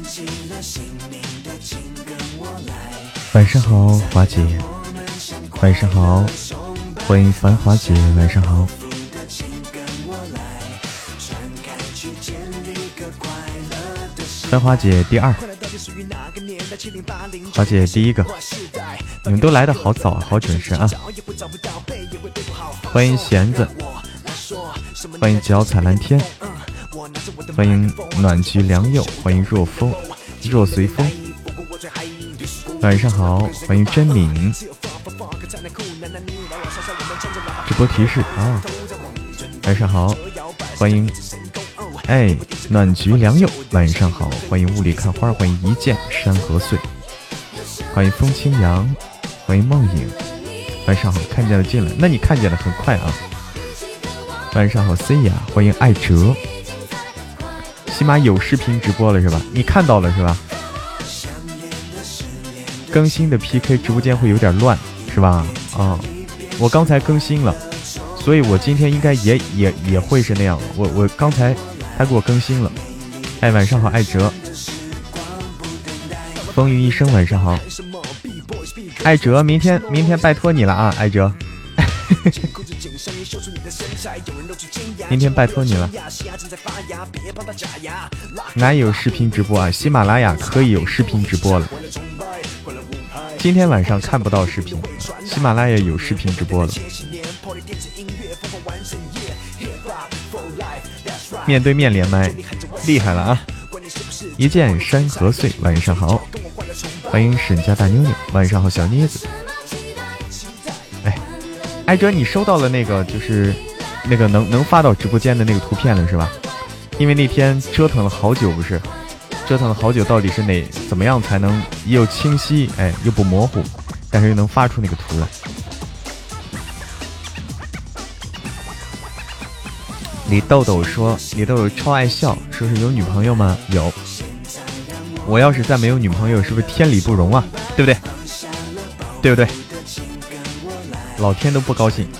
晚上好，华姐。晚上好，欢迎繁华姐。晚上好。繁华姐第二，华姐第一个。你们都来得好早，好准时啊！欢迎弦子，欢迎脚踩蓝天，欢迎暖菊良友，欢迎若风若随风。晚上好，欢迎真敏。直播提示啊！晚上好，欢迎暖菊良友。晚上好，欢迎雾里看花，欢迎一见山河碎，欢迎风清扬，欢迎梦影。晚上好，看见了进来，那你看见了很快啊！晚上好 C 呀，欢迎艾哲。起码有视频直播了是吧？你看到了是吧？更新的 PK 直播间会有点乱是吧？啊，我刚才更新了，所以我今天应该也会是那样。我刚才他给我更新了。晚上好，艾哲。风雨一生，晚上好，艾哲。明天拜托你了啊，艾哲。明天拜托你了。哪有视频直播啊？喜马拉雅可以有视频直播了。今天晚上看不到视频，喜马拉雅有视频直播了。面对面连麦，厉害了啊！一见山河碎，晚上好，欢迎沈家大妞妞，晚上好，小妮子。艾哲，你收到了那个就是那个能发到直播间的那个图片了是吧？因为那天折腾了好久，不是？折腾了好久，到底是怎么样才能又清晰又不模糊，但是又能发出那个图来？李豆豆说，李豆豆超爱笑，说是有女朋友吗？有。我要是再没有女朋友，是不是天理不容啊？对不对？对不对？老天都不高兴。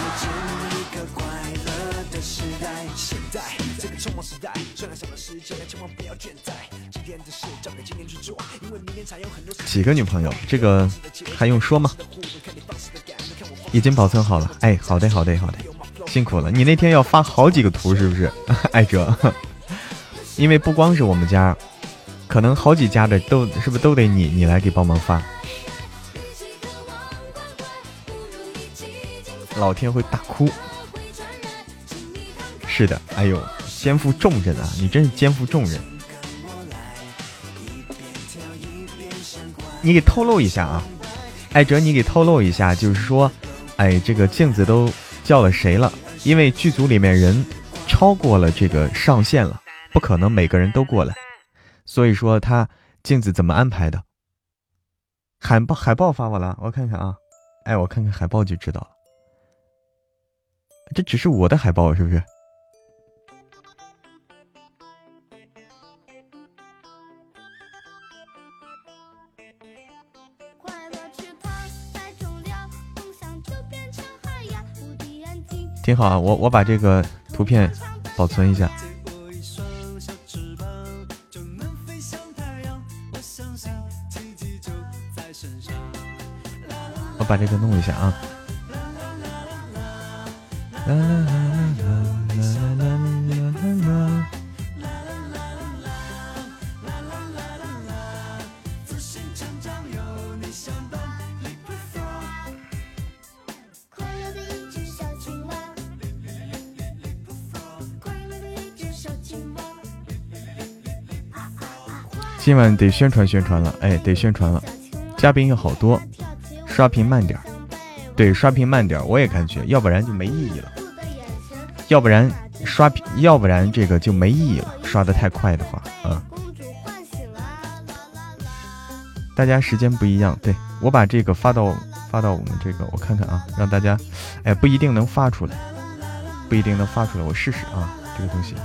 几个女朋友，这个还用说吗？已经保存好了。好的，辛苦了。你那天要发好几个图是不是？艾哲，因为不光是我们家，可能好几家的是不是都得你来给帮忙发？老天会大哭。是的，哎呦，肩负重任啊！你真是肩负重任。你给透露一下啊，艾哲，你给透露一下，就是说，这个镜子都叫了谁了？因为剧组里面人超过了这个上限了，不可能每个人都过来，所以说他镜子怎么安排的？海报发我了，我看看啊，我看看海报就知道了。这只是我的海报是不是？挺好啊，我把这个图片保存一下。我把这个弄一下啊。今晚得宣传了，得宣传了，嘉宾有好多，刷屏慢点，对，刷屏慢点，我也感觉，要不然就没意义了，要不然刷屏，要不然这个就没意义了，刷得太快的话，大家时间不一样，对，我把这个发到我们这个，我看看啊，让大家，不一定能发出来，我试试啊，这个东西。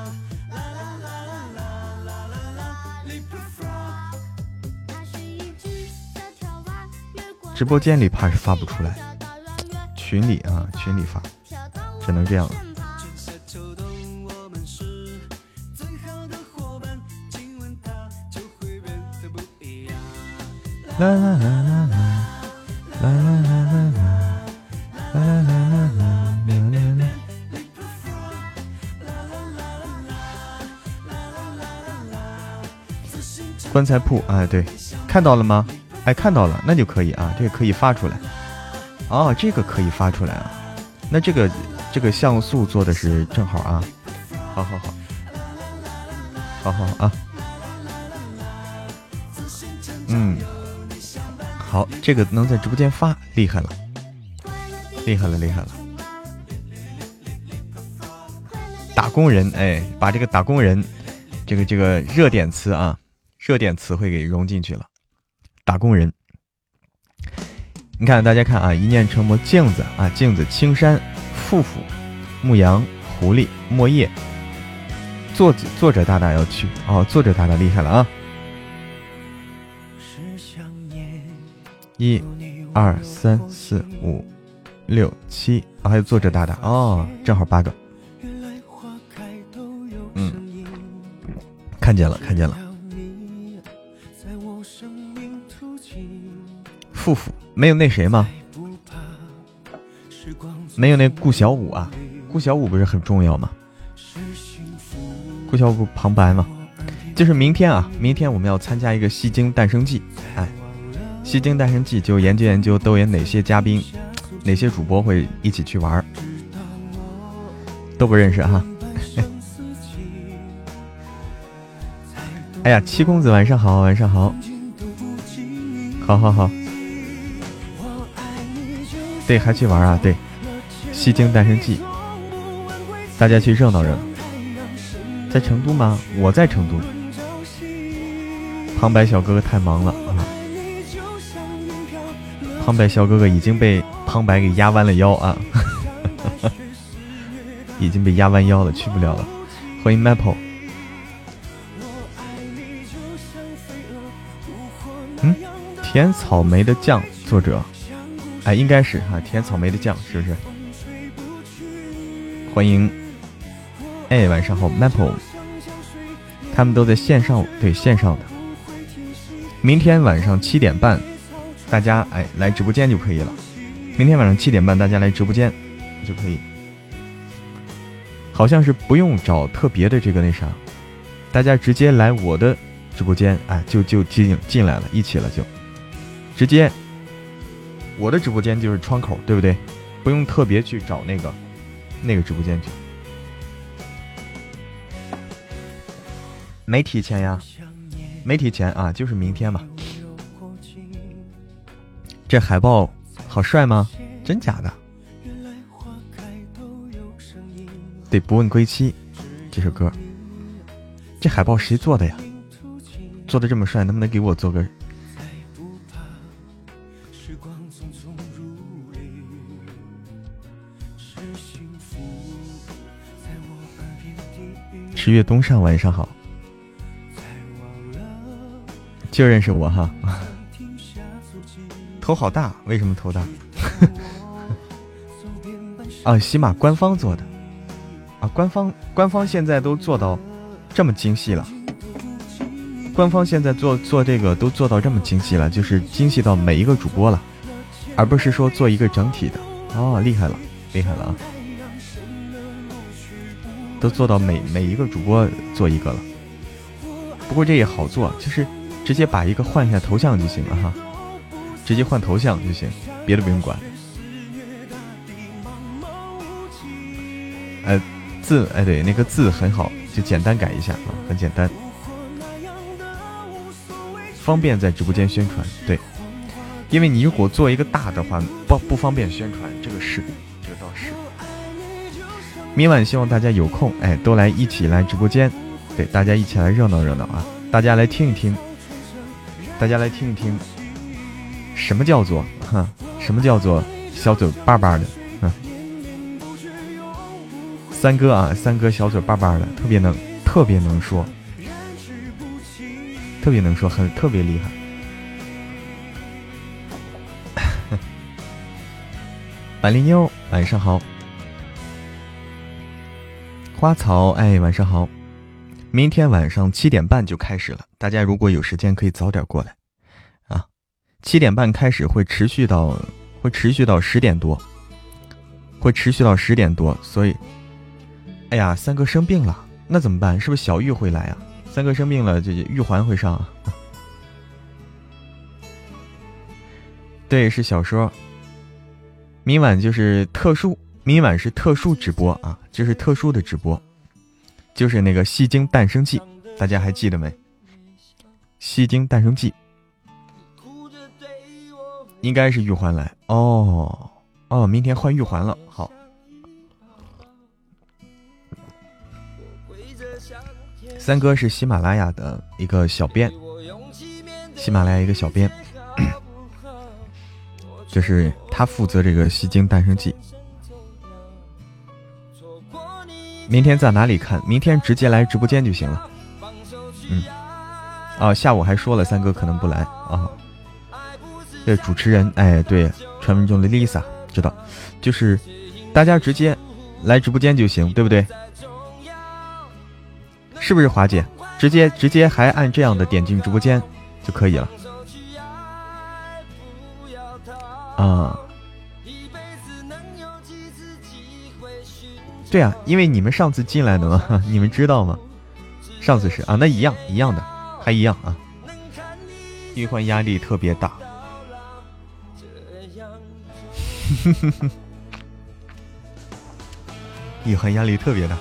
直播间里怕是发不出来，群里发，只能这样了。 啦啦啦啦啦啦啦啦啦啦啦啦啦。棺材铺啊，对，看到了吗？哎，看到了，那就可以啊，这个可以发出来。哦，这个可以发出来啊。那这个像素做的是正好啊。好好好，好好好啊。嗯，好，这个能在直播间发，厉害了，厉害了，厉害了。打工人，哎，把这个打工人，这个热点词啊，热点词汇给融进去了。打工人，你看大家看啊，一念成魔，镜子啊，镜子，青山，富富，牧羊，狐狸，莫叶。作者大大要去哦，作者大大厉害了啊！1、2、3、4、5、6、7，还有作者大大哦，正好8个。看见了，看见了。富富没有那谁吗？没有那顾小五啊？顾小五不是很重要吗？顾小五旁白嘛，就是明天啊，明天我们要参加一个戏精诞生季，哎，戏精诞生季就研究研究都有哪些嘉宾，哪些主播会一起去玩，都不认识哈。哎呀，七公子晚上好，晚上好，好好好，对，还去玩啊？对，戏精诞生季，大家去热闹热闹。在成都吗？我在成都。旁白小哥哥太忙了啊！旁白小哥哥已经被旁白给压弯了腰啊，已经被压弯腰了，去不了了。欢迎 Maple。甜草莓的酱，作者，哎，应该是啊，甜草莓的酱是不是？欢迎。哎，晚上好 Maple， 他们都在线上，对，线上的。明天晚上7点半，大家哎来直播间就可以了。明天晚上7点半，大家来直播间就可以。好像是不用找特别的这个那啥，大家直接来我的直播间，哎，就进来了，一起了就，直接我的直播间就是窗口，对不对？不用特别去找那个直播间去。没提前呀，没提前啊，就是明天嘛。这海报好帅吗？真假的？对，不问归期这首歌，这海报谁做的呀？做的这么帅，能不能给我做个？10月东上，晚上好。就认识我哈，头好大，为什么头大？啊，喜马官方做的，啊，官方现在都做到这么精细了，官方现在做这个都做到这么精细了，就是精细到每一个主播了，而不是说做一个整体的。哦，厉害了，厉害了啊！都做到每一个主播做一个了。不过这也好做，就是直接把一个换一下头像就行了哈，直接换头像就行，别的不用管。字，哎对，那个字很好，就简单改一下啊，很简单，方便在直播间宣传。对，因为你如果做一个大的话，不方便宣传，这个倒是。明晚希望大家有空，哎，都来一起来直播间，对，大家一起来热闹热闹啊！大家来听一听，什么叫做小嘴巴巴的，三哥啊，三哥小嘴巴巴的，特别能说，特别厉害。板栗妞，晚上好。花草，哎，晚上好。明天晚上7点半就开始了，大家如果有时间可以早点过来啊。 7点半开始，会持续到10点多，所以，哎呀，三哥生病了，那怎么办？是不是小玉会来啊？三哥生病了，这玉环会上啊？对，是小说。明晚就是特殊，明晚是特殊直播啊，这是特殊的直播，就是那个戏精诞生记，大家还记得没？戏精诞生记，应该是玉环来哦，明天换玉环了，好。三哥是喜马拉雅的一个小编，就是他负责这个戏精诞生记。明天在哪里看？明天直接来直播间就行了。下午还说了三哥可能不来啊。对，主持人，哎，对，传闻中的 Lisa 知道，就是大家直接来直播间就行，对不对？是不是华姐？直接还按这样的点进直播间就可以了。对啊，因为你们上次进来的嘛，你们知道吗？上次是啊，那一样的，还一样啊。玉环压力特别大。玉环压力特别大。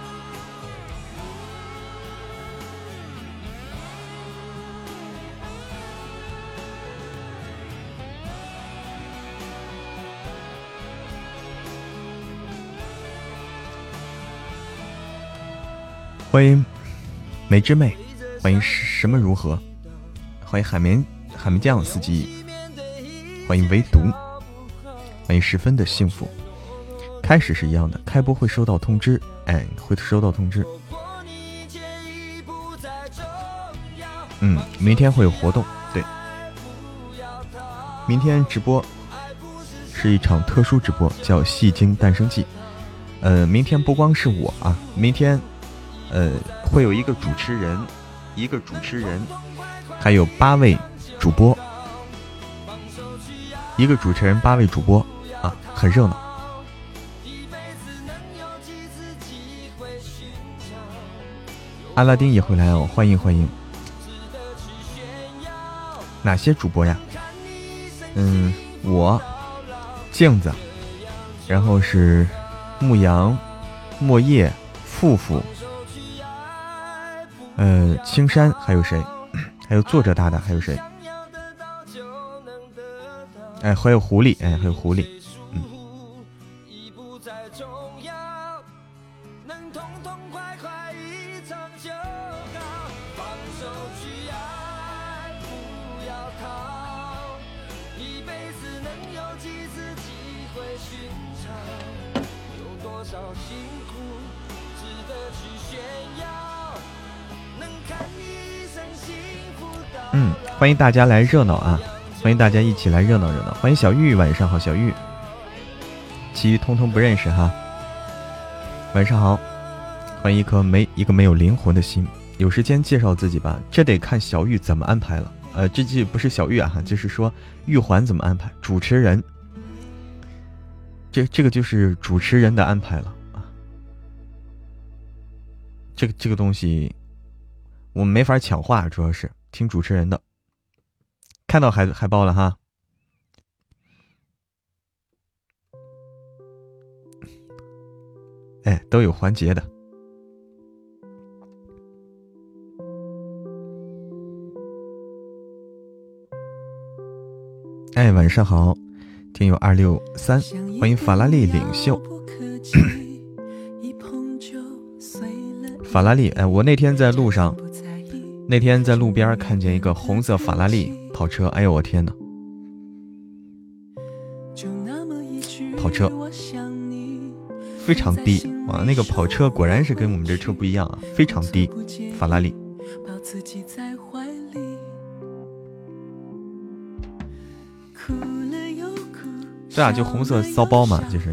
欢迎梅之妹，欢迎什么如何，欢迎海绵酱司机，欢迎唯独，欢迎十分的幸福。开始是一样的，开播会收到通知，哎，会收到通知。明天会有活动，对，明天直播是一场特殊直播，叫戏精诞生记。明天不光是我啊，明天会有一个主持人，还有8位主播，一个主持人8位主播啊，很热闹。阿拉丁也会来哦，欢迎欢迎。哪些主播呀？我镜子，然后是牧羊、莫叶、富富，青山，还有谁？还有作者大大，还有谁？哎，还有狐狸，哎，还有狐狸，欢迎大家来热闹啊！欢迎大家一起来热闹热闹。欢迎小玉，晚上好，小玉。其余通通不认识哈。晚上好，欢迎一个没有灵魂的心。有时间介绍自己吧，这得看小玉怎么安排了。这季不是小玉啊，就是说玉环怎么安排。主持人，这个就是主持人的安排了啊。这个东西我们没法抢话，主要是听主持人的。看到海报了哈，哎，都有环节的。哎，晚上好，听友263，欢迎法拉利领袖。法拉利，哎，我那天在路边看见一个红色法拉利跑车，哎呦我天哪！跑车非常低哇，那个跑车果然是跟我们这车不一样啊，非常低，法拉利。对啊，就红色骚包嘛，就是。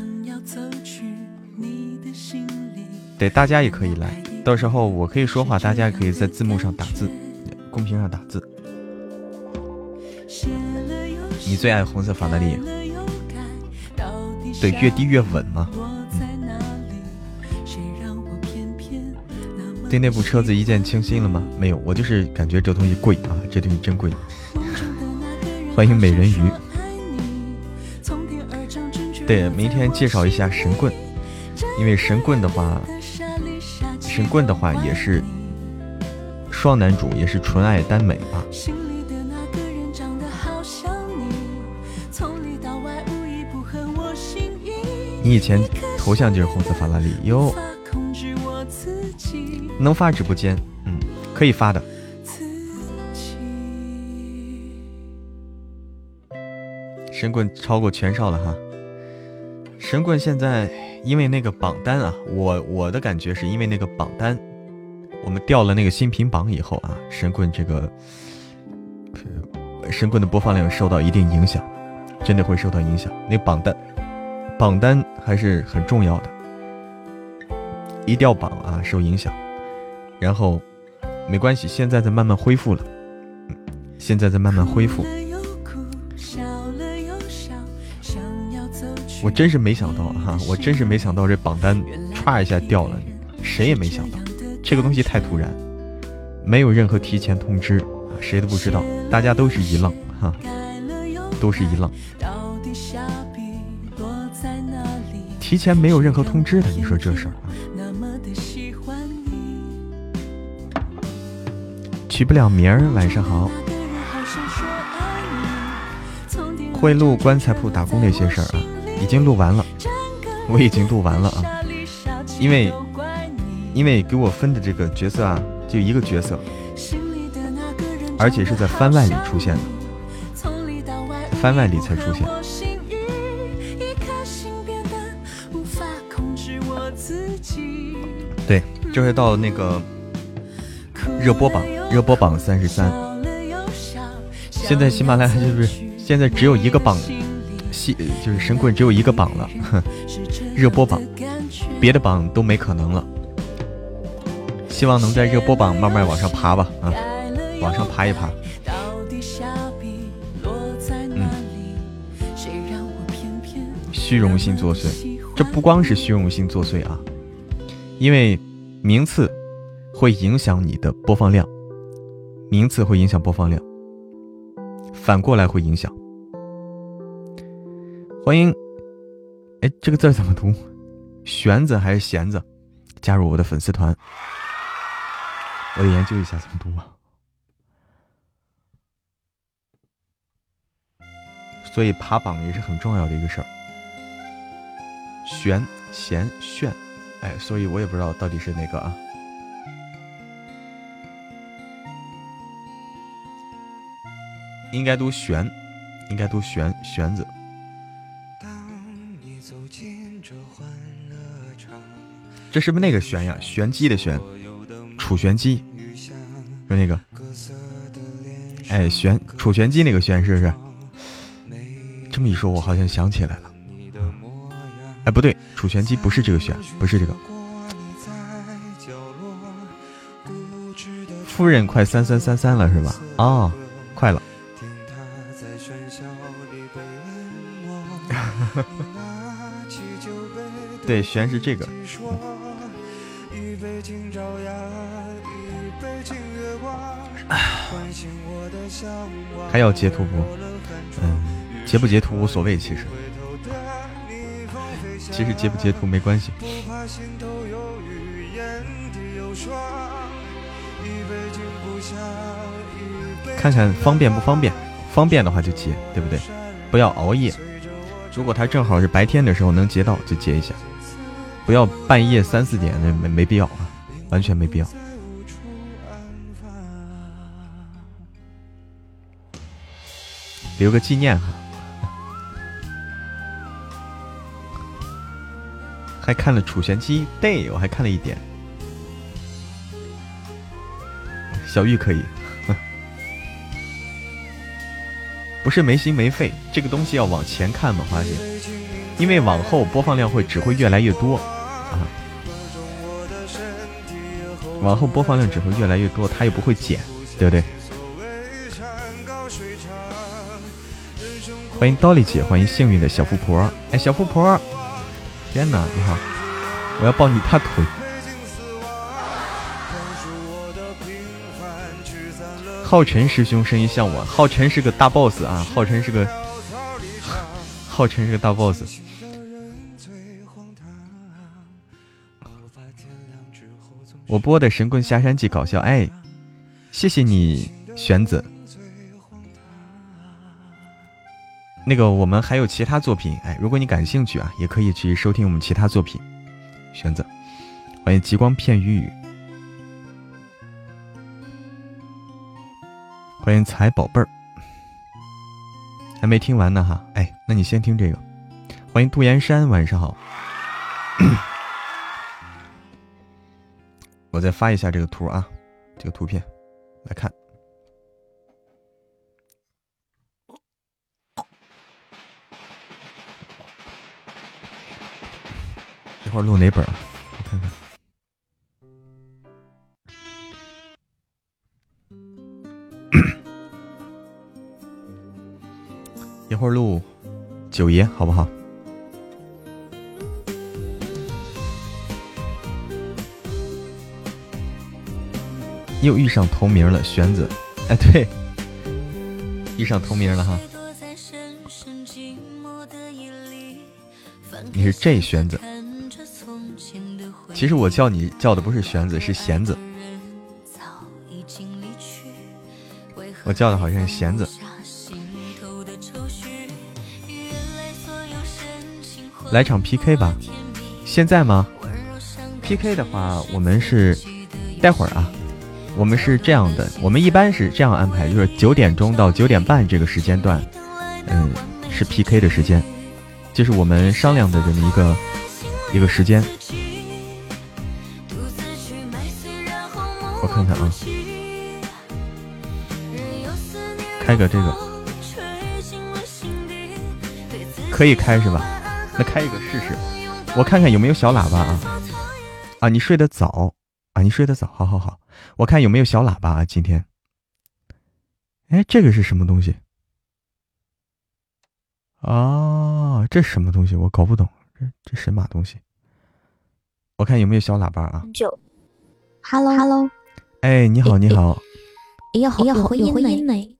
对，大家也可以来，到时候我可以说话，大家可以在字幕上打字，公屏上打字。 你最爱红色法拉利？对，越低越稳嘛。对那部车子一见倾心了吗？没有，我就是感觉这东西贵啊，这东西真贵。欢迎美人鱼。对，明天介绍一下神棍，因为神棍的话也是双男主，也是纯爱耽美啊。你以前头像就是红色法拉利哟，能发直播间？可以发的。神棍超过全少了哈。神棍现在因为那个榜单啊，我的感觉是因为那个榜单，我们掉了那个新品榜以后啊，神棍的播放量受到一定影响，真的会受到影响。那榜单还是很重要的，一掉榜啊受影响。然后没关系，现在在慢慢恢复了，我真是没想到哈，这榜单歘一下掉了，谁也没想到，这个东西太突然，没有任何提前通知，谁都不知道，大家都是一愣哈，提前没有任何通知的，你说这事儿啊？取不了名儿，晚上好。会录棺材铺打工那些事儿啊，已经录完了，我已经录完了啊。因为给我分的这个角色啊，就一个角色，而且是在番外里出现的，番外里才出现。对，这回到那个热播榜33。现在喜马拉雅就是现在只有一个榜，就是神棍只有一个榜了，热播榜，别的榜都没可能了。希望能在热播榜慢慢往上爬吧，啊，往上爬一爬。虚荣心作祟，这不光是虚荣心作祟啊，因为名次会影响你的播放量，反过来会影响。欢迎，哎，这个字怎么读？玄子还是弦子？加入我的粉丝团，我得研究一下怎么读啊。所以爬榜也是很重要的一个事儿。玄、弦、炫，哎，所以我也不知道到底是哪个啊。应该读玄，玄子。这是不是那个玄呀？玄机的玄，楚玄机，是那个。哎，楚玄机那个玄是不是？这么一说，我好像想起来了。哎，不对，楚玄机不是这个玄，不是这个。夫人快3333了是吧？哦，快了。对，玄是这个。还要截图不？截不截图无所谓，其实截不截图没关系。看看方便不方便，方便的话就截，对不对？不要熬夜。如果他正好是白天的时候能截到，就截一下。不要半夜3、4点，那没必要啊，完全没必要。留个纪念哈。还看了楚玄机，对，我还看了一点。小玉可以，不是没心没肺，这个东西要往前看嘛，发现，因为往后播放量只会越来越多啊，往后播放量只会越来越多，它又不会减，对不对？ 欢迎刀力姐，欢迎幸运的小富婆。哎，小富婆，天哪，你好，我要抱你大腿。浩辰师兄声音像我，浩辰是个大 boss 啊，浩辰是个大 boss。我播的《神棍下山记》搞笑，哎，谢谢你，玄子。那个我们还有其他作品，哎，如果你感兴趣啊，也可以去收听我们其他作品。玄子，欢迎极光片羽，欢迎财宝贝儿，还没听完呢哈，哎，那你先听这个。欢迎杜岩山，晚上好。我再发一下这个图啊，这个图片来看。一会儿录哪本啊？我看看。一会儿录九爷好不好？又遇上同名了，玄子。哎，对，遇上同名了哈。你是这玄子。其实我叫你叫的不是玄子，是弦子。我叫的好像是弦子。来场 PK 吧，现在吗 ？PK 的话，我们是待会儿啊。我们是这样的，我们一般是这样安排，就是9点钟到9点半这个时间段，是 PK 的时间，就是我们商量的这么一个时间。我看看啊，开个这个，可以开是吧？那开一个试试，我看看有没有小喇叭啊。啊，你睡得早啊，你睡得早，好好好。我看有没有小喇叭啊？今天，哎，这个是什么东西？啊，这是什么东西？我搞不懂，这神马东西。我看有没有小喇叭啊？Hello， 哎，你好，你好。 哎呀，好有音呢。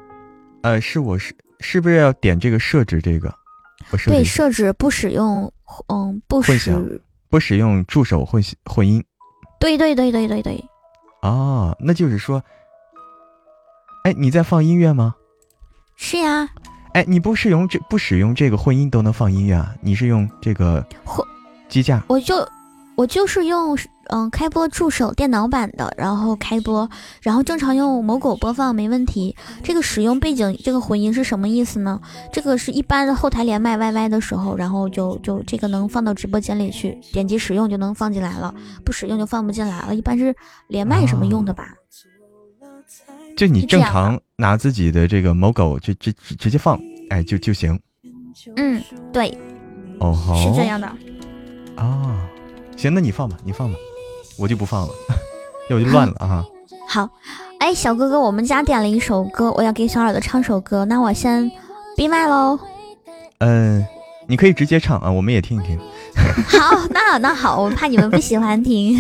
是不是要点这个设置这个？ 对，设置不使用， 不使用助手混音。 对。 哦，那就是说，哎，你在放音乐吗？ 是呀。 哎，你不使用这个混音都能放音乐啊？你是用这个机架？ 我就是用开播助手电脑版的，然后开播，然后正常用某狗播放没问题。这个使用背景这个混音是什么意思呢？这个是一般的后台连麦 YY 的时候，然后就这个能放到直播间里去，点击使用就能放进来了，不使用就放不进来了。一般是连麦什么用的吧？ 就你正常拿自己的这个某狗直接放，哎就行。 对。 哦，好， 是这样的。 啊，行，那你放吧，我就不放了，要我就乱了啊。 好，哎，小哥哥，我们家点了一首歌，我要给小耳朵唱首歌，那我先闭麦喽。 你可以直接唱啊，我们也听一听。 好，那好，我怕你们不喜欢听。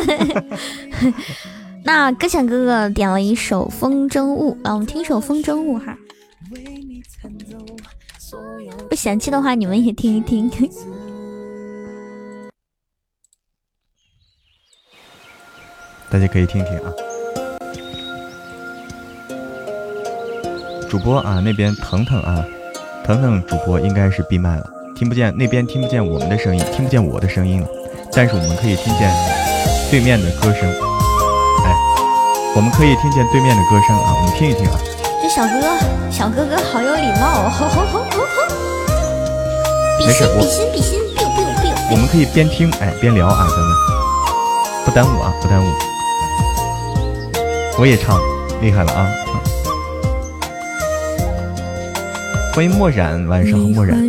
那歌选哥哥点了一首《风筝误》，我们听首《风筝误》哈。不嫌弃的话，你们也听一听。 大家可以听听啊。主播啊，那边腾腾啊，腾腾主播应该是闭麦了，听不见，那边听不见我们的声音，听不见我的声音了，但是我们可以听见对面的歌声。哎，我们可以听见对面的歌声啊，我们听一听啊。 这小哥哥好有礼貌哦。比心， 我们可以边听边聊啊，咱们不耽误啊，不耽误。我也唱，厉害了啊！欢迎墨染，晚上好，墨染。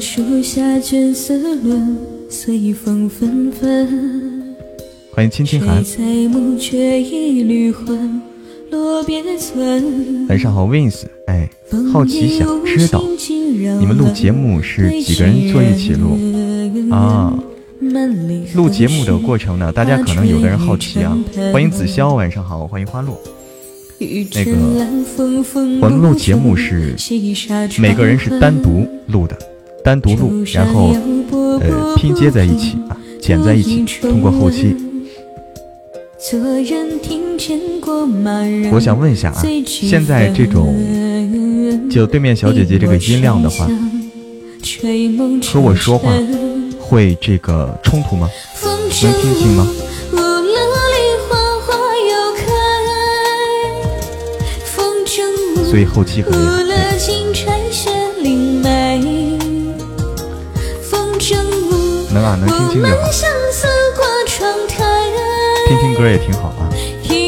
欢迎青青寒。 晚上好 Wins， 哎，好奇想知道你们录节目是几个人坐一起录啊？录节目的过程呢，大家可能有的人好奇啊。欢迎子潇，晚上好，欢迎花落。那个我们录节目是每个人是单独录的，单独录，然后拼接在一起啊，剪在一起，通过后期。我想问一下啊，现在这种就对面小姐姐这个音量的话，和我说话会这个冲突吗？能听清吗？所以后期很厉害。能啊，能听清就好。听听歌也挺好啊。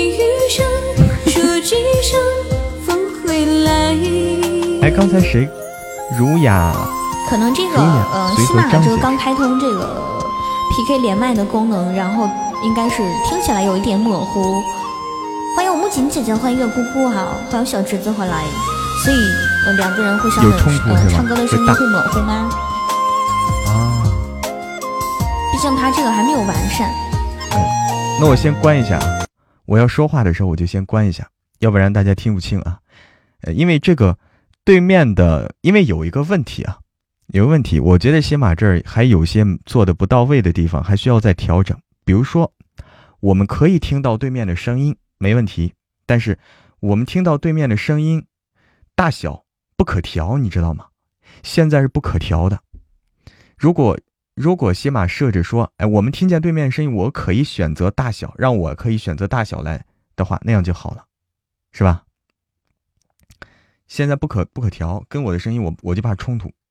哎，刚才谁？儒雅。 可能这个喜马这个刚开通这个 PK 连麦的功能，然后应该是听起来有一点模糊。欢迎我木槿姐姐，欢迎月姑姑哈，欢迎小侄子回来。所以两个人互相有冲突是吧？ 唱歌的声音会模糊吗？ 啊， 毕竟它这个还没有完善。 那我先关一下，我要说话的时候我就先关一下，要不然大家听不清啊。因为这个对面的，因为有一个问题啊，有个问题，我觉得喜马这儿还有些做的不到位的地方，还需要再调整。比如说，我们可以听到对面的声音，没问题，但是我们听到对面的声音大小不可调，你知道吗？现在是不可调的。如果喜马设置说，哎，我们听见对面的声音，我可以选择大小，让我可以选择大小来的话，那样就好了，是吧？现在不可调，跟我的声音我就怕冲突。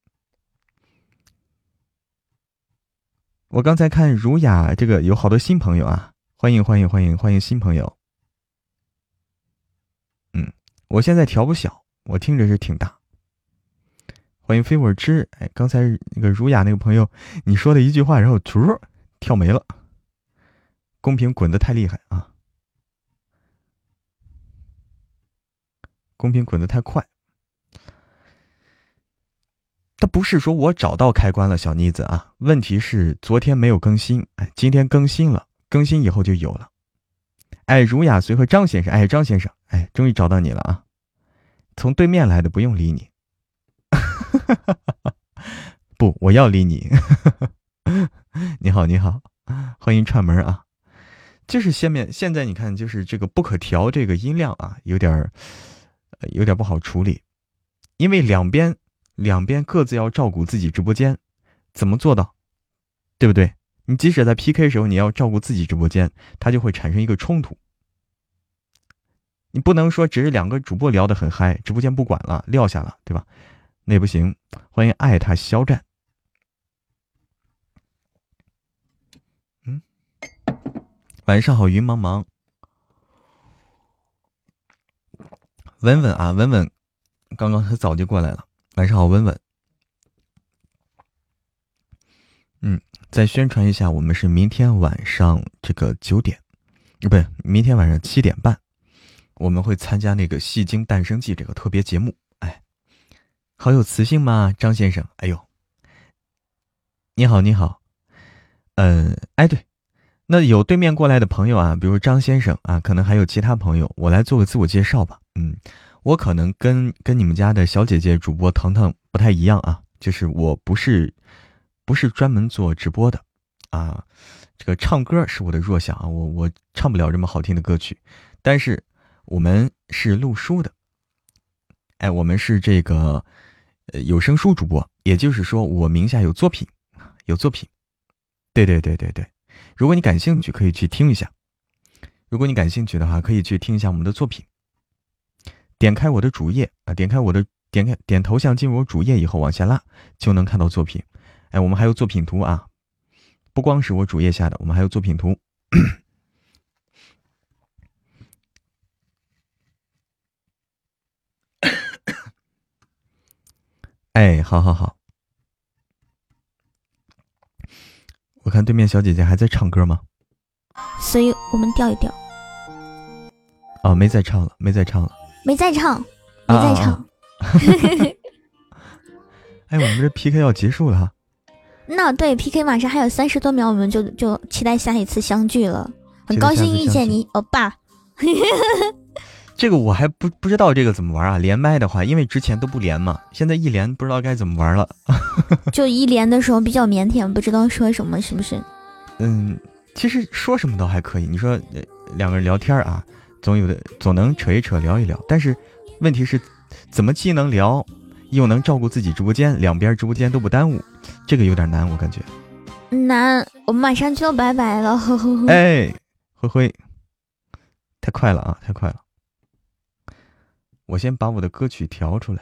我刚才看儒雅这个有好多新朋友啊，欢迎新朋友。我现在调不小，我听着是挺大。欢迎飞我之，哎，刚才那个儒雅那个朋友，你说的一句话，然后跳没了。公屏滚得太厉害啊！公屏滚得太快。它不是说我找到开关了，小妮子啊，问题是昨天没有更新，哎，今天更新了，更新以后就有了。哎，儒雅随和张先生，哎，张先生，哎，终于找到你了啊！从对面来的，不用理你。不，我要理你。你好，欢迎串门啊！就是现在你看，就是这个不可调这个音量啊，有点不好处理，因为两边各自要照顾自己直播间，怎么做到？对不对？你即使在 PK 的时候，你要照顾自己直播间，它就会产生一个冲突。你不能说只是两个主播聊得很嗨，直播间不管了，撂下了，对吧？那也不行。欢迎爱他肖战。晚上好，云茫茫。文文啊，文文，刚刚他早就过来了。晚上好，文文。再宣传一下，我们是明天晚上这个9点，不对，明天晚上7点半，我们会参加那个《戏精诞生记》这个特别节目。哎，好有磁性吗，张先生？哎呦，你好。哎对，那有对面过来的朋友啊，比如张先生啊，可能还有其他朋友，我来做个自我介绍吧。我可能跟你们家的小姐姐主播腾腾不太一样啊，就是我不是专门做直播的啊，这个唱歌是我的弱项啊，我唱不了这么好听的歌曲，但是我们是录书的，哎，我们是这个有声书主播，也就是说我名下有作品，对，如果你感兴趣可以去听一下，如果你感兴趣的话可以去听一下我们的作品，点开我的主页啊，点头像进入我主页以后往下拉就能看到作品。哎，我们还有作品图啊，不光是我主页下的，我们还有作品图。哎，好，我看对面小姐姐还在唱歌吗？ 所以我们调一调。 啊，没再唱了，没再唱了， 没再唱，没再唱。 哎，我们这 PK 要结束了哈。 那对 PK 马上还有30多秒，我们就期待下一次相聚了。很高兴遇见你，欧巴。 这个我还不知道这个怎么玩啊？连麦的话，因为之前都不连嘛，现在一连不知道该怎么玩了。 就一连的时候比较腼腆，不知道说什么，是不是？ 其实说什么都还可以。你说两个人聊天啊，总能扯一扯聊一聊，但是问题是怎么既能聊又能照顾自己直播间，两边直播间都不耽误，这个有点难，我感觉难。我们马上就要拜拜了，呵呵呵。 哎，灰灰，太快了啊，太快了！我先把我的歌曲调出来，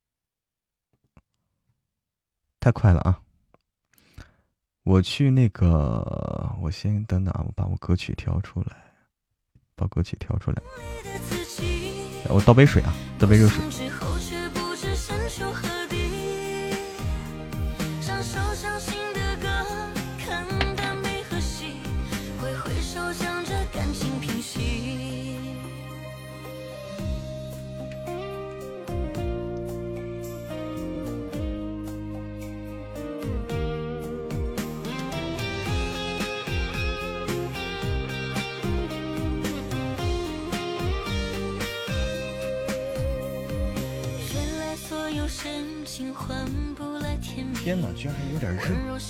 太快了啊！我去那个，我先等等啊，我把我歌曲调出来，把歌曲调出来。我倒杯水啊，倒杯热水。天哪，居然还有点热。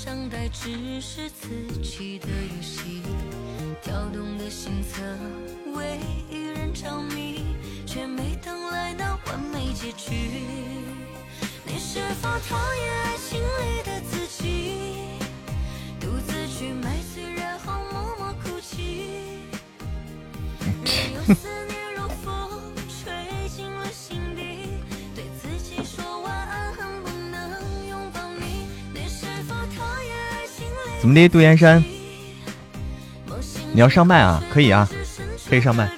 跳动的心则为一人着迷，却没等来那完美结局。你是否讨厌爱情里的自己，独自去买醉，然后默默哭泣？没有思念如风吹进了心底，对自己说晚安，恨不能拥抱你。你是否讨厌爱情里？怎么的，杜岩山？你要上麦啊？可以啊，可以上麦。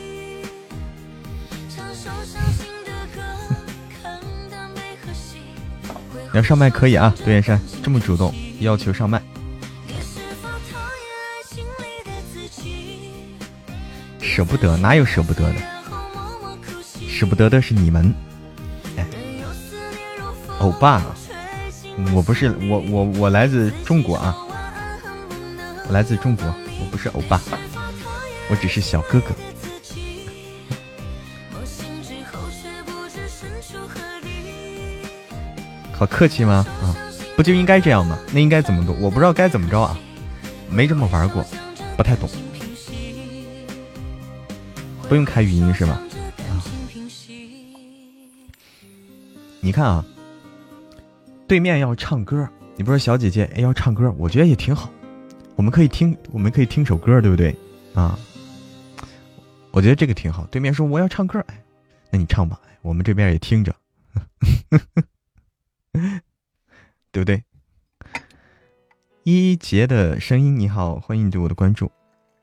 你要上麦可以啊，杜岩山这么主动要求上麦。舍不得哪有舍不得的？舍不得的是你们。哎，欧巴，我不是我来自中国啊，我来自中国。我不是欧巴，我只是小哥哥。好客气吗？啊，不就应该这样吗？那应该怎么读？我不知道该怎么着啊，没这么玩过，不太懂。不用开语音是吧？啊，你看啊，对面要唱歌，你不是小姐姐要唱歌，我觉得也挺好。我们可以听首歌，对不对啊？我觉得这个挺好。对面说我要唱歌，哎，那你唱吧，我们这边也听着，对不对？一杰的声音你好，欢迎你对我的关注。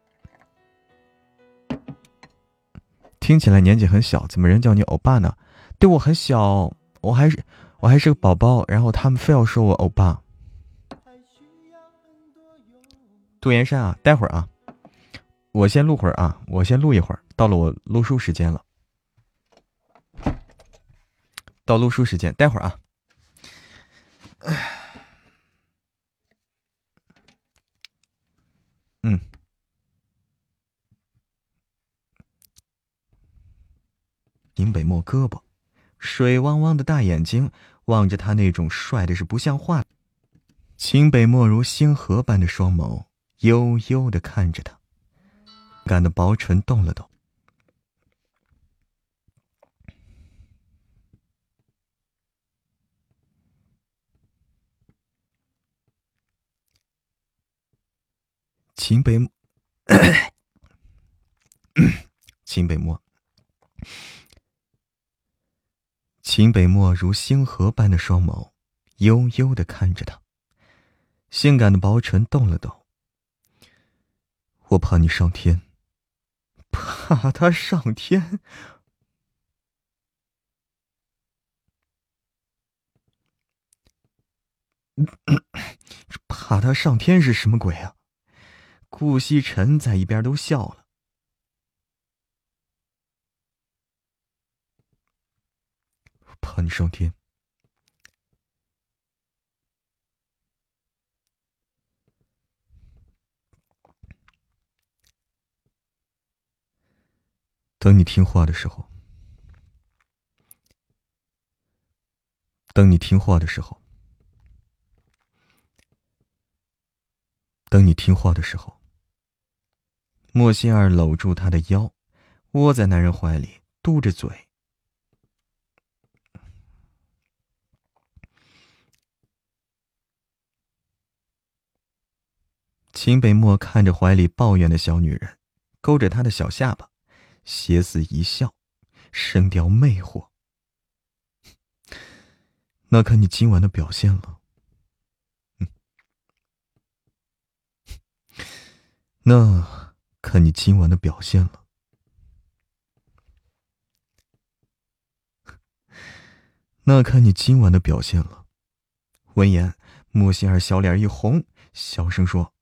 听起来年纪很小，怎么人叫你欧巴呢？对我很小，我还是个宝宝，然后他们非要说我欧巴。杜岩山啊，待会儿啊，我先录会儿啊，我先录一会儿，到了我录书时间了，到录书时间，待会儿啊。秦北漠胳膊，水汪汪的大眼睛望着他那种帅的是不像话。秦北漠如星河般的双眸悠悠地看着他，感的薄唇动了动。秦北漠秦北漠秦北漠如星河般的双眸悠悠地看着他，性感的薄唇动了动。我怕你上天。怕他上天？怕他上天是什么鬼啊？顾惜辰在一边都笑了。 欢你收听。等你听话的时候，等你听话的时候，等你听话的时候。莫心儿搂住他的腰，窝在男人怀里，嘟着嘴。秦北漠看着怀里抱怨的小女人，勾着她的小下巴，邪肆一笑，声调魅惑。那看你今晚的表现了。那看你今晚的表现了。那看你今晚的表现了。闻言，莫心儿小脸一红，小声说。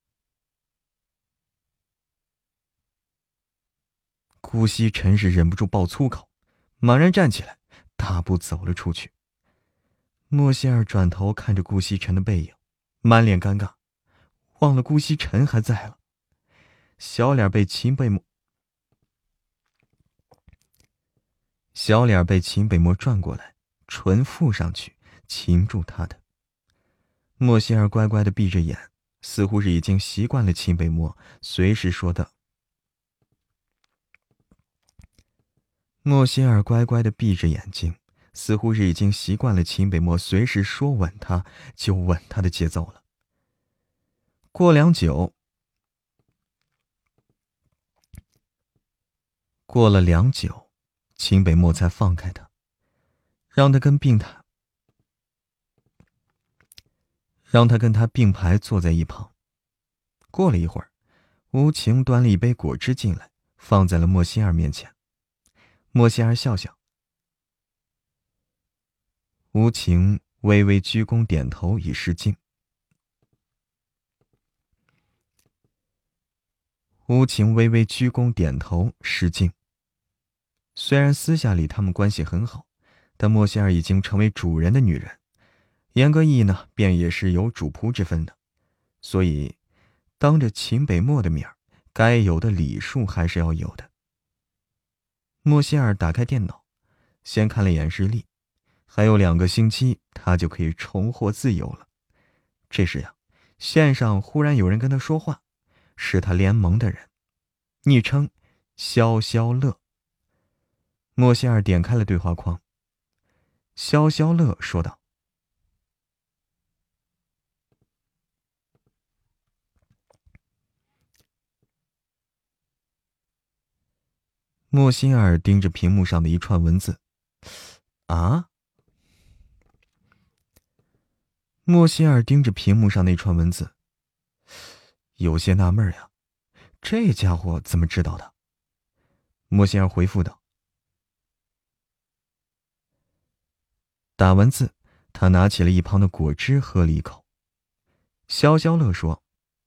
顾惜辰是忍不住爆粗口，猛然站起来，大步走了出去。莫心儿转头看着顾惜辰的背影，满脸尴尬，忘了顾惜辰还在了。小脸被秦北漠转过来，唇附上去，擒住他的。莫心儿乖乖地闭着眼，似乎是已经习惯了秦北漠随时说的。莫心儿乖乖地闭着眼睛，似乎是已经习惯了秦北漠随时说吻他就吻他的节奏了。过了良久，秦北漠才放开他，让他跟他并排坐在一旁。过了一会儿，吴情端了一杯果汁进来，放在了莫心儿面前。莫心儿笑笑。吴情微微鞠躬点头以示敬。虽然私下里他们关系很好，但莫心儿已经成为主人的女人，严格意义呢，便也是有主仆之分的，所以当着秦北漠的面，该有的礼数还是要有的。莫心儿打开电脑，先看了眼日历，还有2个星期，他就可以重获自由了。这时呀，线上忽然有人跟他说话，是他联盟的人，昵称潇潇乐。莫心儿点开了对话框，潇潇乐说道：莫心儿盯着屏幕上的一串文字。啊？莫心儿盯着屏幕上那串文字，有些纳闷呀，这家伙怎么知道的？莫心儿回复道。打完字，他拿起了一旁的果汁喝了一口。潇潇乐说：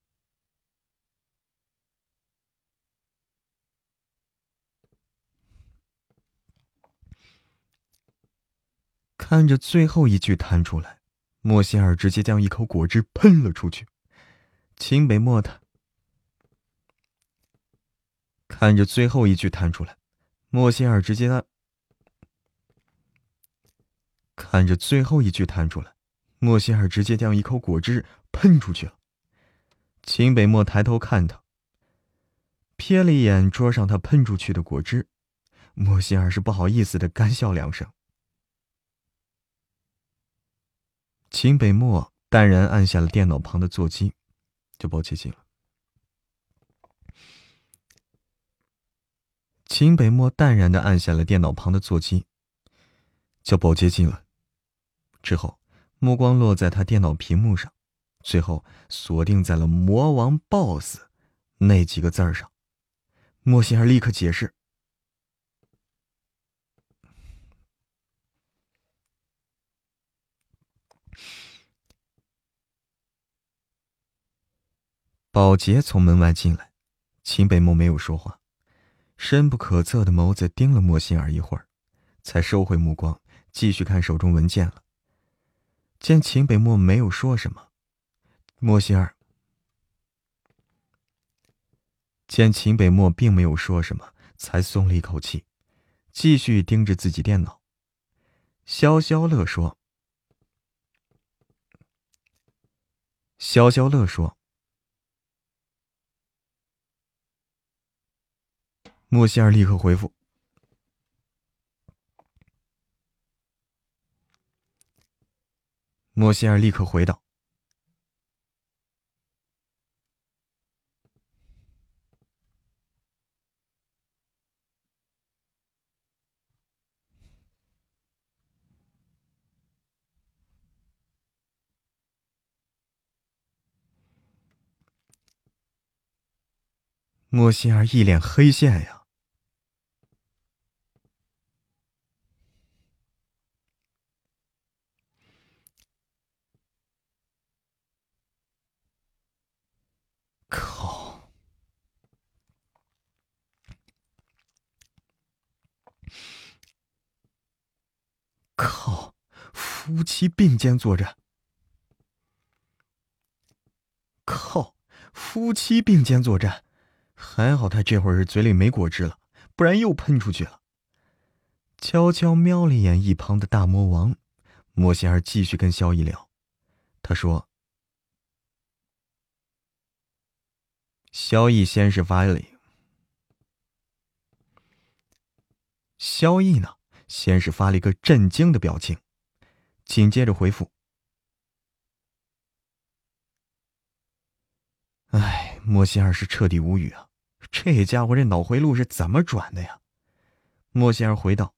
看着最后一句弹出来，莫心儿直接将一口果汁喷了出去。秦北漠的看着最后一句弹出来，莫心儿直接将一口果汁喷出去了。秦北漠抬头看他，瞥了一眼桌上他喷出去的果汁，莫心儿是不好意思的干笑2声。秦北漠淡然按下了电脑旁的座机，就抱接近了。秦北漠淡然地按下了电脑旁的座机，就抱接近了。之后，目光落在他电脑屏幕上，最后锁定在了魔王 BOSS 那几个字儿上。莫心儿立刻解释：保洁从门外进来，秦北漠没有说话，深不可测的眸子盯了莫心儿一会儿，才收回目光， 继续看手中文件了。见秦北漠没有说什么，见秦北漠并没有说什么，才松了一口气，继续盯着自己电脑。消消乐说：“莫西尔立刻回复。莫西尔立刻回道：“莫西尔一脸黑线呀。靠！靠！夫妻并肩作战！靠！夫妻并肩作战！还好他这会儿是嘴里没果汁了，不然又喷出去了。悄悄瞄了一眼一旁的大魔王，莫西尔继续跟萧逸聊。他说：“萧逸先是发了萧逸呢，先是发了一个震惊的表情，紧接着回复：哎，莫西尔是彻底无语啊，这家伙这脑回路是怎么转的呀？莫西尔回道：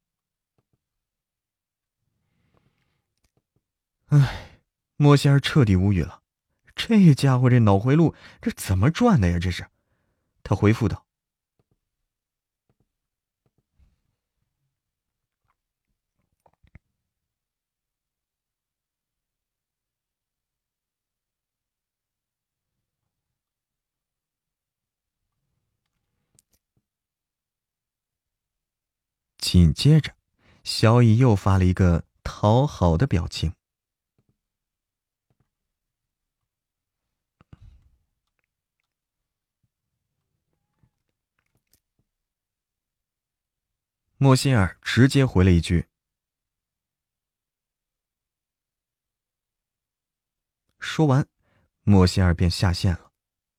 哎，莫西尔彻底无语了，这家伙这脑回路这怎么转的呀？这是，他回复道。紧接着，萧逸又发了一个讨好的表情。莫西尔直接回了一句。说完，莫西尔便下线了。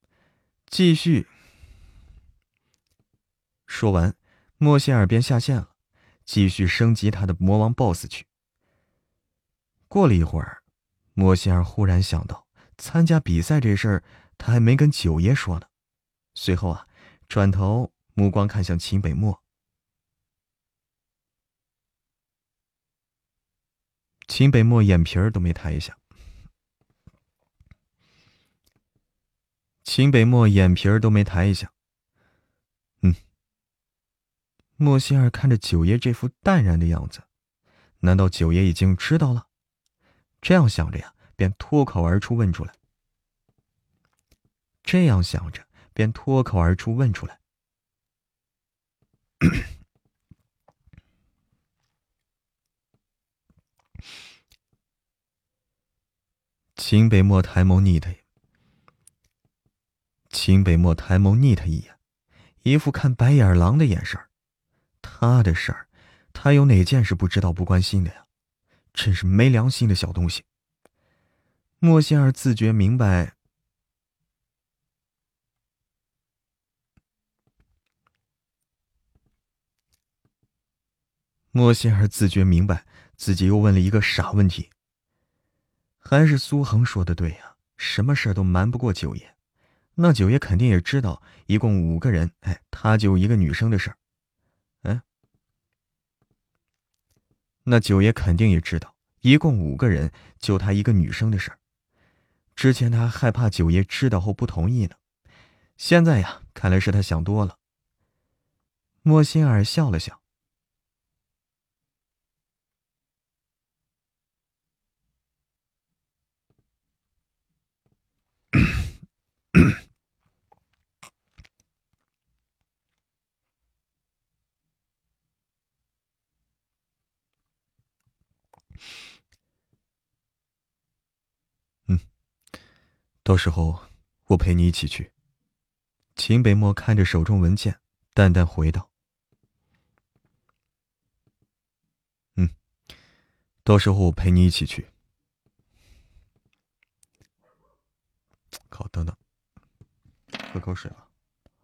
说完，莫西尔便下线了，继续升级他的魔王 BOSS 去。过了一会儿，莫西尔忽然想到参加比赛这事儿，他还没跟九爷说呢。随后啊，转头目光看向秦北漠。秦北漠眼皮儿都没抬一下。莫西尔看着九爷这副淡然的样子，难道九爷已经知道了？这样想着呀，便脱口而出问出来。秦北漠抬眸睨他一眼，一副看白眼狼的眼神。他的事儿，他有哪件事不知道不关心的呀？真是没良心的小东西。莫西尔自觉明白，自己又问了一个傻问题。还是苏恒说的对呀，什么事都瞒不过九爷。那九爷肯定也知道，一共5个人，他就一个女生的事儿。那九爷肯定也知道，一共5个人，就他一个女生的事儿。之前他还害怕九爷知道后不同意呢，现在呀，看来是他想多了。莫心儿笑了笑。 到时候我陪你一起去。秦北漠看着手中文件，淡淡回道：到时候我陪你一起去。靠，等等，喝口水吧。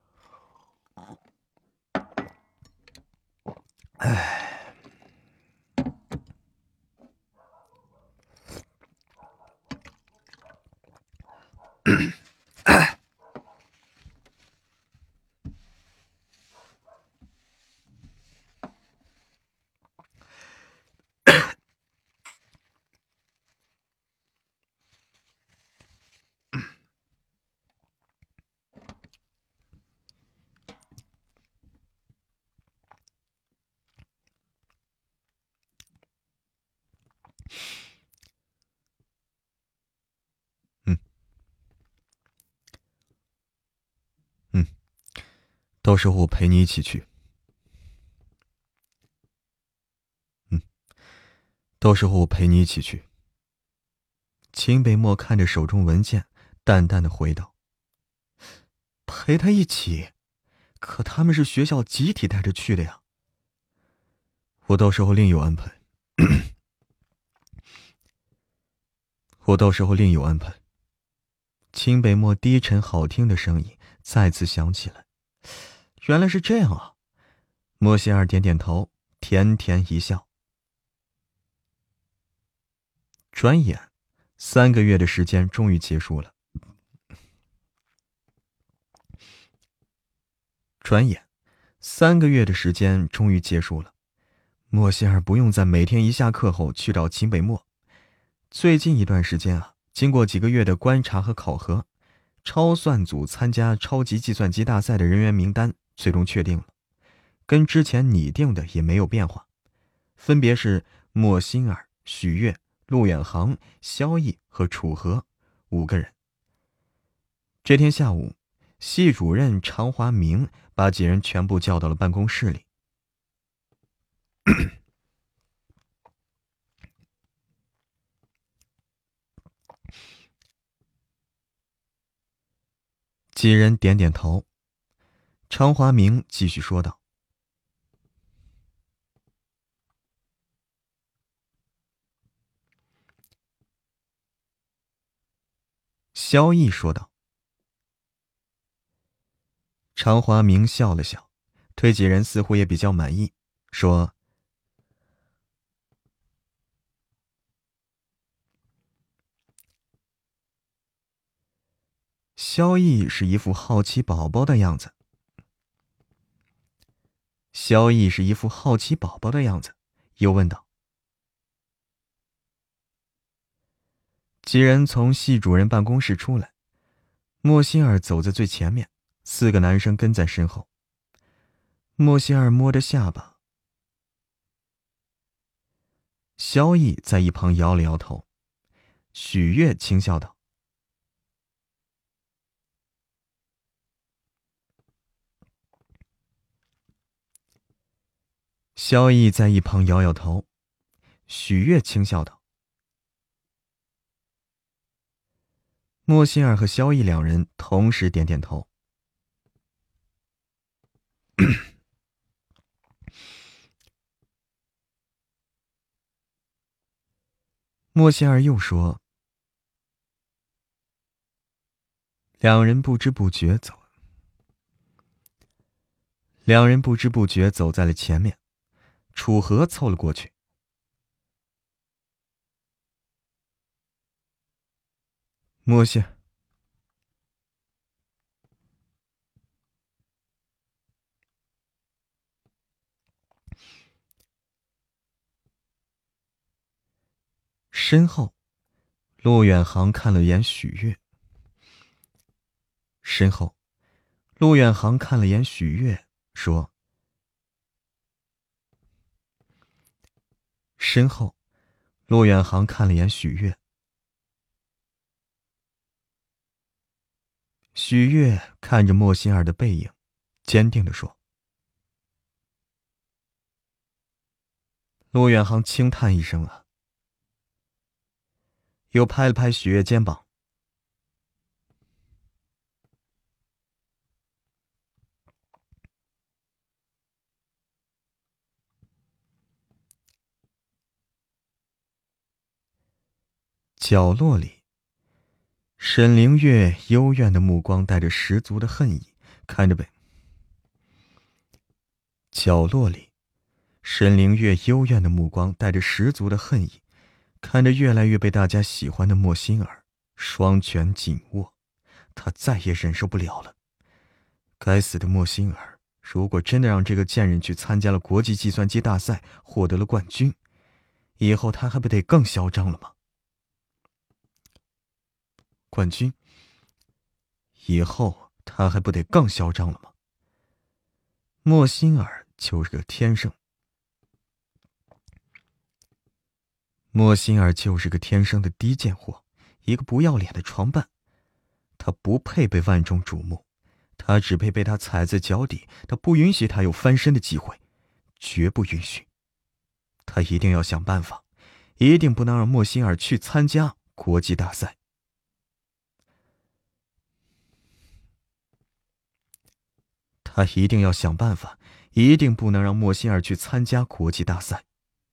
到时候我陪你一起去。到时候我陪你一起去。秦北漠看着手中文件，淡淡的回道：陪他一起？可他们是学校集体带着去的呀。我到时候另有安排。我到时候另有安排。秦北漠低沉好听的声音再次响起来。原来是这样啊。莫仙儿点点头，甜甜一笑。转眼3个月的时间终于结束了。莫仙儿不用再每天一下课后去找秦北漠。最近一段时间啊，经过几个月的观察和考核，超算组参加超级计算机大赛的人员名单最终确定了，跟之前拟定的也没有变化，分别是莫心儿、许悦、陆远航、萧毅和楚河5个人。这天下午，系主任常华明把几人全部叫到了办公室里。几人点点头，常华明继续说道：萧毅说道。常华明笑了笑，对几人似乎也比较满意，说：萧毅是一副好奇宝宝的样子。又问道。几人从系主任办公室出来，莫心儿走在最前面，4个男生跟在身后。莫心儿摸着下巴，萧毅在一旁摇了摇头。许悦轻笑道：萧毅在一旁摇摇头，许悦轻笑道。莫心儿和萧毅2人同时点点头。莫心儿又说：2人不知不觉走在了前面，楚河凑了过去。莫心儿，身后，陆远航看了眼许悦。说：陆远航看了眼许悦。许悦看着莫心儿的背影，坚定地说。陆远航轻叹一声啊， 又拍了拍许月肩膀。角落里，沈凌月幽怨的目光带着十足的恨意看着北。角落里，沈凌月幽怨的目光带着十足的恨意看着越来越被大家喜欢的莫心儿，双拳紧握，他再也忍受不了了。该死的莫心儿，如果真的让这个贱人去参加了国际计算机大赛，获得了冠军，以后他还不得更嚣张了吗？冠军，以后他还不得更嚣张了吗？莫心儿就是个天生，莫心儿就是个天生的低贱货，一个不要脸的床伴。他不配被万众瞩目，他只配被他踩在脚底，他不允许他有翻身的机会，绝不允许。他一定要想办法，一定不能让莫心儿去参加国际大赛。他一定要想办法，一定不能让莫心儿去参加国际大赛。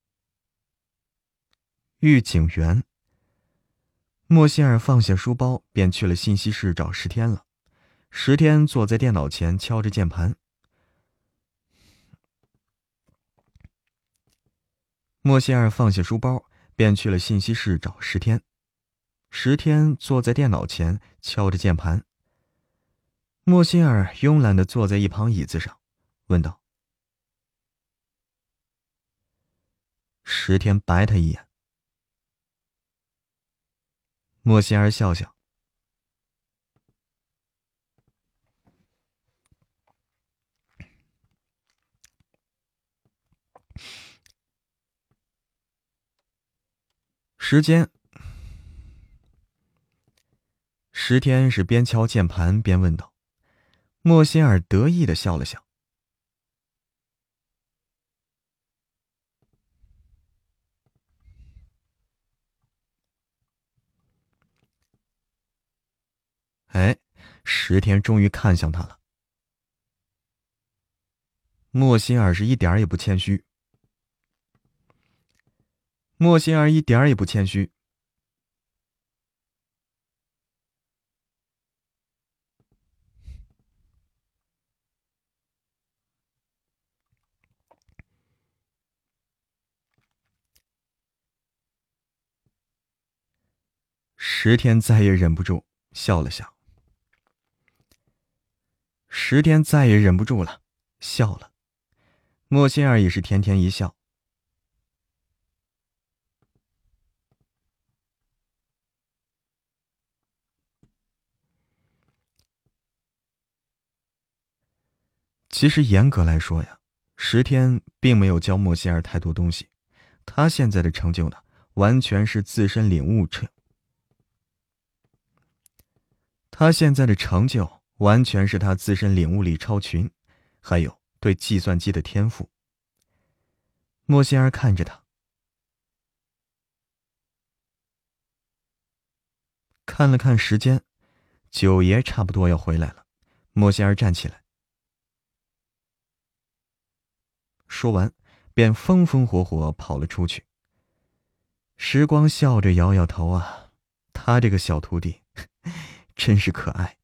御景园，莫心儿放下书包，便去了信息室找石天了。石天坐在电脑前敲着键盘。莫心儿放下书包，便去了信息室找石天。石天坐在电脑前敲着键盘。莫心儿慵懒地坐在一旁椅子上，问道：“石天白他一眼。”莫心儿笑笑：“时间。”石天是边敲键盘边问道。莫心儿得意地笑了笑。哎，石天终于看向他了。莫心儿是一点儿也不谦虚。莫心儿一点儿也不谦虚。石天再也忍不住，笑了笑。石天再也忍不住了，笑了。莫心儿也是甜甜一笑。其实严格来说呀，石天并没有教莫心儿太多东西，他现在的成就呢，完全是自身领悟成。他现在的成就完全是他自身领悟力超群，还有对计算机的天赋。莫心儿看着他，看了看时间，九爷差不多要回来了。莫心儿站起来，说完便风风火火跑了出去。时光笑着摇摇头啊，他这个小徒弟真是可爱。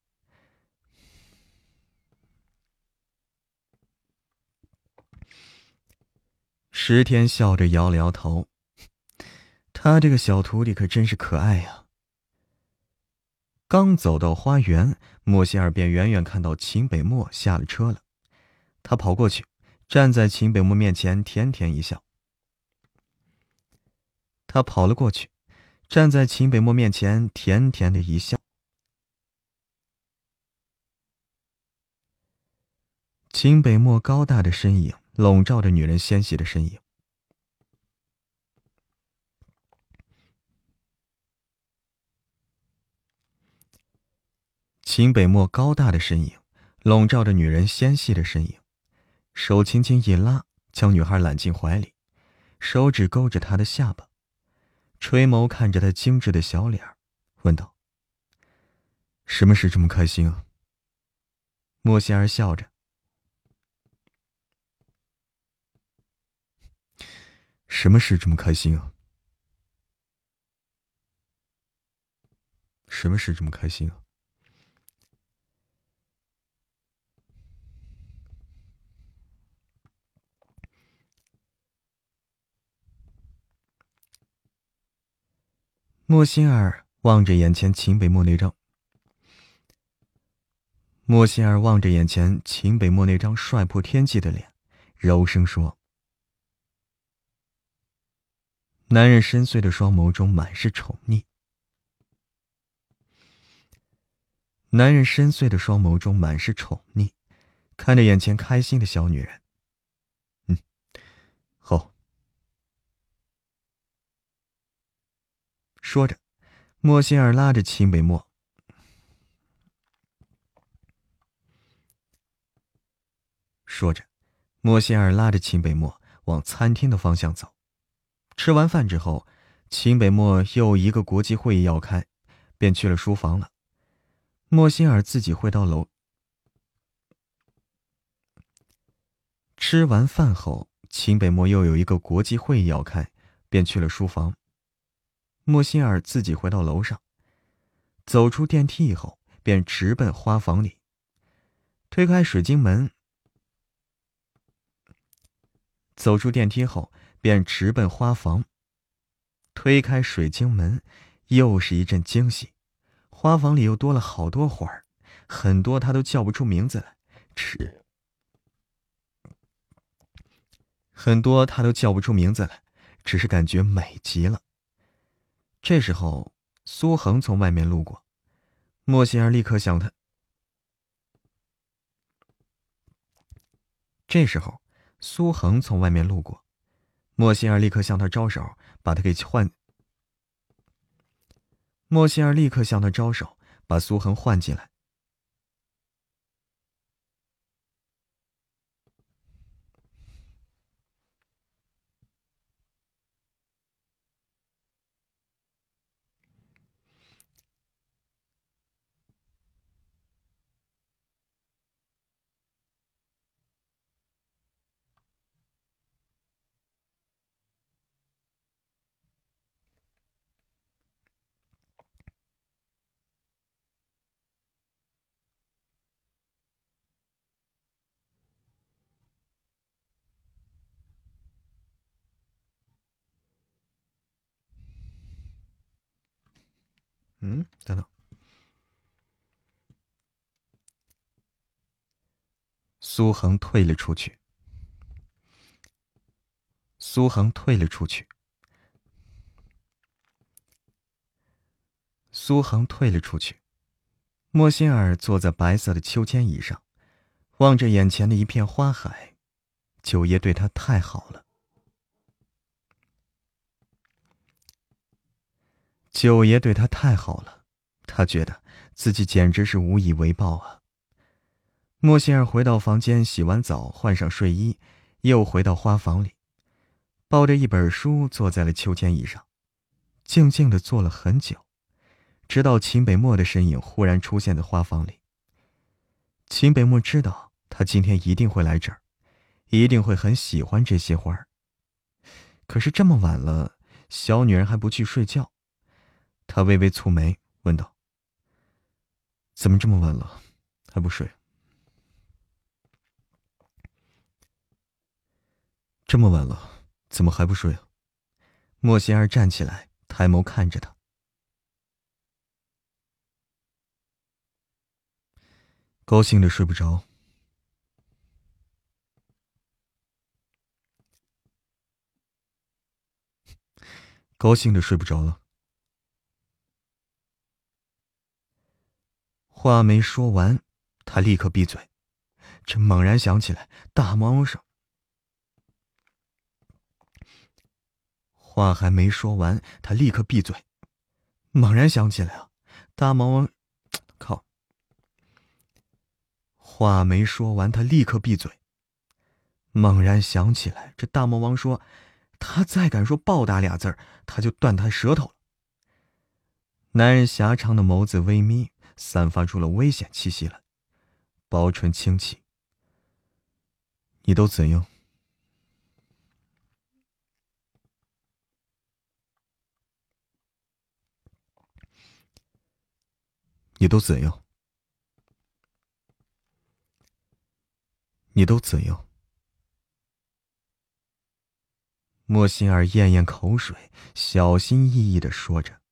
石天笑着摇了摇头，他这个小徒弟可真是可爱呀。刚走到花园，莫心儿便远远看到秦北漠下了车了。他跑过去，站在秦北漠面前，甜甜一笑。他跑了过去，站在秦北漠面前，甜甜的一笑。秦北漠高大的身影笼罩着女人纤细的身影。秦北漠高大的身影笼罩着女人纤细的身影，手轻轻一拉，将女孩揽进怀里，手指勾着她的下巴， 垂眸看着他精致的小脸，问道：“什么事这么开心啊？”莫仙儿笑着：“什么事这么开心啊？什么事这么开心啊？”莫仙儿望着眼前秦北漠那张帅破天际的脸，柔声说：“男人深邃的双眸中满是宠溺。”看着眼前开心的小女人，好。说着，莫仙儿拉着秦北漠，往餐厅的方向走。吃完饭之后，秦北漠又一个国际会议要开，便去了书房了。莫仙儿自己回到楼。吃完饭后，秦北漠又有一个国际会议要开，便去了书房。莫仙儿自己回到楼上，走出电梯以后，便直奔花房里。推开水晶门，又是一阵惊喜。花房里又多了好多花儿，很多他都叫不出名字来，只是感觉美极了。这时候，苏恒从外面路过，莫仙儿立刻向他招手，把苏恒唤进来。等等。苏恒退了出去。莫仙儿坐在白色的秋千椅上，望着眼前的一片花海。九爷对他太好了。他觉得自己简直是无以为报啊。莫仙儿回到房间，洗完澡，换上睡衣，又回到花房里，抱着一本书坐在了秋千椅上，静静地坐了很久，直到秦北漠的身影忽然出现在花房里。秦北漠知道他今天一定会来这儿，一定会很喜欢这些花儿。可是这么晚了，小女人还不去睡觉。他微微蹙眉，问道：“怎么这么晚了，还不睡？”“这么晚了，怎么还不睡啊？”莫仙儿站起来，抬眸看着他。高兴的睡不着。了。话没说完，他立刻闭嘴。这猛然想起来，大魔王上。话还没说完，他立刻闭嘴。猛然想起来啊，大魔王，靠！话没说完，他立刻闭嘴。猛然想起来，这大魔王说， 他再敢说暴打俩字儿，他就断他舌头了。男人狭长的眸子微眯，散发出了危险气息来，薄唇轻启。你都怎样？你都怎样？你都怎样？莫心儿咽咽口水，小心翼翼地说着。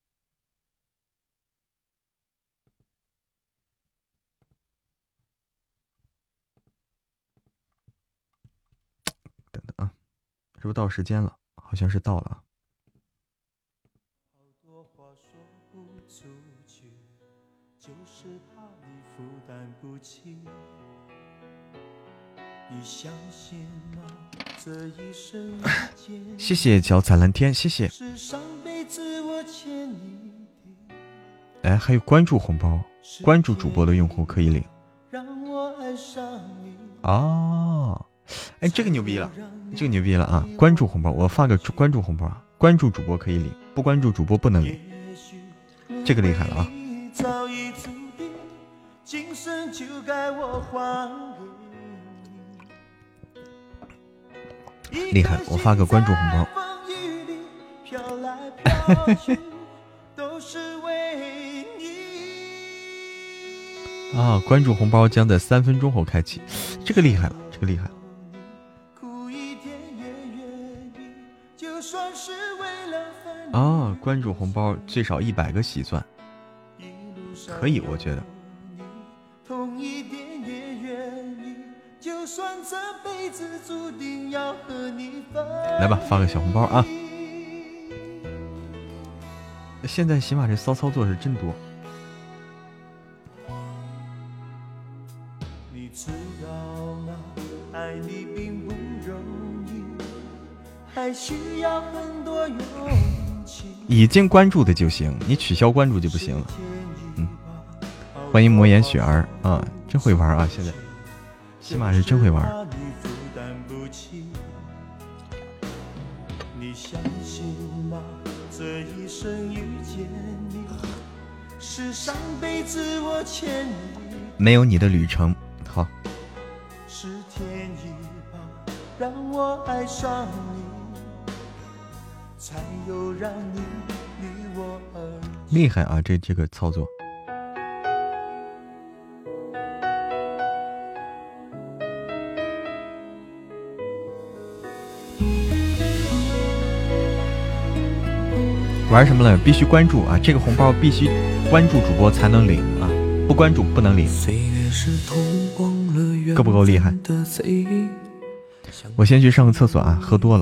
等等啊，是不是到时间了？好像是到了啊。谢谢脚踩蓝天，谢谢。哎，还有关注红包，关注主播的用户可以领。哦，哎，这个牛逼了，这个牛逼了啊！关注红包，我发个关注红包啊，关注主播可以领，不关注主播不能领，这个厉害了啊！厉害了，我发个关注红包。啊，关注红包将在3分钟后开启，这个厉害了，这个厉害了。啊，关注红包最少100个喜钻，可以，我觉得。来吧，发个小红包啊！现在起码这骚操作是真多。你知道吗？爱你并不容易，还需要很多勇气。已经关注的就行，你取消关注就不行了。欢迎魔岩雪儿啊，真会玩啊！现在起码是真会玩。你相信吗？这一生遇见你，是上辈子我欠你。没有你的旅程，好。是天意吧，让我爱上你，才有让你离我而去。厉害啊，这个操作。玩什么了？必须关注啊！这个红包必须关注主播才能领啊，不关注不能领。够不够厉害？我先去上个厕所啊，喝多了。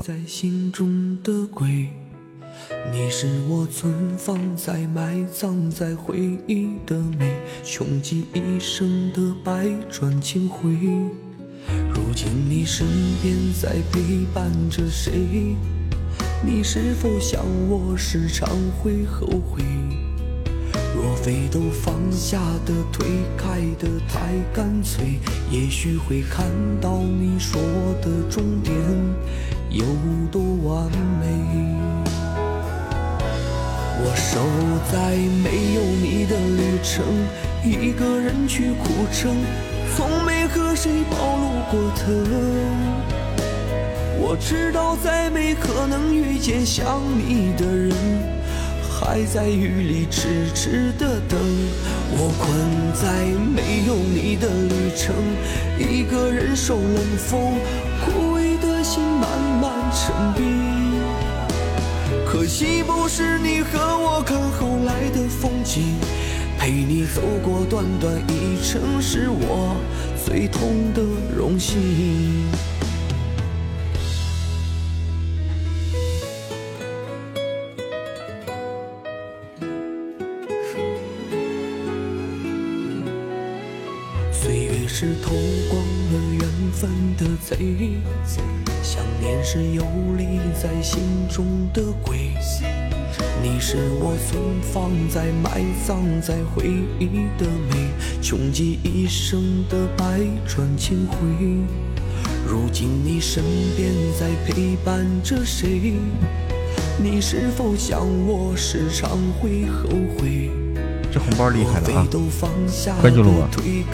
你是我存放在埋葬在回忆的美，穷极一生的百转千回。如今你身边在陪伴着谁？你是否像我时常会后悔？若非都放下的推开的太干脆，也许会看到你说的终点有多完美。我守在没有你的旅程，一个人去苦撑，从没和谁暴露过疼。我知道再没可能遇见像你的人，还在雨里痴痴的等。我困在没有你的旅程，一个人受冷风，枯萎的心慢慢沉冰。可惜不是你和我看后来的风景，陪你走过短短一程，是我最痛的荣幸。是偷光了缘分的贼，想念是游离在心中的鬼。你是我存放在埋葬在回忆的美，穷极一生的百转千回。 如今你身边在陪伴着谁？你是否像我时常会后悔？ 这红包厉害了啊！关注了我。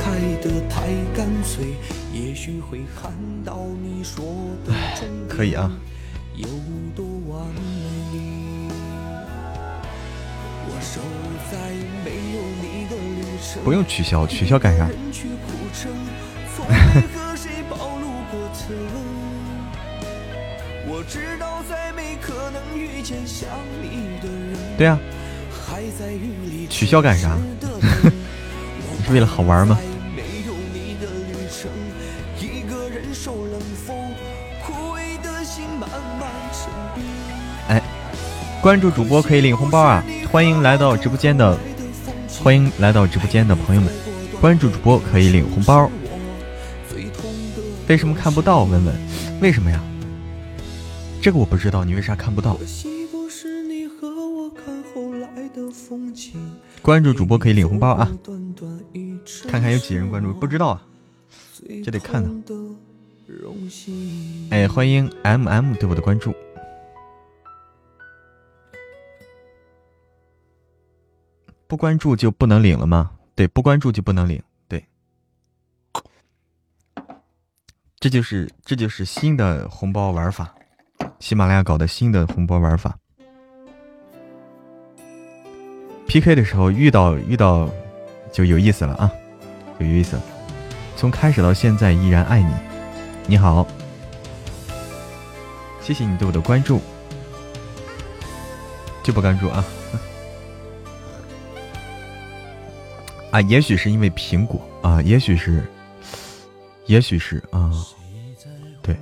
可以啊。不用取消，取消干啥？对啊，取消干啥？你是为了好玩吗？哎，关注主播可以领红包啊！欢迎来到直播间的，朋友们，关注主播可以领红包。为什么看不到？问问为什么呀？这个我不知道，你为啥看不到？关注主播可以领红包啊！看看有几人关注，不知道啊，这得看呢。哎，欢迎 MM 对我的关注。不关注就不能领了吗？对，不关注就不能领。对，这就是新的红包玩法，喜马拉雅搞的新的红包玩法。PK 的时候遇到就有意思了啊，有意思了。从开始到现在依然爱你。你好，谢谢你对我的关注。就不关注啊。啊，也许是因为苹果啊，也许是啊，对。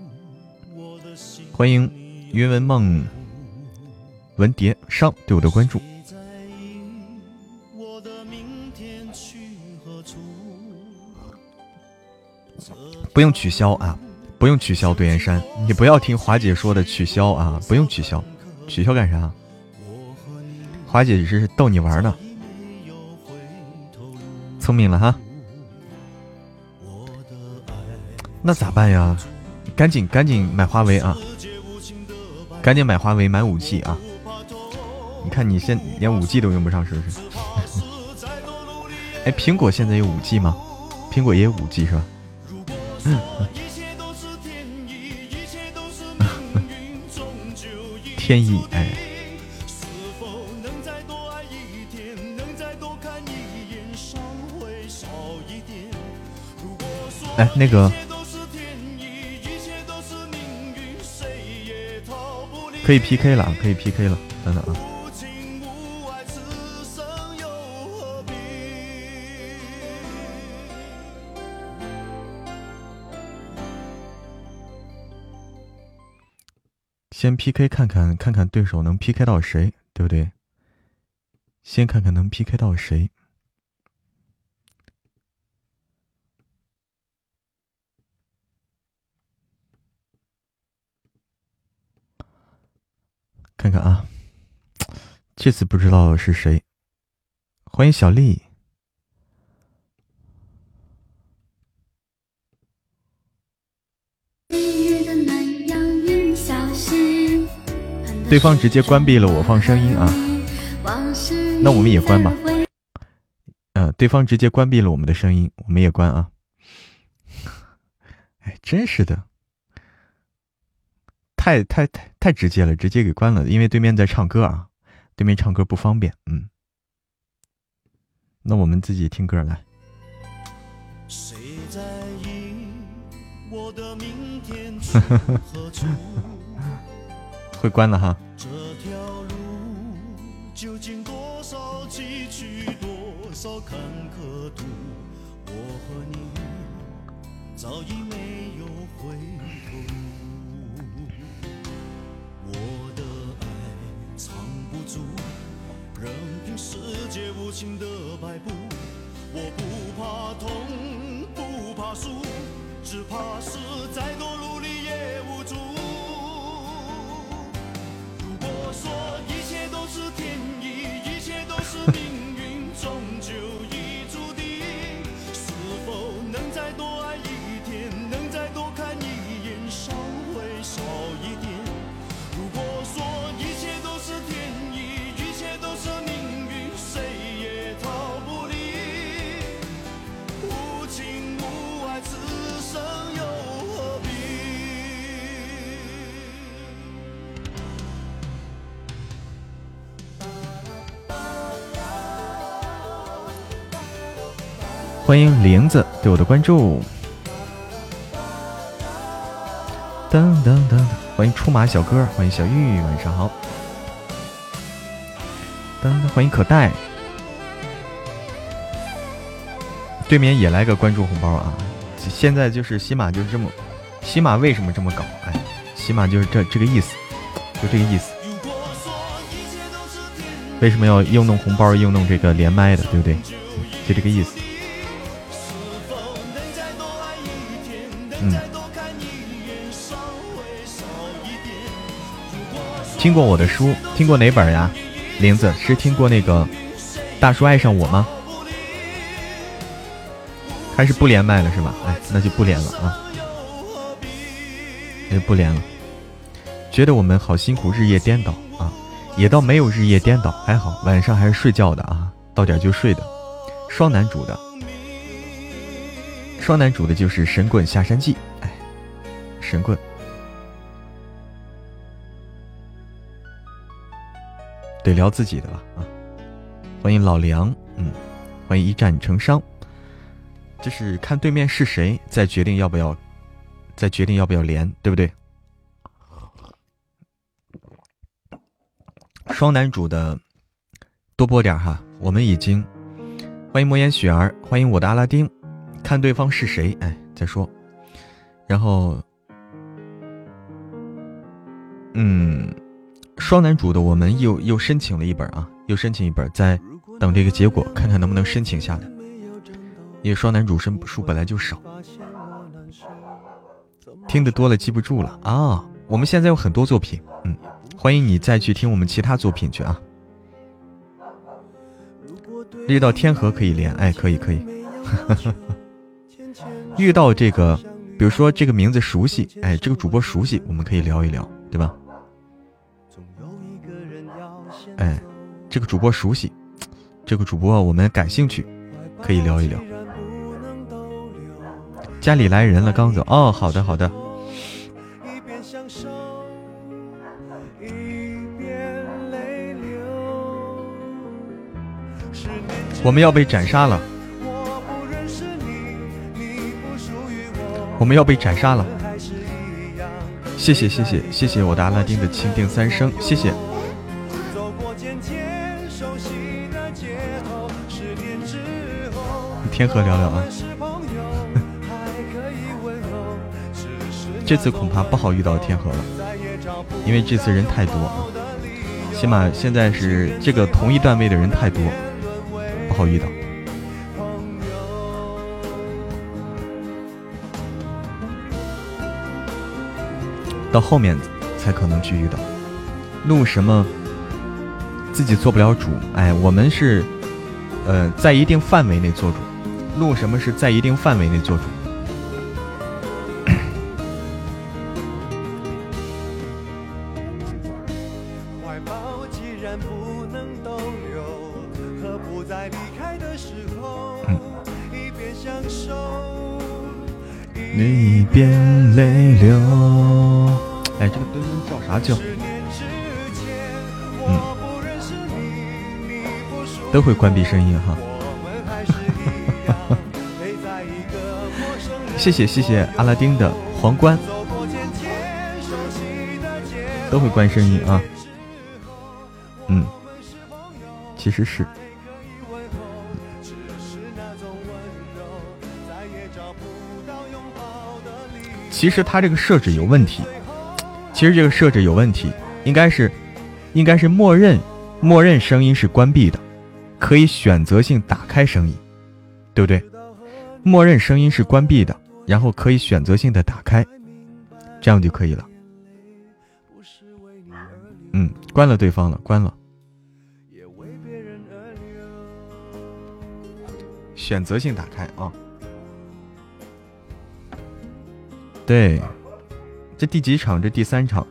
欢迎云文梦文蝶上对我的关注。不用取消啊，不用取消对燕山，你不要听华姐说的取消啊，不用取消，取消干啥？华姐只是逗你玩呢。聪明了哈，那咋办呀？赶紧买华为啊！赶紧买华为，买5G 啊！你看你现连5G 都用不上，是不是？哎，苹果现在有5G 吗？苹果也有5G 是吧？天意，哎。哎，那个可以 PK 了，可以 PK 了，等等啊！先 PK 看看对手能 PK 到谁，对不对？先看看能 PK 到谁。看看啊，这次不知道是谁。欢迎小丽。对方直接关闭了我放声音啊，那我们也关吧。对方直接关闭了我们的声音，我们也关啊。哎，真是的。太直接了，直接给关了，因为对面在唱歌啊，对面唱歌不方便，那我们自己听歌来。谁在意我的明天去何处？会关了哈。这条路究竟多少崎岖，多少坎坷途，我和你早已没有回头。我的爱藏不住，任凭世界无情的摆布。我不怕痛，不怕输，只怕是再多努力也无助。如果说一切都是天意，一切都是命运，终究已注定。是否能再多爱一天，能再多看一欢迎玲子对我的关注。噔噔噔，欢迎出马小哥，欢迎小玉，晚上好。噔噔，欢迎可待。对面也来个关注红包啊！现在就是喜马就是这么，喜马为什么这么搞？哎，喜马就是这个意思，就这个意思。为什么要又弄红包又弄这个连麦的，对不对？就这个意思。听过我的书，听过哪本呀？玲子是听过那个《大叔爱上我》吗？还是不连麦了是吧？哎，那就不连了啊，那就不连了。觉得我们好辛苦，日夜颠倒啊，也倒没有日夜颠倒，还好晚上还是睡觉的啊，到点就睡的。双男主的，双男主的就是《神棍下山记》。哎，神棍。得聊自己的了啊！欢迎老梁，欢迎一战成伤。就是看对面是谁，再决定要不要连，对不对？双男主的多播点哈，我们已经欢迎莫言雪儿，欢迎我的阿拉丁，看对方是谁，哎，再说。然后，双男主的我们又申请了一本啊，又申请一本，在等这个结果，看看能不能申请下来。因为双男主书本来就少，听得多了记不住了啊。我们现在有很多作品，欢迎你再去听我们其他作品去啊。遇到天河可以连，哎，可以。遇到这个，比如说这个名字熟悉，哎，这个主播熟悉，我们可以聊一聊，对吧？哎，这个主播熟悉，这个主播我们感兴趣，可以聊一聊。家里来人了，刚走。哦，好的。我们要被斩杀了，谢谢我的阿拉丁的钦定三生，谢谢。天河聊聊啊。这次恐怕不好遇到天河了，因为这次人太多啊，起码现在是这个同一段位的人太多，不好遇到。到后面才可能去遇到。录什么自己做不了主，哎，我们是在一定范围内做主。录什么是在一定范围内做主。一边泪流。哎，这个墩墩叫啥叫？都会关闭声音哈。谢谢阿拉丁的皇冠，都会关声音啊。其实是。其实它这个设置有问题，应该是默认声音是关闭的，可以选择性打开声音，对不对？默认声音是关闭的，然后可以选择性的打开，这样就可以了。关了对方了，关了。选择性打开啊。对，这第几场？这第3场。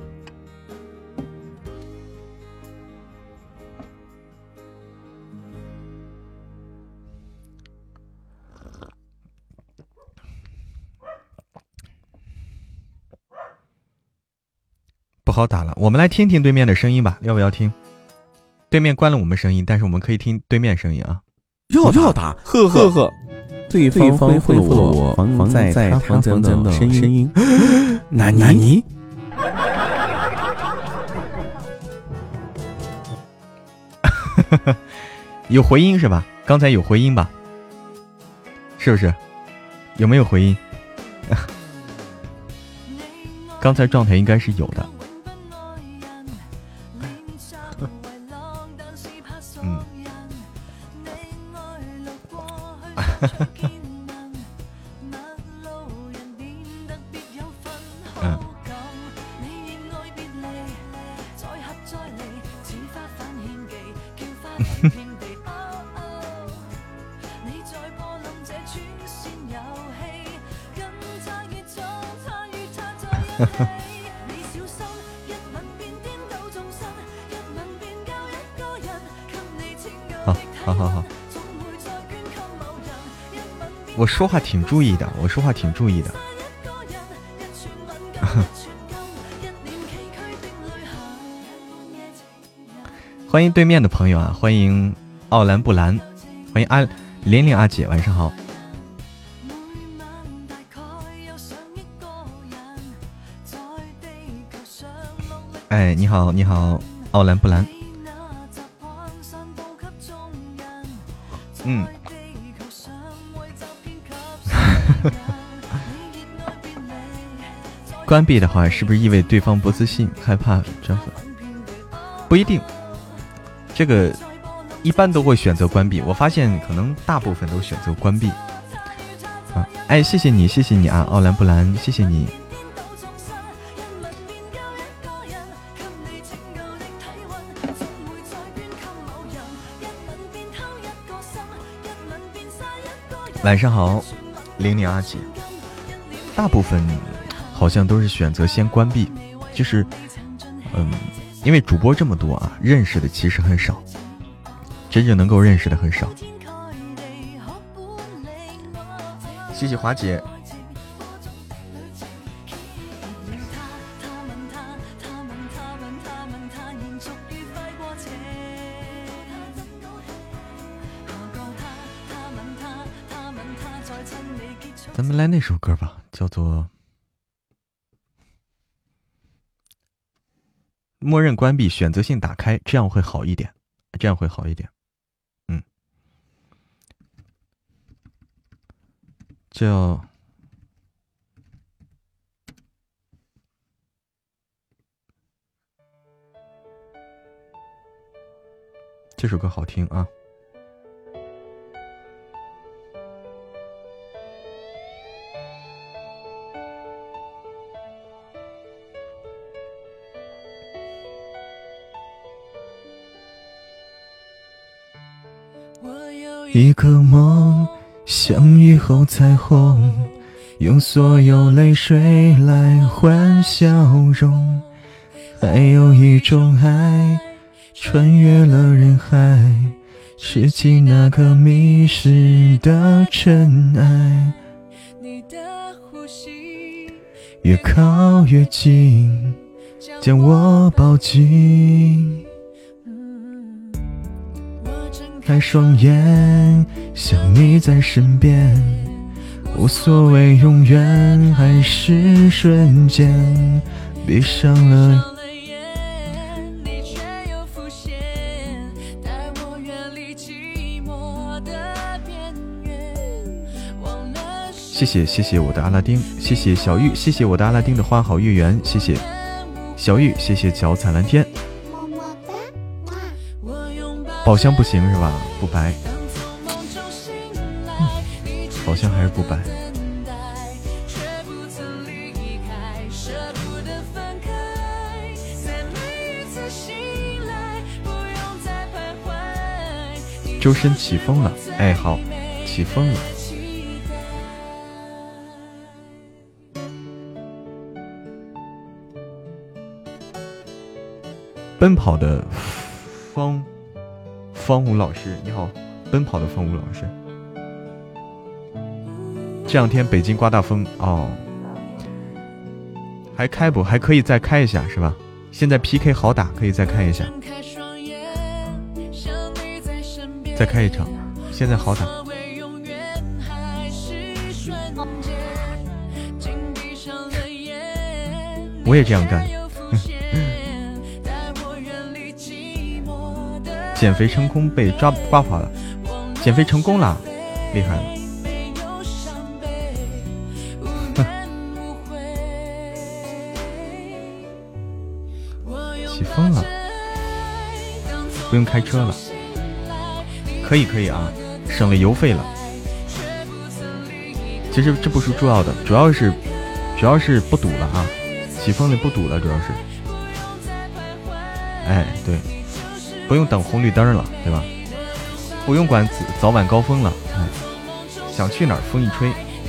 不好打了，我们来听听对面的声音吧，要不要听？对面关了我们声音，但是我们可以听对面声音啊。 要打，呵呵呵。 对方恢复了我房在他房间的声音。纳尼？ 有回音是吧？刚才有回音吧？是不是？有没有回音？刚才状态应该是有的。好，我说话挺注意的，欢迎对面的朋友啊，欢迎奥兰布兰，欢迎玲玲阿姐，晚上好。哎，你好，奥兰布兰。关闭的话，是不是意味对方不自信、害怕转粉？不一定，这个一般都会选择关闭。我发现可能大部分都选择关闭。啊，哎，谢谢你啊，奥兰布兰，谢谢你。晚上好，玲玲阿姐。大部分好像都是选择先关闭，就是因为主播这么多啊，认识的其实很少，真正能够认识的很少。谢谢华姐。咱们来那首歌吧，叫做默认关闭，选择性打开，这样会好一点，叫这首歌好听啊。一个梦，相遇后彩虹，用所有泪水来换笑容。还有一种爱，穿越了人海，拾起那颗迷失的尘埃。越靠越近，将我抱紧。开双眼，想你在身边，无所谓永远还是瞬间。闭上了眼，你却又浮现，带我远离寂寞的边缘。谢谢我的阿拉丁，谢谢小玉，谢谢我的阿拉丁的花好月圆，谢谢小玉，谢谢脚踩蓝天。宝箱不行是吧？不白，宝箱还是不白。周深起风了，哎，好，起风了。奔跑的方武老师你好，奔跑的方武老师。这两天北京刮大风哦，还开不？还可以再开一下是吧？现在 PK 好打，可以再开一下，再开一场，现在好打。 我也这样干。减肥成功被挂跑了，减肥成功了，厉害了。起风了，不用开车了，可以啊，省了油费了。其实这不是主要的，主要是不堵了啊，起风了不堵了，主要是。哎，对，不用等红绿灯了，对吧？不用管早晚高峰了，哎，想去哪儿风一吹。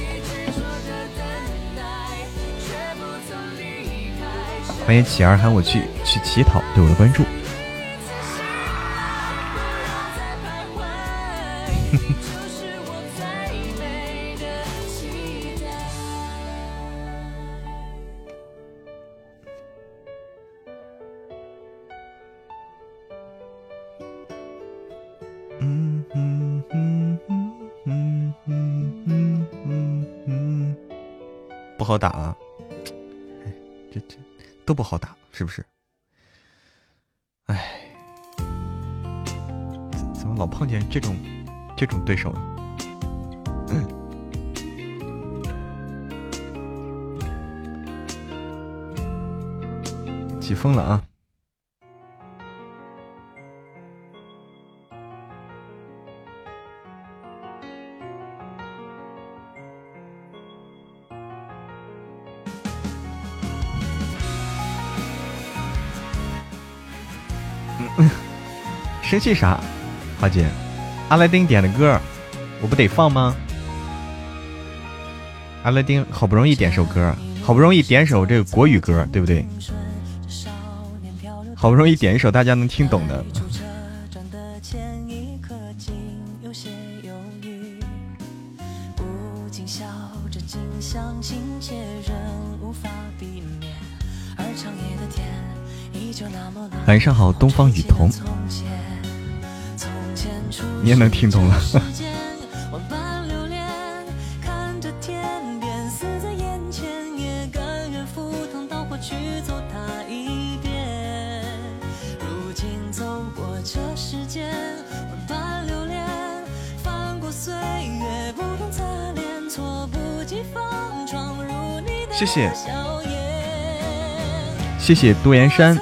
欢迎启儿喊我去乞讨，对我的关注。不好打啊，这都不好打，是不是？哎，怎么老碰见这种对手呢？起风了啊！生气啥？花姐，阿拉丁点的歌，我不得放吗？阿拉丁好不容易点首歌，好不容易点首这个国语歌，对不对？好不容易点一首大家能听懂的。晚上好，东方雨桐，你也能听懂了。谢谢，谢谢杜岩山。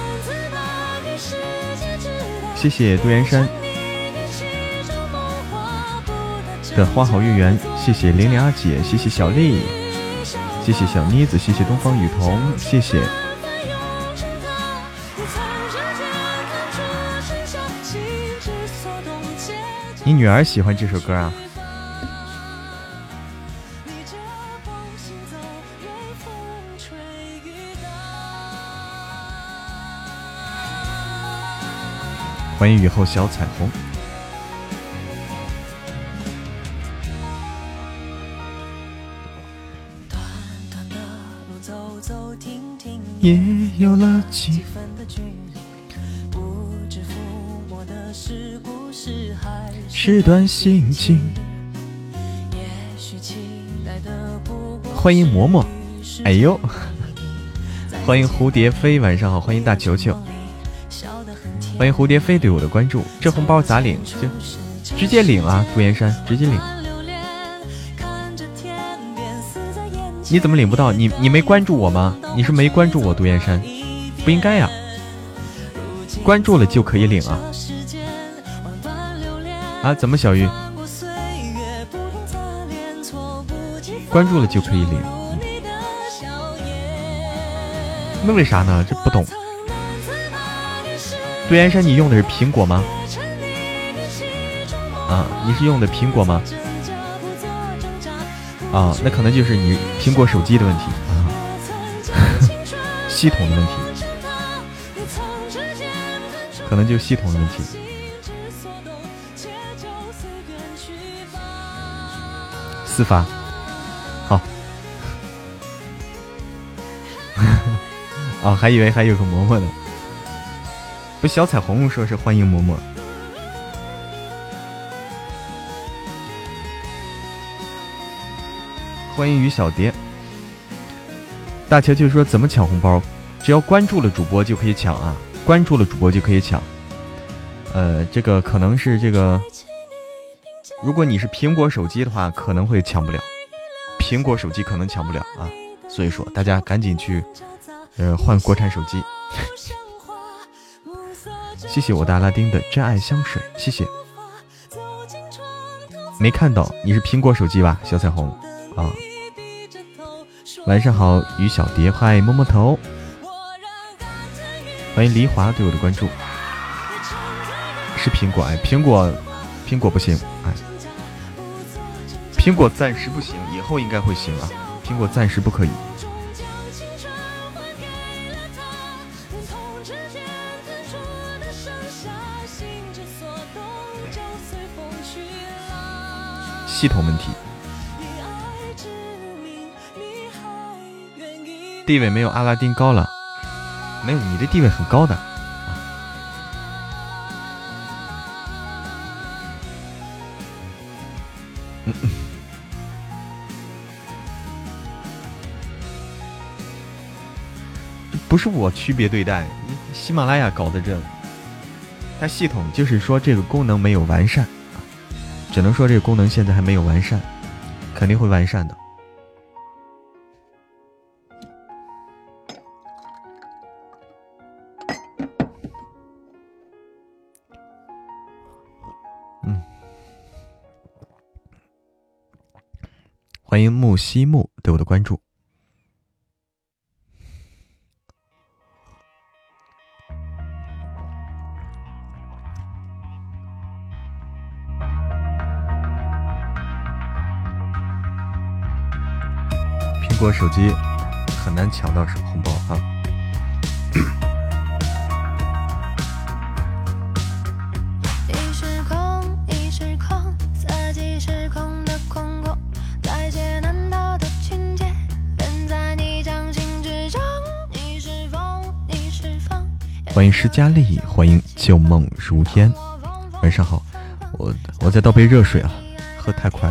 谢谢杜岩山的花好月圆，谢谢玲玲阿姐，谢谢小丽，谢谢小妮子，谢谢东方雨桐，谢谢。你女儿喜欢这首歌啊？欢迎雨后小彩虹。也有了几分的距离，不知抚摸的是故事还是段心情。欢迎嬷嬷，哎呦，欢迎蝴蝶飞，晚上好，欢迎大球球。欢迎蝴蝶飞对我的关注，这红包咋领？就直接领啊，杜岩山直接领。你怎么领不到？你没关注我吗？你是没关注我，杜岩山，不应该呀。关注了就可以领啊。啊？怎么小鱼？关注了就可以领？那为啥呢？这不懂。杜岩山，你用的是苹果吗？啊，你是用的苹果吗？啊，那可能就是你苹果手机的问题啊，系统的问题，可能就系统的问题。4发，好。哦，还以为还有个嬷嬷呢。不，小彩虹说是欢迎嬷嬷。欢迎于小蝶。 大乔就说怎么抢红包？只要关注了主播就可以抢啊，关注了主播就可以抢。这个可能是这个，如果你是苹果手机的话，可能会抢不了。苹果手机可能抢不了啊，所以说大家赶紧去换国产手机。谢谢我的阿拉丁的真爱香水，谢谢。没看到你是苹果手机吧，小彩虹啊。晚上好，于小蝶，嗨，摸摸头。欢迎黎华对我的关注。是苹果，哎，苹果不行，哎，苹果暂时不行，以后应该会行啊。苹果暂时不可以。系统问题，地位没有阿拉丁高了，没有，你的地位很高的。不是我区别对待，喜马拉雅搞的这，它系统就是说这个功能没有完善，只能说这个功能现在还没有完善，肯定会完善的。欢迎木西木对我的关注。苹果手机很难抢到红包哈。欢迎施佳丽，欢迎旧梦如烟。晚上好，我再倒杯热水啊，喝太快了。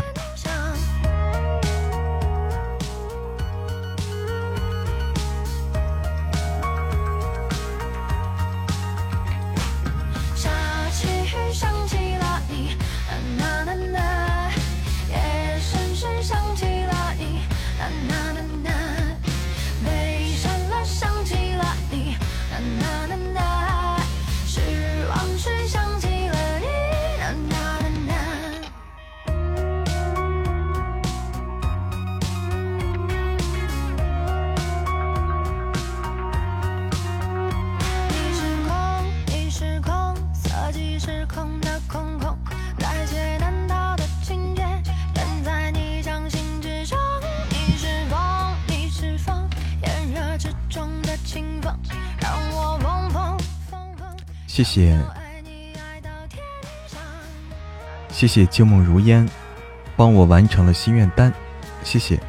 谢谢旧梦如烟帮我完成了心愿单，谢谢。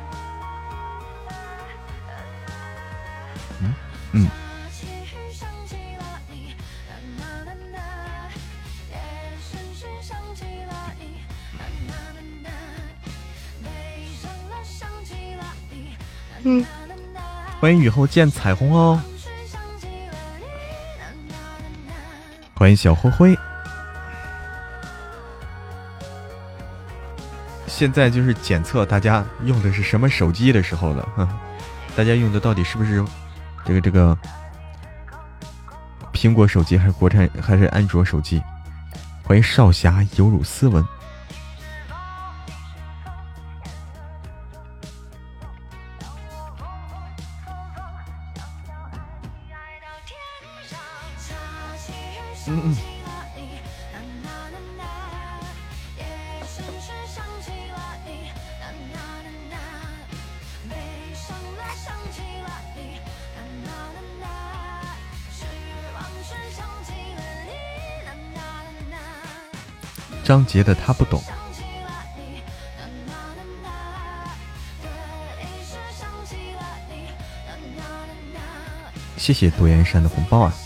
欢迎雨后见彩虹哦，欢迎小灰灰。现在就是检测大家用的是什么手机的时候了，大家用的到底是不是这个苹果手机，还是国产，还是安卓手机？欢迎少侠有辱斯文。张杰的他不懂。谢谢多岩山的红包啊！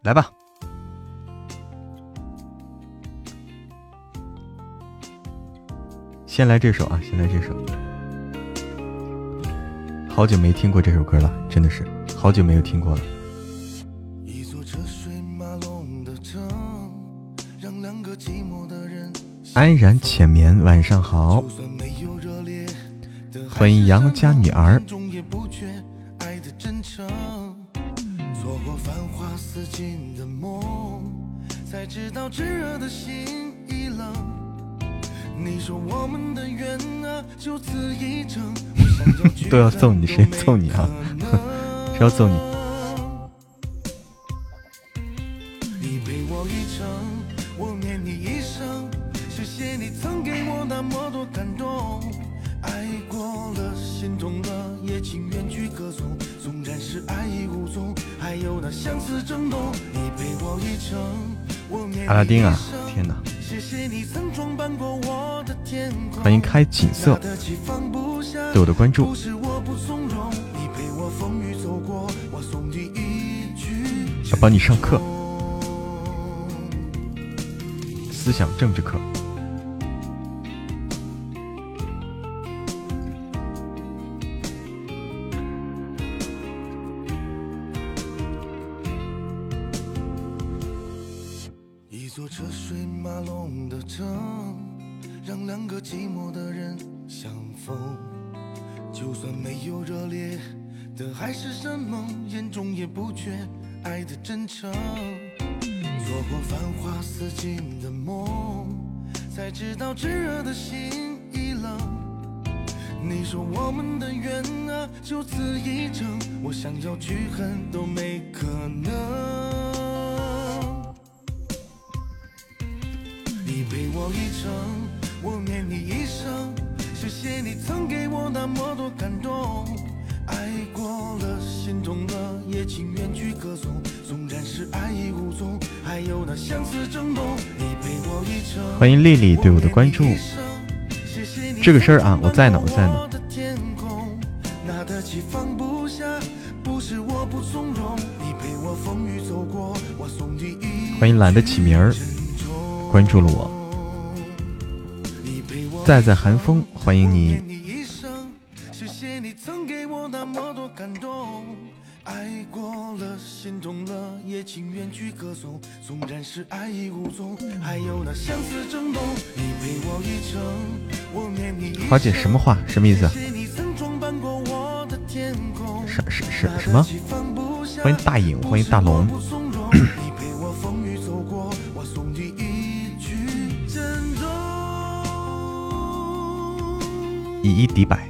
来吧。先来这首啊，先来这首。好久没听过这首歌了，真的是好久没有听过了。 一座车水马龙的城，让两个寂寞的人安然浅眠，晚上好，欢迎杨家女儿。 爱的真诚，错过繁华似锦的梦，才知道炙热的心已冷。你说我们的缘啊，就此一程。 都要揍你，谁揍你啊？谁要揍你？ 你陪我一程，我念你一生。谢谢你曾给我那么多感动，爱过了，心痛了，也情愿去歌颂。纵然是爱已无踪，还有那相思震动。你陪我一程，我念你一生。 阿拉丁啊，天哪！欢迎开锦瑟，对我的关注。要帮你上课，思想政治课。 一座车水马龙的城，让两个寂寞的人相逢。就算没有热烈的海誓山盟，眼中也不缺爱的真诚。错过繁华似锦的梦，才知道炙热的心已冷。你说我们的缘啊，就此一程，我想要去恨都没可能。你陪我一程，我念你一生。谢谢你曾给我那么多感动，爱过了，心痛了，也情愿去歌颂。纵然是爱已无踪，还有那相思震动。你陪我一程。 欢迎丽丽对我的关注。这个事儿啊，我在呢，我在呢。 拿得起放不下，不是我不从容。你陪我风雨走过，我送你一。 欢迎懒得起名儿，关注了我。在寒风，欢迎你。 谢谢你曾给我那么多感动，爱过了，心痛了，也情愿去歌颂。纵然是爱已无踪，还有那相思震动。你陪我一程，我念你一生。 花姐什么话？什么意思啊？什么？欢迎大影，欢迎大龙。以一敌百。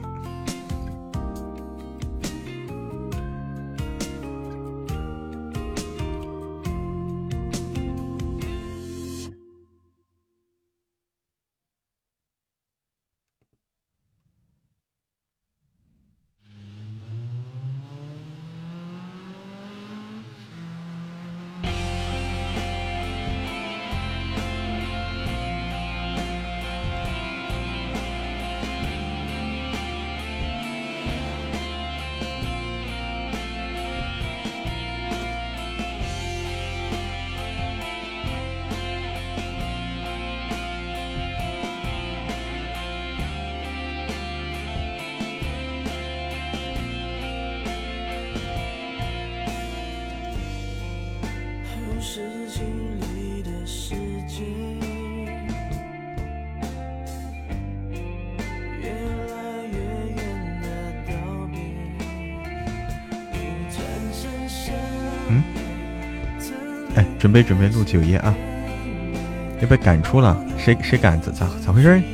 准备录9页啊！要被赶出了，谁赶？咋回事？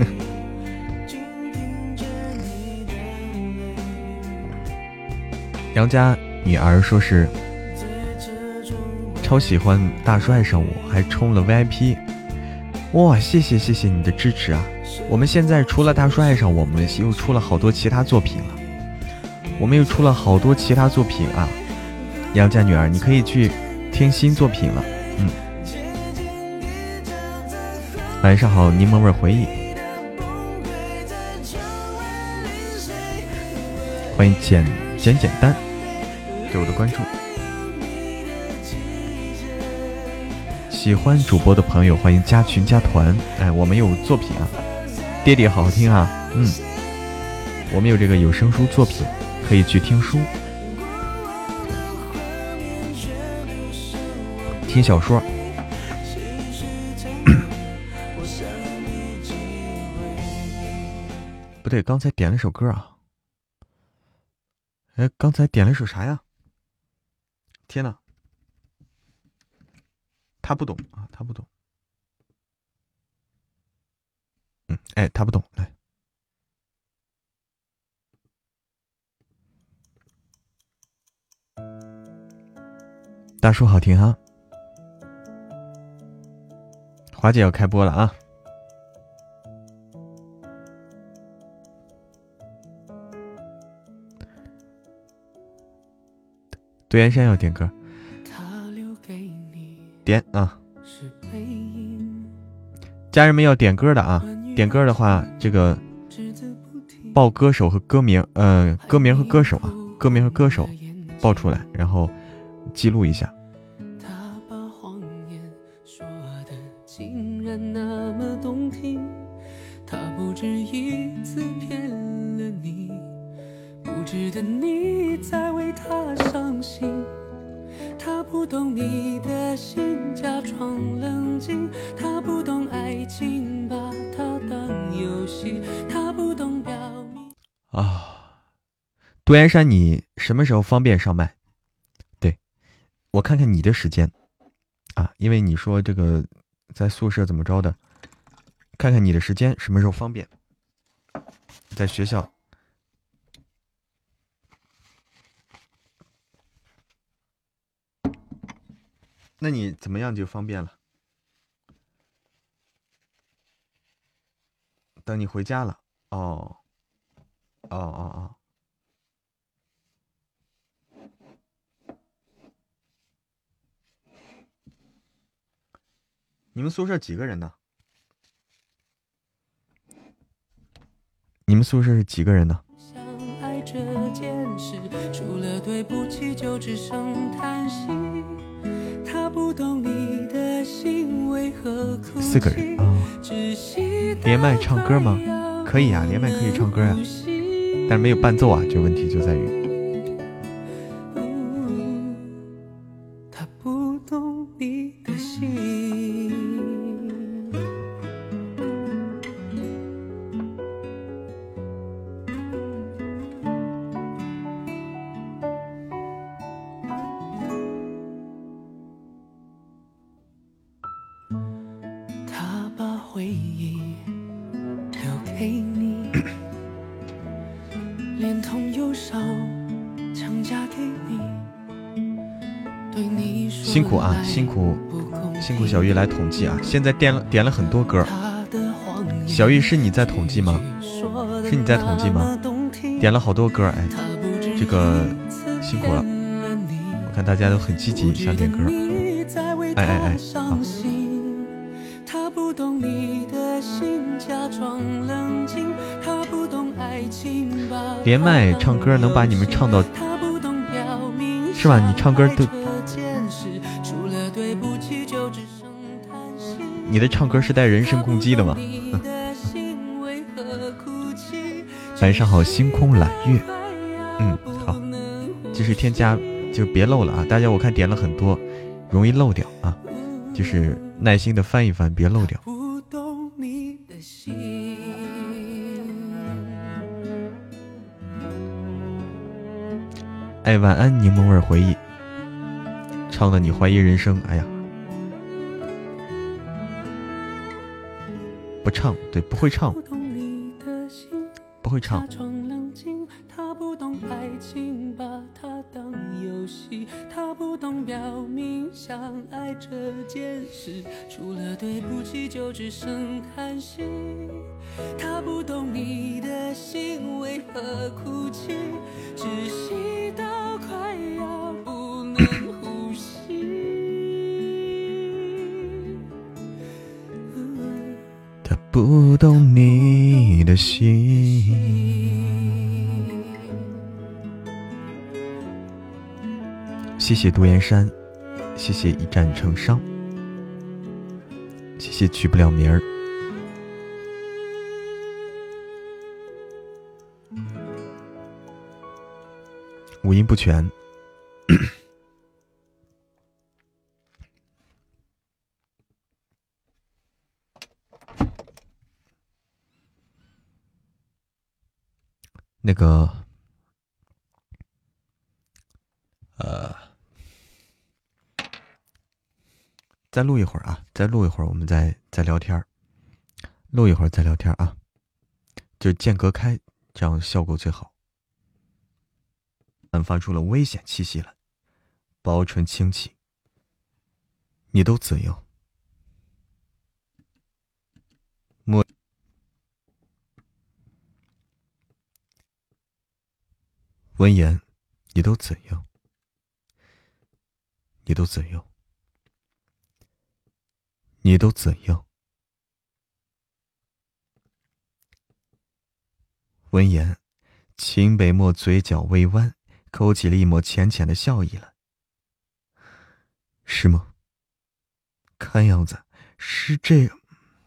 杨家女儿说是超喜欢大叔爱上我，还充了 VIP。哇，谢谢你的支持啊！我们现在除了大叔爱上我们又出了好多其他作品了，啊！杨家女儿，你可以去听新作品了。晚上好，柠檬味回忆。欢迎简单对我的关注。 喜欢主播的朋友，欢迎加群加团。哎，我们有作品啊，爹爹好好听啊，我们有这个有声书作品，可以去听书、听小说。不对，刚才点了首歌啊。哎，刚才点了首啥呀？天哪！他不懂啊，他不懂。哎，他不懂，来。大叔好听哈，华姐要开播了啊！杜岩山要点歌，点啊！家人们要点歌的啊，点歌的话，这个报歌手和歌名，歌名和歌手啊，歌名和歌手报出来，然后记录一下。 他把谎言说的竟然那么动听，他不止一次骗了你，不值得你再为他伤心。他不懂你的心，假装冷静，他不懂爱情，把它当游戏，他不懂表明啊。杜岩山，你什么时候方便上麦？对，我看看你的时间啊，因为你说这个在宿舍怎么着的，看看你的时间什么时候方便，在学校。那你怎么样就方便了？等你回家了。哦。你们宿舍几个人呢？你们宿舍是几个人呢？ 这件事除了对不起就只剩叹息，他不懂你的心为何哭泣。 4个人啊。连麦唱歌吗？可以啊，连麦可以唱歌啊，但是没有伴奏啊，这个问题就在于他不懂你的心。他把回忆留给你，连同忧伤强加给你，对你说辛苦啊，辛苦小玉来统计啊！现在点了很多歌，小玉是你在统计吗？是你在统计吗？点了好多歌，哎，这个辛苦了。我看大家都很积极，想点歌。哎，好。 他不懂你的心，假装冷静，他不懂爱情， 连麦唱歌能把你们唱到，是吧？你唱歌都，你的唱歌是带人身攻击的吗？晚上好，星空揽月。好，就是添加就别漏了啊！大家我看点了很多，容易漏掉啊，就是耐心的翻一翻，别漏掉。哎，晚安，柠檬味回忆，唱的你怀疑人生。哎呀，不唱，对，不会唱，不会唱。 他不懂爱情，把它当游戏，他不懂表明相爱这件事，除了对不起就只剩叹息。他不懂你的心为何哭泣，窒息到快要不能呼吸。 他不懂你的心。谢谢杜岩山，谢谢一战成伤。 谢谢取不了名儿。五音不全。那个，再录一会儿啊，再录一会儿，我们再聊天儿，录一会儿再聊天儿啊，就间隔开，这样效果最好。散发出了危险气息来，薄唇轻启，你都怎样？闻言，你都怎样？你都怎样？你都怎样？闻言，秦北漠嘴角微弯，勾起了一抹浅浅的笑意来。是吗？看样子是这样。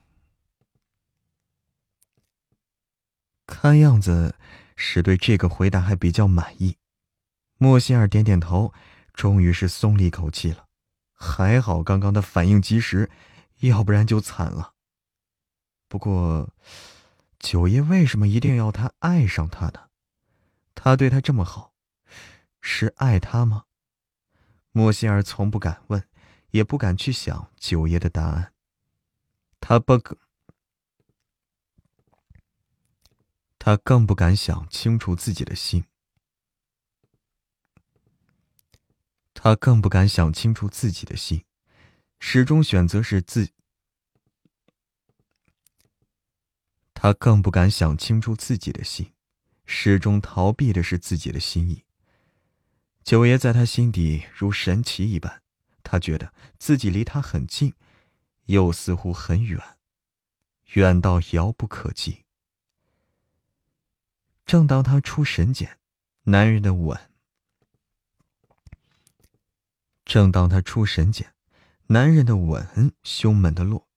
看样子是对这个回答还比较满意。莫心儿点点头，终于是松了一口气了。还好刚刚的反应及时，要不然就惨了。不过，九爷为什么一定要他爱上他呢？他对他这么好，是爱他吗？莫心儿从不敢问，也不敢去想九爷的答案。他更不敢想清楚自己的心。他更不敢想清楚自己的心，始终选择是自。他更不敢想清楚自己的心，始终逃避的是自己的心意。九爷在他心底如神奇一般，他觉得自己离他很近，又似乎很远，远到遥不可及。正当他出神间，男人的吻。正当他出神间，男人的吻凶猛的落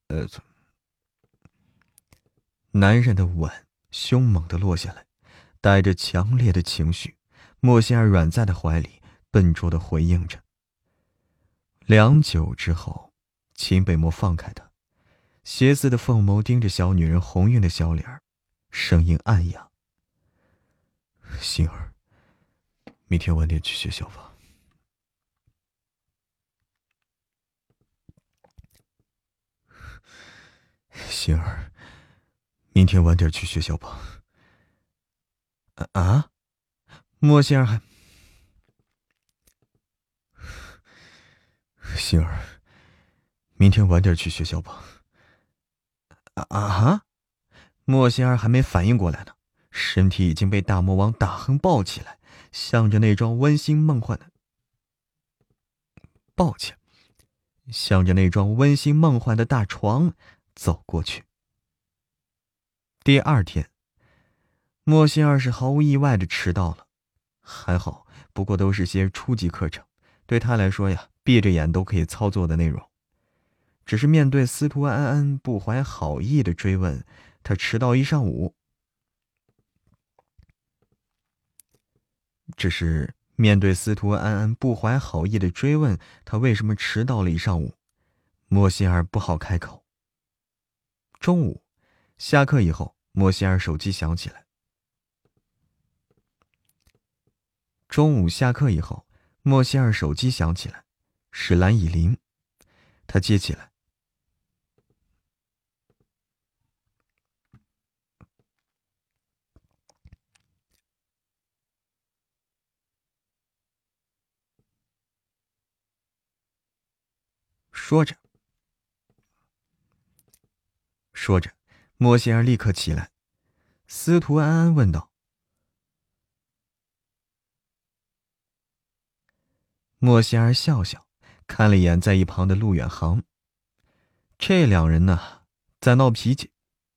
下来，带着强烈的情绪。莫心儿软在他怀里，笨拙的回应着。良久之后，秦北漠放开他，斜似的凤眸盯着小女人红晕的小脸，声音暗哑：“心儿，明天晚点去学校吧。”心儿，明天晚点去学校吧。啊？莫心儿还……心儿，明天晚点去学校吧。啊？莫心儿还没反应过来呢，身体已经被大魔王大亨抱起来，向着那幢温馨梦幻的大床走过去。第二天，莫心儿是毫无意外的迟到了，还好，不过都是些初级课程，对他来说呀，闭着眼都可以操作的内容。只是面对司徒安安不怀好意的追问，他迟到一上午。他为什么迟到了一上午，莫心儿不好开口。中午下课以后，莫心儿手机响起来。是蓝以琳，他接起来。说着，莫心儿立刻起来。司徒安安问道。莫心儿笑笑，看了一眼在一旁的陆远航。这两人呢，在闹脾气。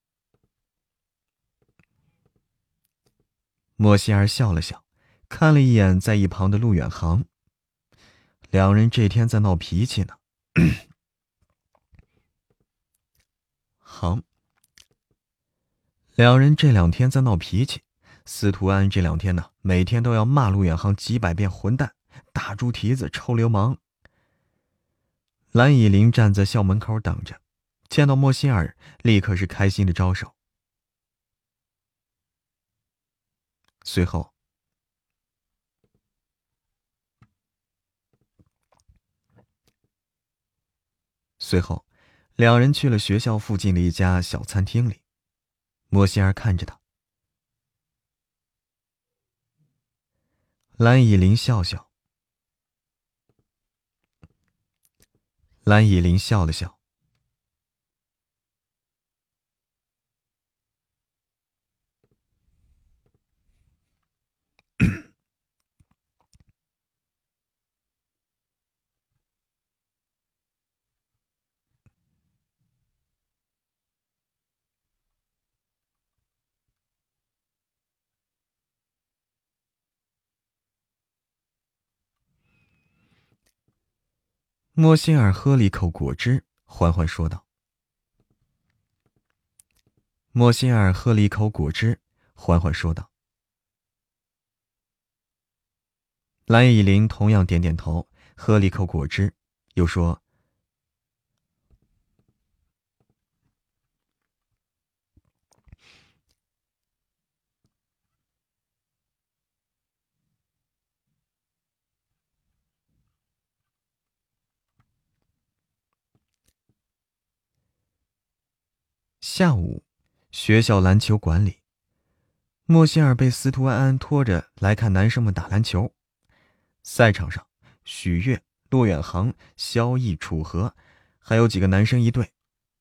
莫心儿笑了笑，看了一眼在一旁的陆远航。两人这天在闹脾气呢。 好，两人这2天在闹脾气。司徒安这2天呢，每天都要骂陆远航几百遍混蛋、大猪蹄子、臭流氓。蓝以玲站在校门口等着，见到莫心儿，立刻是开心的招手。随后，两人去了学校附近的一家小餐厅里。莫心儿看着他，蓝以玲笑笑。蓝以玲笑了笑。莫心儿喝了一口果汁，缓缓说道。莫心儿喝了一口果汁，缓缓说道。蓝以玲同样点点头，喝了一口果汁，又说：下午，学校篮球馆里，莫心儿被司徒安安拖着来看男生们打篮球。赛场上，许悦、骆远航、萧毅、楚河，还有几个男生一队。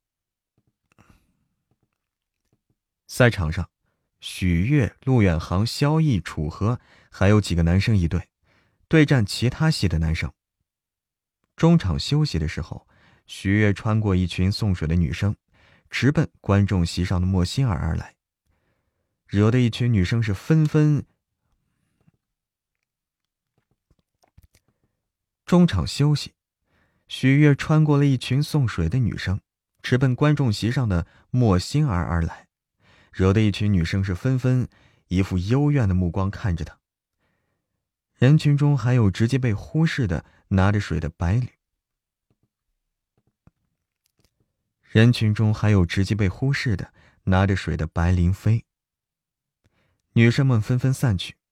赛场上，许悦、陆远航、萧毅、楚河，还有几个男生一队，对战其他系的男生。中场休息的时候，许悦穿过一群送水的女生，直奔观众席上的莫心儿而来，惹得一群女生是纷纷。中场休息，许悦穿过了一群送水的女生，直奔观众席上的莫心儿而来，惹得一群女生是纷纷一副幽怨的目光看着他。人群中还有直接被忽视的拿着水的白领。人群中还有直接被忽视的拿着水的白灵飞。女生们纷纷散去。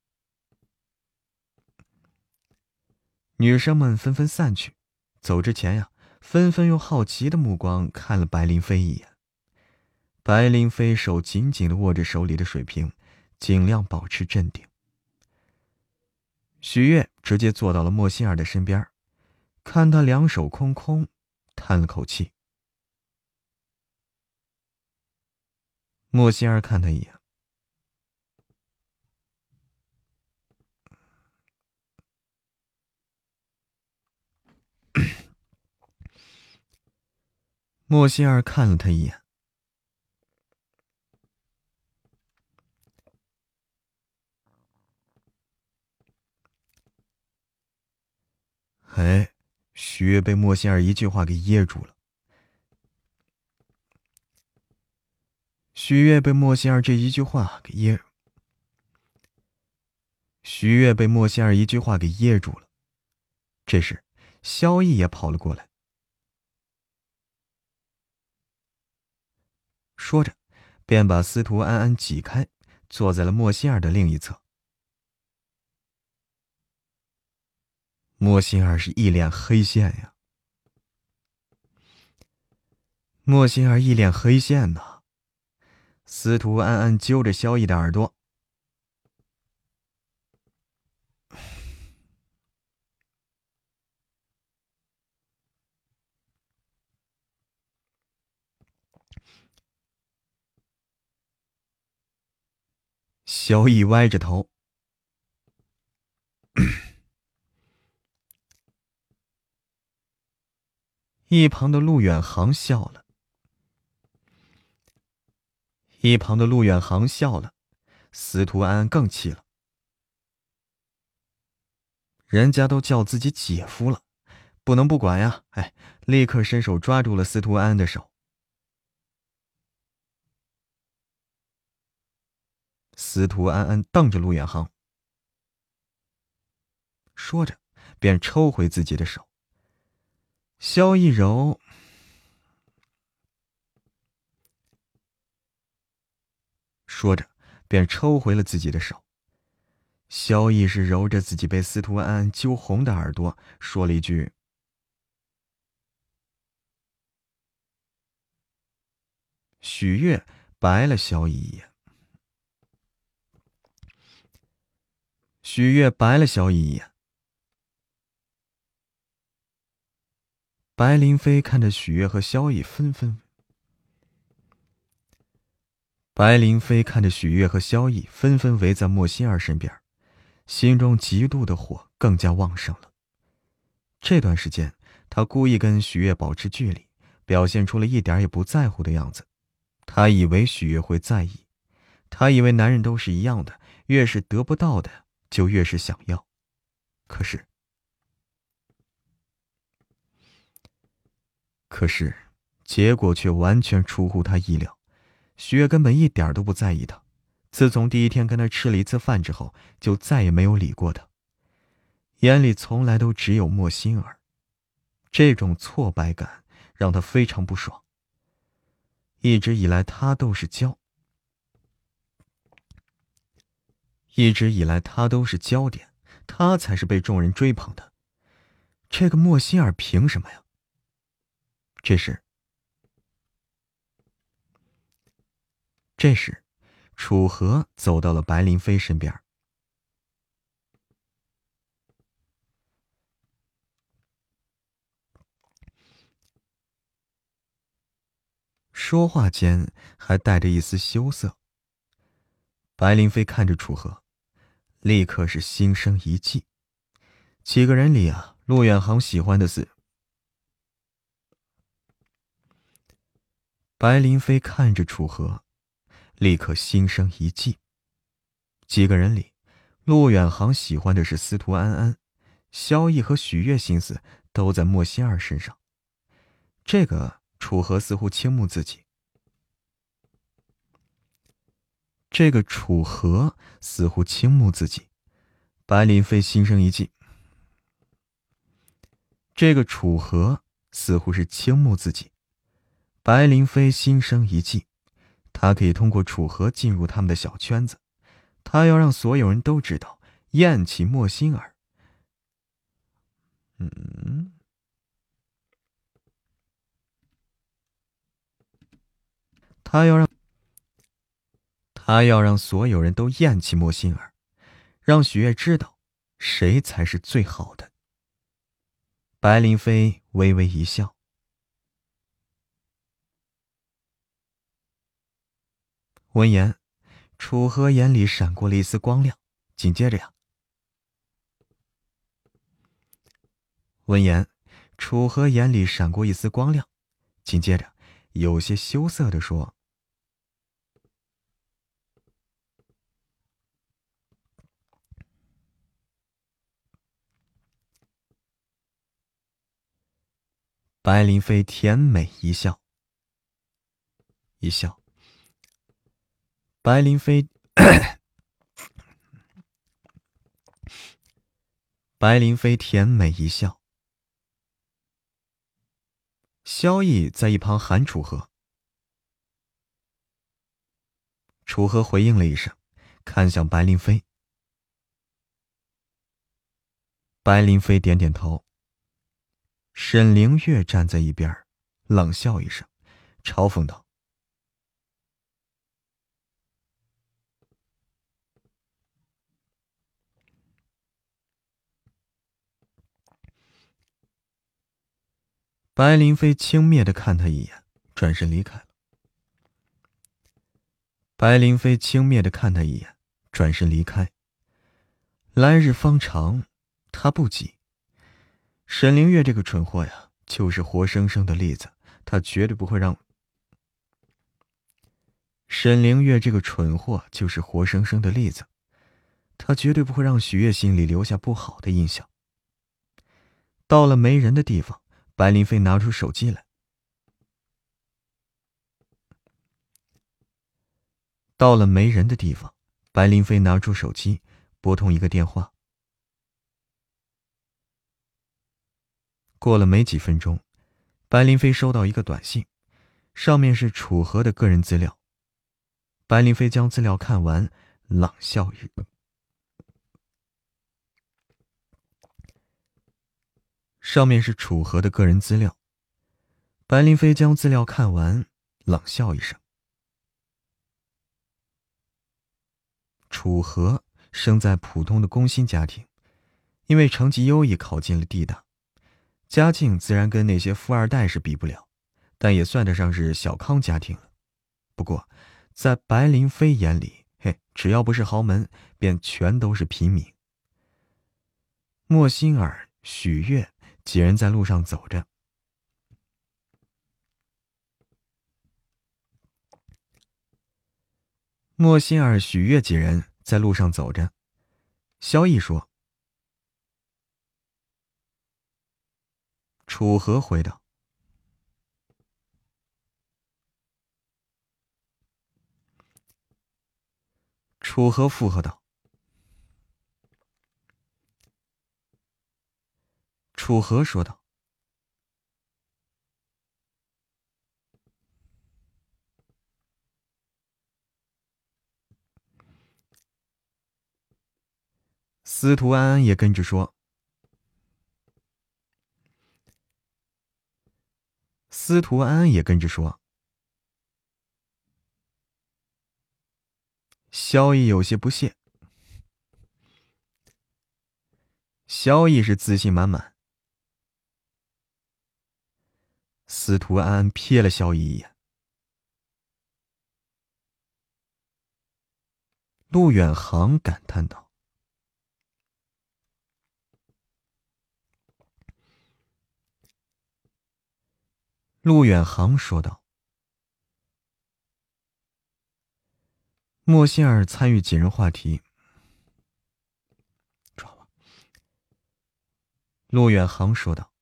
走之前呀，纷纷用好奇的目光看了白灵飞一眼。白灵飞手紧紧地握着手里的水瓶，尽量保持镇定。许悦直接坐到了莫心儿的身边，看他两手空空，叹了口气。莫心儿看他一眼。莫心儿看了他一眼。哎，许悦被莫心儿一句话给噎住了。许悦被莫心儿一句话给噎住了。这时，萧毅也跑了过来，说着，便把司徒安安挤开，坐在了莫心儿的另一侧。莫心儿是一脸黑线呀！呐！司徒安安揪着萧毅的耳朵。萧毅歪着头。一旁的陆远航笑了。司徒安安更气了。人家都叫自己姐夫了，不能不管呀！哎，立刻伸手抓住了司徒安安的手。 司徒安安瞪着陆远航，说着便抽回自己的手。萧逸柔说着便抽回了自己的手。萧逸是揉着自己被司徒安安揪红的耳朵，说了一句：许悦白了萧逸一眼。许悦白了萧逸一眼。白灵飞看着许悦和萧逸纷纷围在莫心儿身边，心中嫉妒的火更加旺盛了。这段时间他故意跟许悦保持距离，表现出了一点也不在乎的样子。他以为许悦会在意，他以为男人都是一样的，越是得不到的就越是想要。可是结果却完全出乎他意料。许悦根本一点都不在意他，自从第一天跟他吃了一次饭之后，就再也没有理过他，眼里从来都只有莫心儿。这种挫败感让他非常不爽。一直以来他都是焦点，他才是被众人追捧的。这个莫心儿凭什么呀？这时楚河走到了白灵飞身边。说话间还带着一丝羞涩。白灵飞看着楚河，立刻是心生一计。几个人里啊，陆远航喜欢的是白灵飞看着楚河，立刻心生一计。几个人里，陆远航喜欢的是司徒安安，萧逸和许悦心思都在莫心儿身上。这个楚河似乎倾慕自己。白灵飞心生一计。这个楚河似乎是倾慕自己。白灵飞心生一计，他可以通过楚河进入他们的小圈子，他要让所有人都知道厌弃莫心儿。他要让所有人都厌弃莫心儿，让许悦知道谁才是最好的。白灵飞微微一笑。闻言，楚河眼里闪过了一丝光亮，紧接着有些羞涩地说：白灵飞甜美一笑。白灵飞甜美一笑。萧逸在一旁喊楚河。楚河回应了一声，看向白灵飞。白灵飞点点头。沈凌月站在一边，冷笑一声，嘲讽道：白灵飞轻蔑地看他一眼，转身离开了。来日方长，他不急。沈凌月这个蠢货呀，就是活生生的例子，他绝对不会让许悦心里留下不好的印象。到了没人的地方，白灵飞拿出手机来。 白林飞拿出手机拨通一个电话。过了没几分钟，白林飞收到一个短信，上面是楚河的个人资料。白林飞将资料看完，冷笑一声。上面是楚河的个人资料。白林飞将资料看完，冷笑一声。楚河生在普通的工薪家庭，因为成绩优异考进了地大，家境自然跟那些富二代是比不了，但也算得上是小康家庭了。不过在白林飞眼里，只要不是豪门，便全都是平民。莫心儿、许悦几人在路上走着。莫心儿、许悦几人在路上走着。萧逸说。楚河回道。楚河附和道。楚河说道。司徒安安也跟着说。司徒安安也跟着说。萧逸有些不屑。萧逸是自信满满。司徒安安瞥了萧逸一眼。陆远航感叹道。陆远航说道。莫心儿参与几人话题。陆远航说道。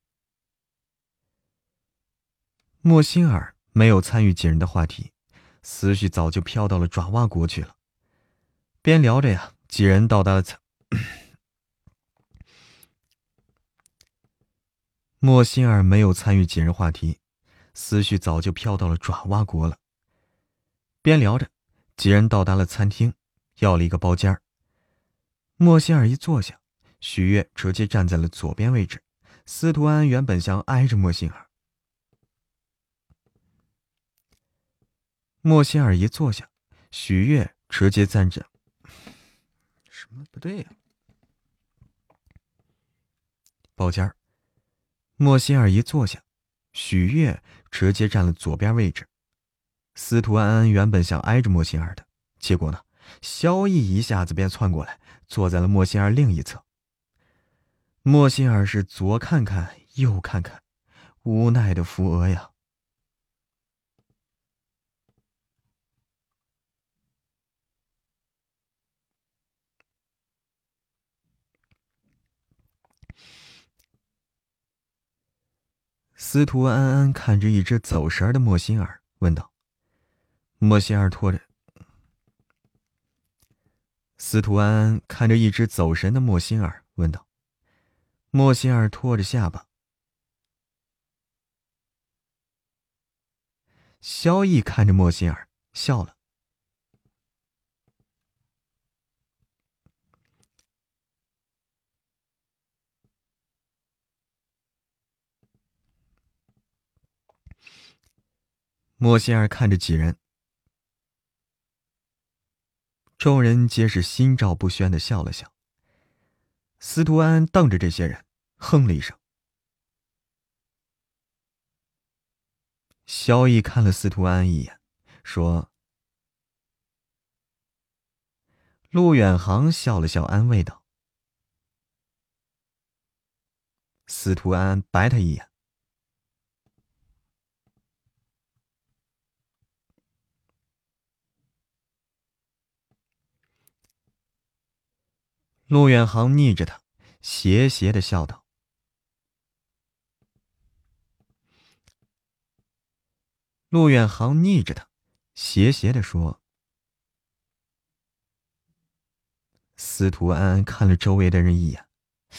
莫心儿没有参与几人的话题，思绪早就飘到了爪哇国去了。边聊着呀，几人到达了莫心儿没有参与几人话题，思绪早就飘到了爪哇国了。边聊着，几人到达了餐厅，要了一个包间儿。莫心儿一坐下，许悦直接站在了左边位置，司徒安原本想挨着莫心儿。莫心儿一坐下，许悦直接站着。什么不对呀？包间儿，莫心儿一坐下，许悦直接站了左边位置。司徒安安原本想挨着莫心儿的，结果呢，萧逸一下子便窜过来，坐在了莫心儿另一侧。莫心儿是左看看右看看，无奈的扶额呀。司徒安安看着一直走神的莫心儿，问道。莫心儿拖着。司徒安安看着一直走神的莫心儿，问道。莫心儿拖着下巴。萧逸看着莫心儿，笑了。莫心儿看着几人，众人皆是心照不宣的笑了笑。司徒安瞪着这些人，哼了一声。萧逸看了司徒安一眼，说。陆远航笑了笑，安慰道。司徒安白他一眼。陆远航逆着他，斜斜的笑道。陆远航逆着他，斜斜的说。 司徒安安看了周围的人一眼。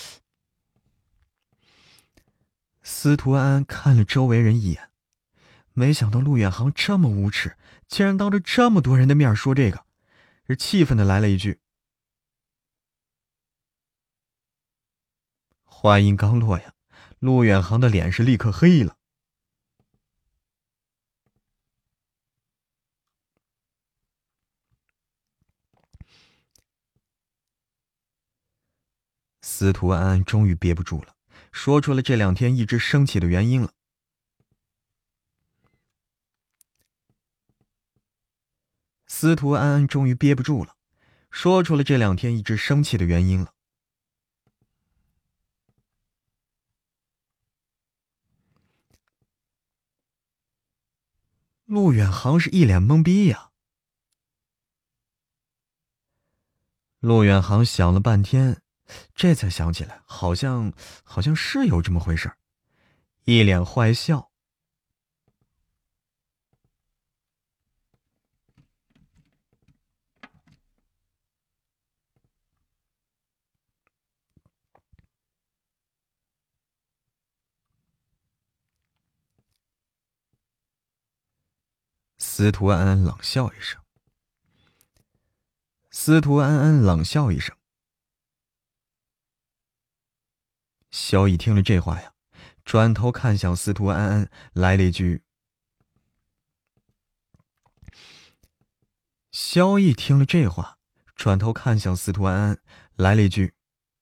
司徒安安看了周围人一眼，没想到陆远航这么无耻，竟然当着这么多人的面说这个，是气愤的来了一句。话音刚落呀，陆远航的脸是立刻黑了。司徒安安终于憋不住了，说出了这2天一直生气的原因了。司徒安安终于憋不住了，说出了这2天一直生气的原因了。陆远航是一脸懵逼呀。陆远航想了半天，这才想起来，好像是有这么回事，一脸坏笑。司徒安安冷笑一声。司徒安安冷笑一声。萧逸听了这话呀，转头看向司徒安安，来了一句。萧逸听了这话，转头看向司徒安安，来了一句。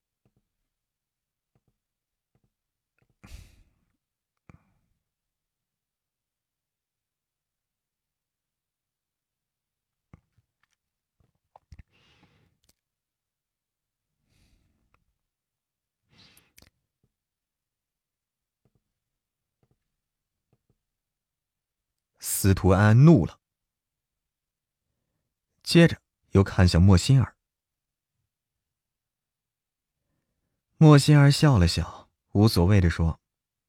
司徒安安怒了，接着又看向莫心儿。莫心儿笑了笑，无所谓地说。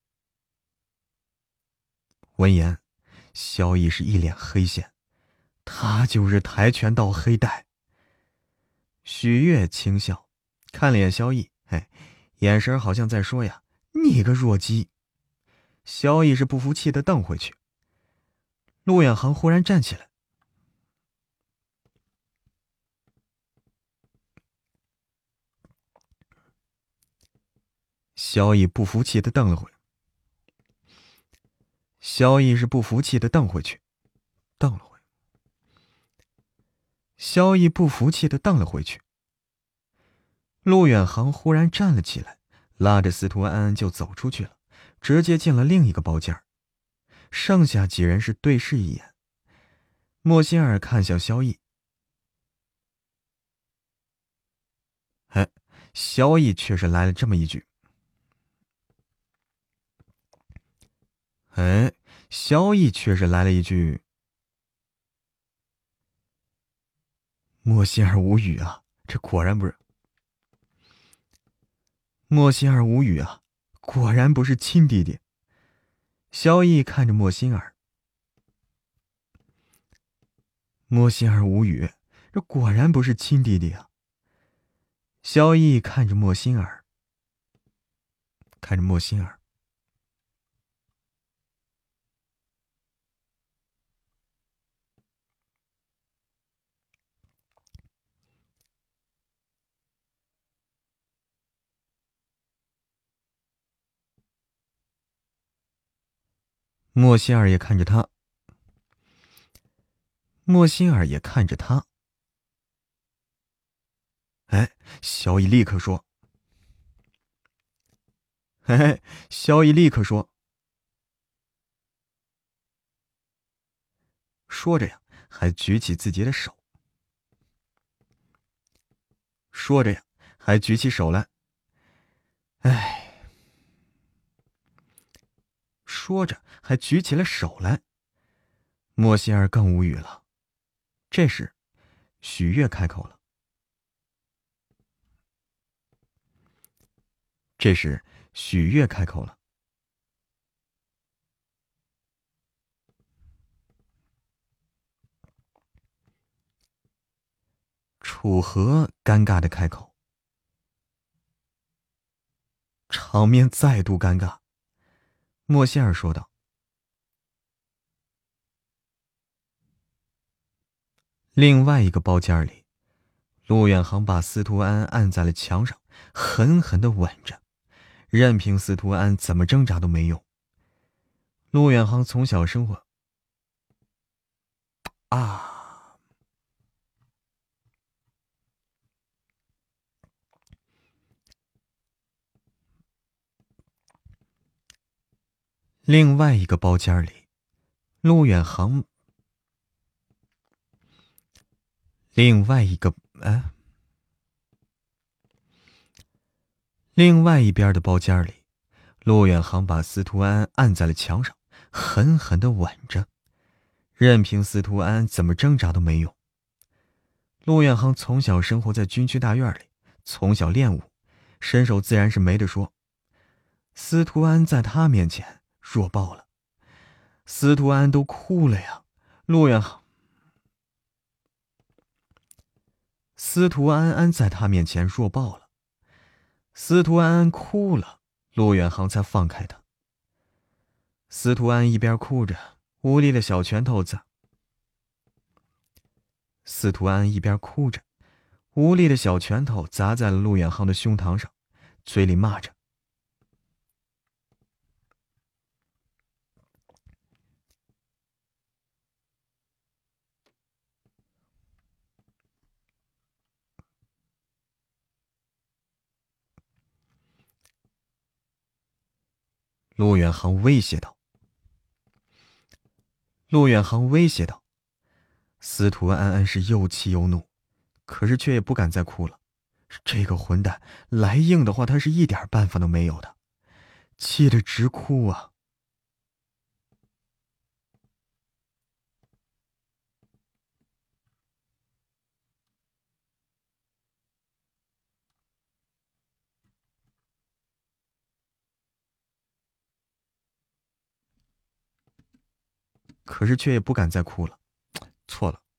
闻言，萧逸是一脸黑线，他就是跆拳道黑带。许悦轻笑，看了眼萧逸，眼神好像在说呀，你个弱鸡。萧逸是不服气的瞪回去。陆远航忽然站起来。萧逸不服气的瞪了回。萧逸是不服气的瞪回去，瞪了回。萧逸不服气的瞪了回去。陆远航忽然站了起来，拉着司徒安安就走出去了，直接进了另一个包间。剩下几人是对视一眼。莫心儿看向萧逸。萧逸却是来了这么一句。萧逸却是来了一句。莫心儿无语啊，这果然不是。莫心儿无语啊，果然不是亲弟弟。萧逸看着莫心儿。莫心儿无语，这果然不是亲弟弟啊。萧逸看着莫心儿。看着莫心儿。莫心儿也看着他。莫心儿也看着他。萧逸立刻说。萧逸立刻说。说着呀，还举起自己的手。说着呀，还举起手来。说着还举起了手来。莫心儿更无语了。这时，许悦开口了。这时，许悦开口了。 楚河尴尬的开口，场面再度尴尬。莫歇尔说道。另外一个包间里，陆远航把司徒安按在了墙上，狠狠地吻着，任凭司徒安怎么挣扎都没用。陆远航从小生活另外一个包间里，陆远航另外一边的包间里，陆远航把司徒安按在了墙上，狠狠地吻着，任凭司徒安怎么挣扎都没用。陆远航从小生活在军区大院里，从小练武，身手自然是没得说。司徒安在他面前弱爆了，司徒安都哭了呀。司徒安安在他面前弱爆了，司徒安安哭了，陆远航才放开他。司徒安一边哭着，无力的小拳头砸在了陆远航的胸膛上，嘴里骂着。陆远航威胁道。司徒安安是又气又怒，可是却也不敢再哭了。这个混蛋来硬的话，他是一点办法都没有的，气得直哭啊。可是却也不敢再哭了，错了。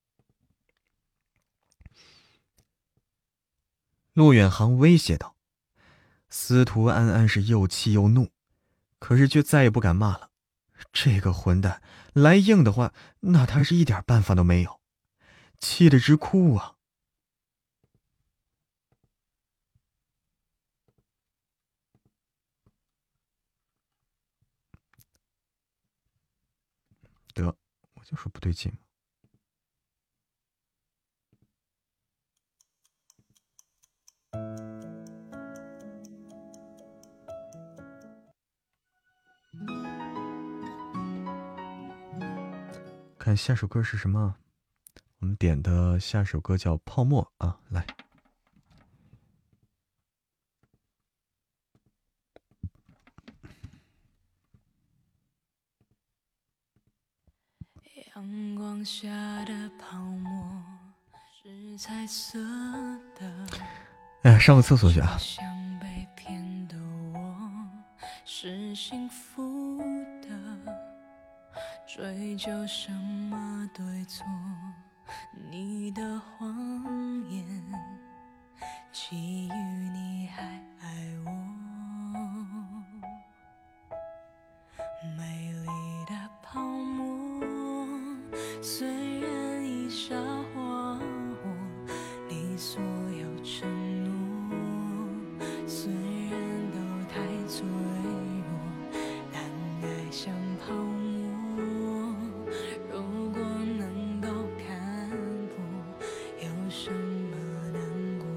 陆远航威胁道。司徒安安是又气又怒，可是却再也不敢骂了。这个混蛋来硬的话，那他是一点办法都没有，气得直哭啊。得，我就说不对劲。看下首歌是什么？我们点的下首歌叫《泡沫》啊，来。 阳光下的泡沫是彩色的。 哎呀，上个厕所去啊。 想被骗的我是幸福的，追究什么对错，你的谎言基于你还爱我，美丽的泡沫虽然已沙化我，你所有承诺虽然都太脆弱，但爱像泡沫，如果能够看破，有什么难过？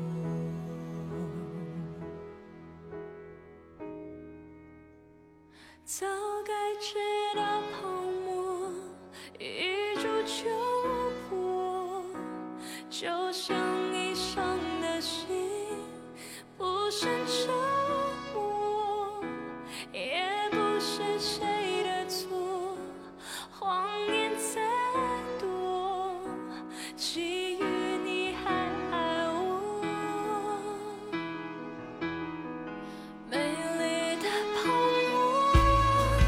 早该知道泡沫一触就破，就像已伤的心不胜折磨，也不是谁的错，谎言再多，基于你还爱我，美丽的泡沫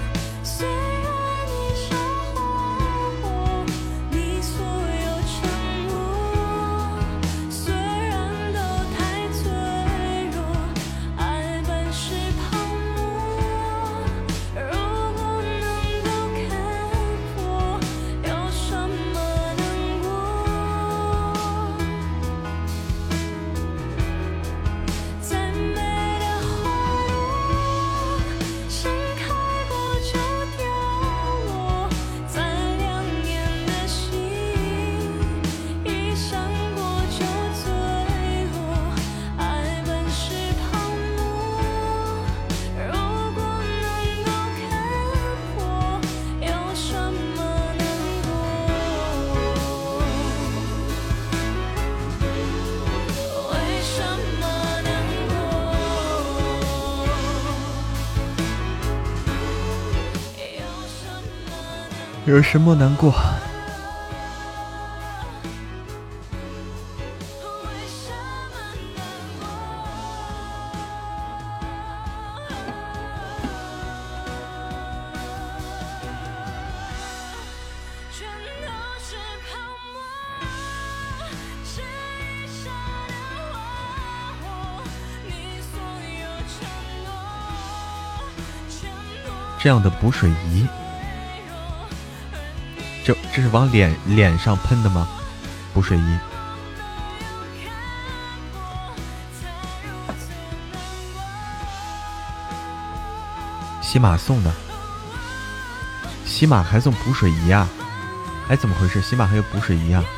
有什么难过？这样的补水仪，这是往脸上喷的吗？补水仪，喜马送的，喜马还送补水仪啊？哎，怎么回事？喜马还有补水仪啊？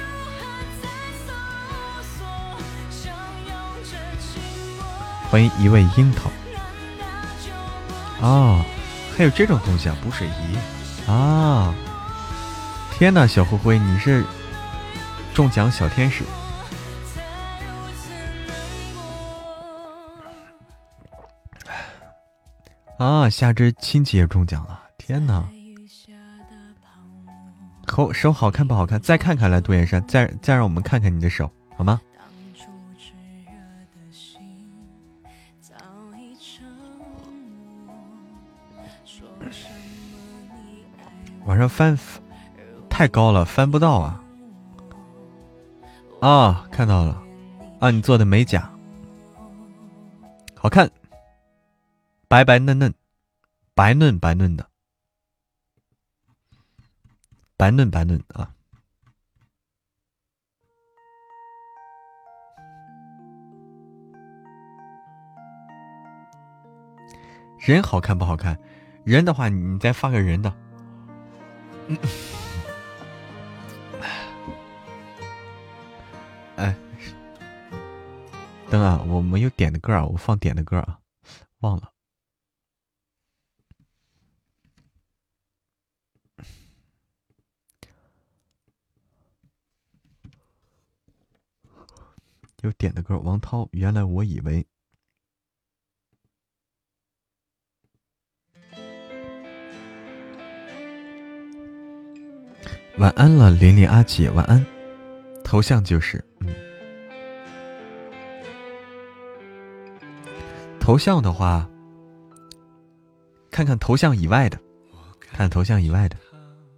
欢迎一位樱桃。哦，还有这种东西啊，补水仪啊！天哪，小灰灰，你是中奖小天使啊！夏之亲戚也中奖了，天哪！手好看不好看？再看看来，杜岩山，再让我们看看你的手，好吗？往上翻太高了，翻不到啊！啊，看到了啊！你做的美甲，好看，白白嫩嫩，白嫩白嫩的，白嫩白嫩啊！人好看不好看？人的话，你再发个人的。哎，等啊，我没有点的歌啊，我放点的歌啊，忘了。有点的歌，王涛，原来我以为。晚安了，琳琳阿姐，晚安。头像就是，头像的话，看看头像以外的，看头像以外的。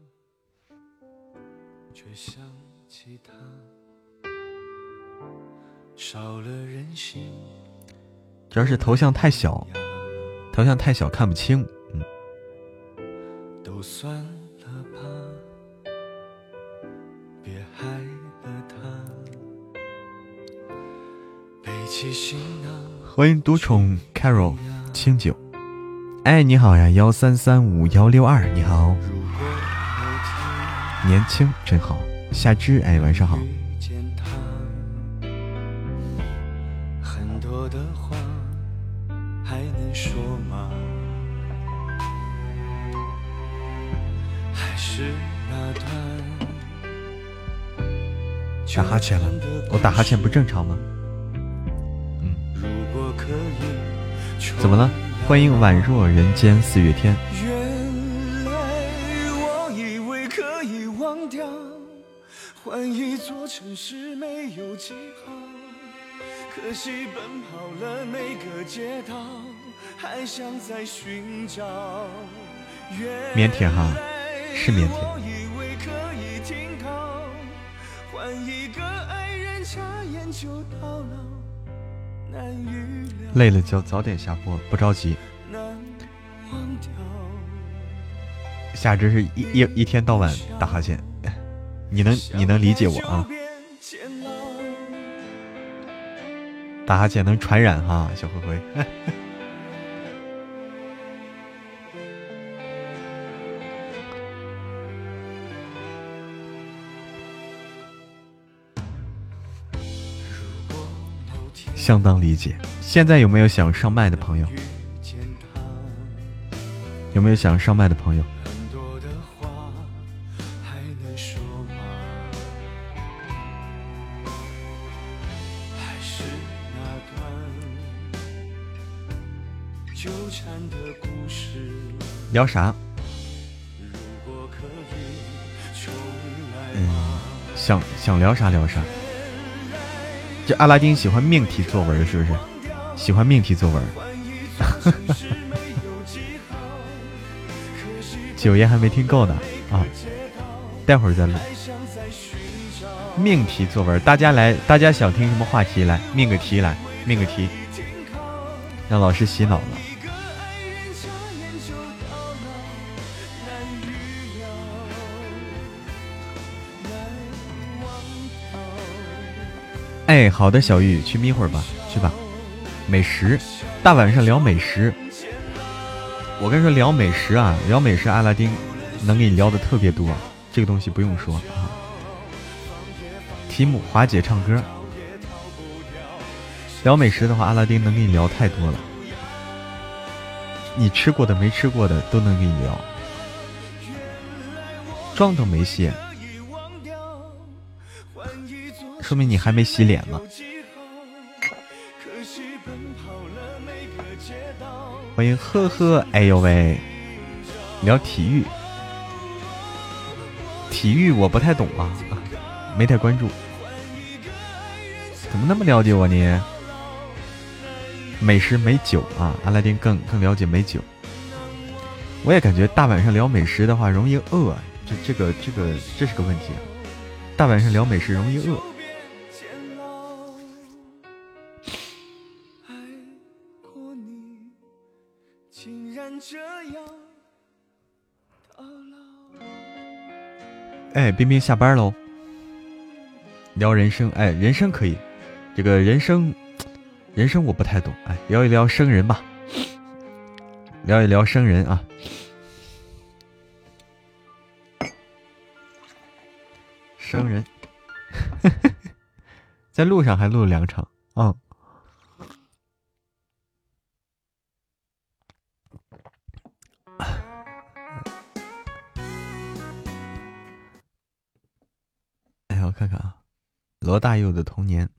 主要是头像太小，看不清。都算了吧，别害了他。背起行囊，欢迎独宠 Carol 清酒。哎，你好呀，1335162，你好。年轻真好，夏之，哎，晚上好。很多的话还能说吗？还是那段打哈欠了，我打哈欠不正常吗？怎么了？欢迎宛若人间四月天。原来我以为可以忘掉，换一座城市没有记号，可惜奔跑了每个街道，还想再寻找。腼腆哈，是腼腆。累了就早点下播，不着急。夏至是一天到晚打哈欠，你能理解我啊？打哈欠能传染哈，小灰灰。相当理解。现在有没有想上麦的朋友？有没有想上麦的朋友？聊啥？ 想聊啥聊啥。这阿拉丁喜欢命题作文是不是？喜欢命题作文。九爷还没听够呢啊，待会儿再录。命题作文，大家想听什么话题来？命个题来，命个题，让老师洗脑了。哎，好的，小玉，去眯会儿吧，去吧。美食，大晚上聊美食。我跟你说，聊美食啊，聊美食，阿拉丁能给你聊的特别多，这个东西不用说啊。题目：华姐唱歌。聊美食的话，阿拉丁能给你聊太多了，你吃过的、没吃过的都能给你聊。妆都没卸，说明你还没洗脸呢。欢迎呵呵，哎呦喂，聊体育，体育我不太懂啊，没太关注。怎么那么了解我呢？美食美酒啊，阿拉丁更了解美酒。我也感觉大晚上聊美食的话容易饿，这是个问题啊。大晚上聊美食容易饿。哎，冰冰下班喽。聊人生，哎，人生可以，这个人生我不太懂，哎，聊一聊生人吧，聊一聊生人啊。生人，在路上还录了2场啊。哎，我看看啊，罗大佑的童年。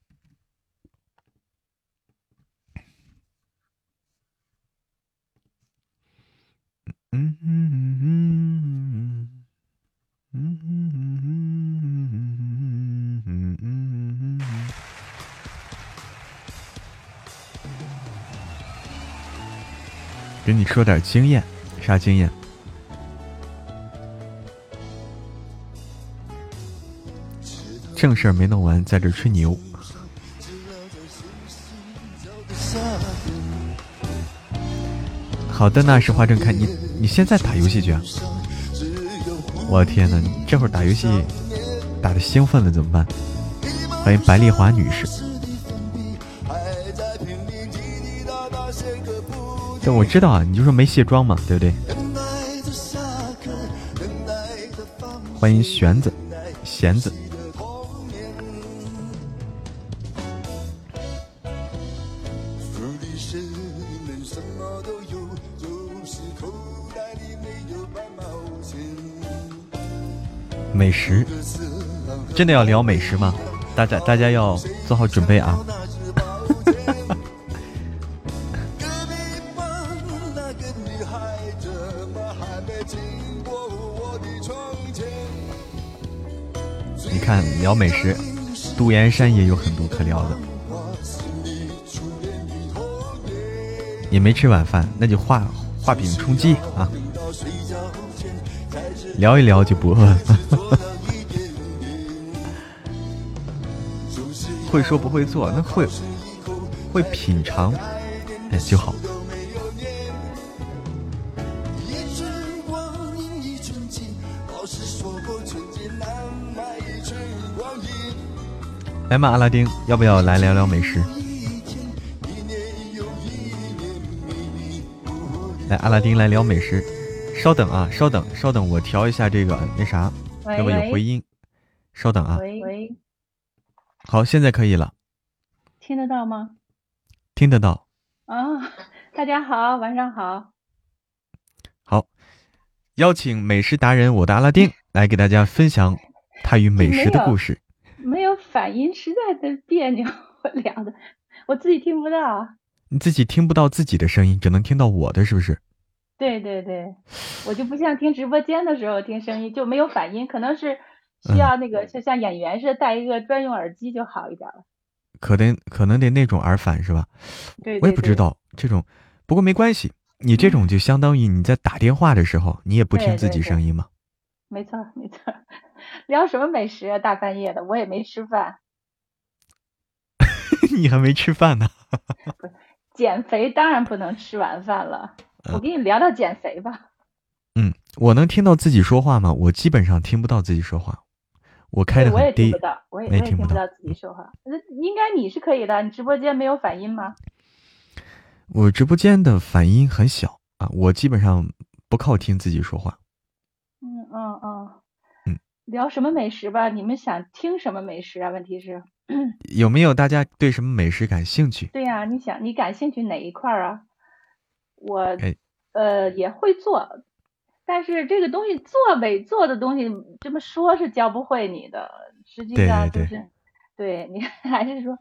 给你说点经验，啥经验？正事儿没弄完，在这吹牛。好的，那是花正开，你现在打游戏去啊？我的天哪，你这会儿打游戏打得兴奋了怎么办？欢迎白丽华女士。对，我知道啊，你就说没卸妆嘛，对不对？欢迎玄子、弦子。美食，真的要聊美食吗？大家要做好准备啊！你看，聊美食，杜岩山也有很多可聊的。也没吃晚饭，那就画饼充饥啊！聊一聊就不饿了。会说不会做，那会品尝，哎就好。来嘛，阿拉丁，要不要来聊聊美食？来，阿拉丁来聊美食。稍等啊，稍等，我调一下这个那啥，要不有回音。稍等啊。 喂。 好，现在可以了。 听得到吗？ 听得到。 啊，大家好，晚上好。 好，邀请美食达人我的阿拉丁来给大家分享他与美食的故事。 没有反应，实在的别扭，我聊的，我自己听不到。 你自己听不到自己的声音，只能听到我的，是不是？ 对对对，我就不像听直播间的时候听声音就没有反音，可能是需要那个就像演员似的戴一个专用耳机就好一点了。 可能得那种耳返是吧？ 对， 我也不知道这种，不过没关系，你这种就相当于你在打电话的时候，你也不听自己声音嘛。 没错没错。聊什么美食啊？大半夜的，我也没吃饭。 你还没吃饭呢？ 不是，减肥当然不能吃晚饭了。我跟你聊聊减肥吧。 我能听到自己说话吗？我基本上听不到自己说话，我开的很低， 我也听不到自己说话。应该你是可以的，你直播间没有反音吗？ 我直播间的反音很小啊，我基本上不靠听自己说话。 聊什么美食吧？你们想听什么美食啊？问题是有没有大家对什么美食感兴趣？ 对呀，你感兴趣哪一块啊？我也会做，但是这个东西做的东西这么说是教不会你的，实际上就是对你还是说，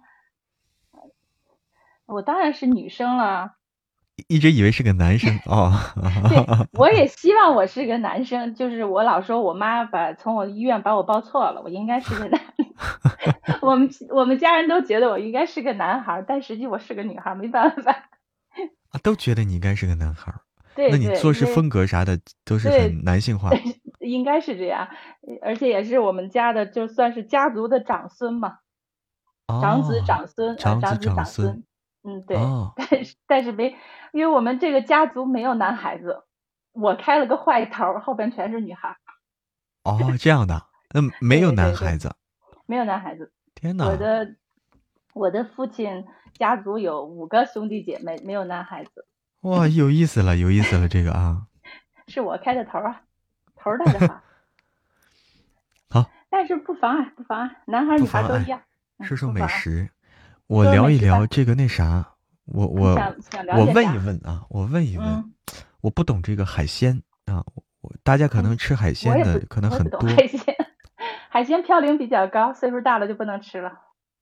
我当然是女生了。 一直以为是个男生哦。 对，我也希望我是个男生，就是我老说我妈从我医院把我报错了，我应该是个男我们家人都觉得我应该是个男孩，但实际我是个女孩，没办法。 都觉得你应该是个男孩。 对， 那你做事风格啥的都是很男性化。 应该是这样，而且也是我们家的，就算是家族的长孙嘛。长子长孙。对。但是因为我们这个家族没有男孩子，我开了个坏头，后边全是女孩。 这样的，那没有男孩子。 没有男孩子。 天哪！ 我的父亲家族有5个兄弟姐妹，没有男孩子。 哇，有意思了这个啊。 是我开的头啊，头带的好。 好。 但是不妨碍，男孩女孩都一样。 说说美食，我聊一聊这个那啥，我问一问啊，我不懂这个海鲜啊，大家可能吃海鲜的可能很多。 海鲜嘌呤比较高，岁数大了就不能吃了。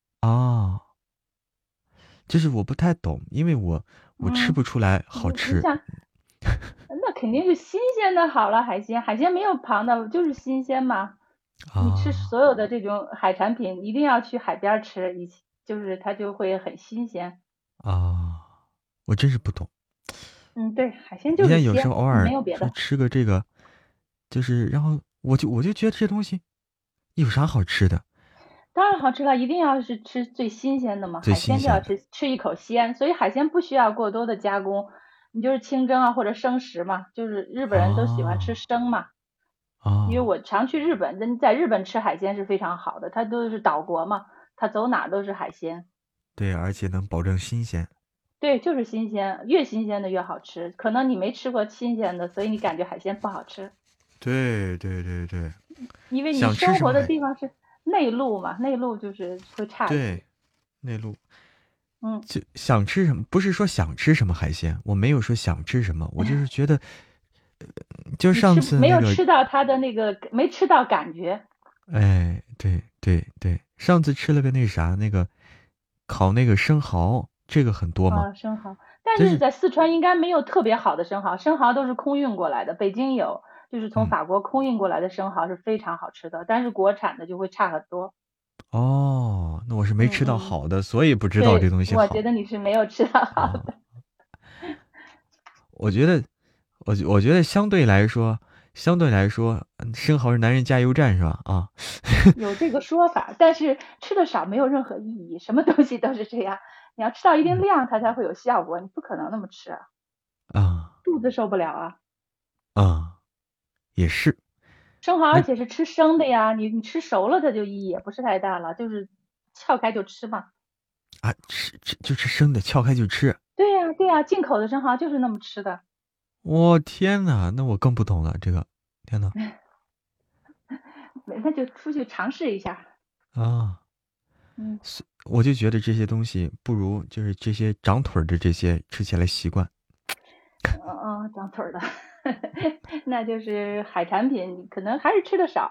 就是我不太懂，因为我吃不出来好吃。 那肯定是新鲜的好了，海鲜没有旁的，就是新鲜嘛。你吃所有的这种海产品，一定要去海边吃，就是它就会很新鲜。 我真是不懂。 对，海鲜就是鲜， 有时候偶尔没有别的。 吃个这个，就是然后我就觉得这些东西有啥好吃的？ 当然好吃了，一定要是吃最新鲜的嘛。海鲜就要吃一口鲜，所以海鲜不需要过多的加工，你就是清蒸啊或者生食嘛，就是日本人都喜欢吃生嘛。因为我常去日本，在日本吃海鲜是非常好的，它都是岛国嘛，它走哪都是海鲜。 对，而且能保证新鲜。 对，就是新鲜，越新鲜的越好吃。可能你没吃过新鲜的，所以你感觉海鲜不好吃。 对。 因为你生活的地方是内陆嘛，内陆就是会差一点。 对，内陆。就想吃什么，不是说想吃什么海鲜，我没有说想吃什么，我就是觉得。就上次没有吃到它的那个，没吃到感觉。 对，上次吃了个那啥，那个烤那个生蚝，这个很多吗？ 生蚝，但是在四川应该没有特别好的生蚝，生蚝都是空运过来的。北京有，就是从法国空运过来的生蚝是非常好吃的，但是国产的就会差很多。 那我是没吃到好的，所以不知道这东西好。 我觉得你是没有吃到好的。 我觉得相对来说，生蚝是男人加油站是吧？ 有这个说法，但是吃的少没有任何意义，什么东西都是这样。你要吃到一定量，它才会有效果，你不可能那么吃啊。肚子受不了啊。也是。 生蚝而且是吃生的呀，你吃熟了它就意义也不是太大了，就是撬开就吃嘛。 就吃生的，撬开就吃。 对呀，进口的生蚝就是那么吃的。 我天哪，那我更不懂了，这个天哪。 那就出去尝试一下。 我就觉得这些东西不如就是这些长腿的这些吃起来习惯。 长腿的，那就是海产品可能还是吃的少。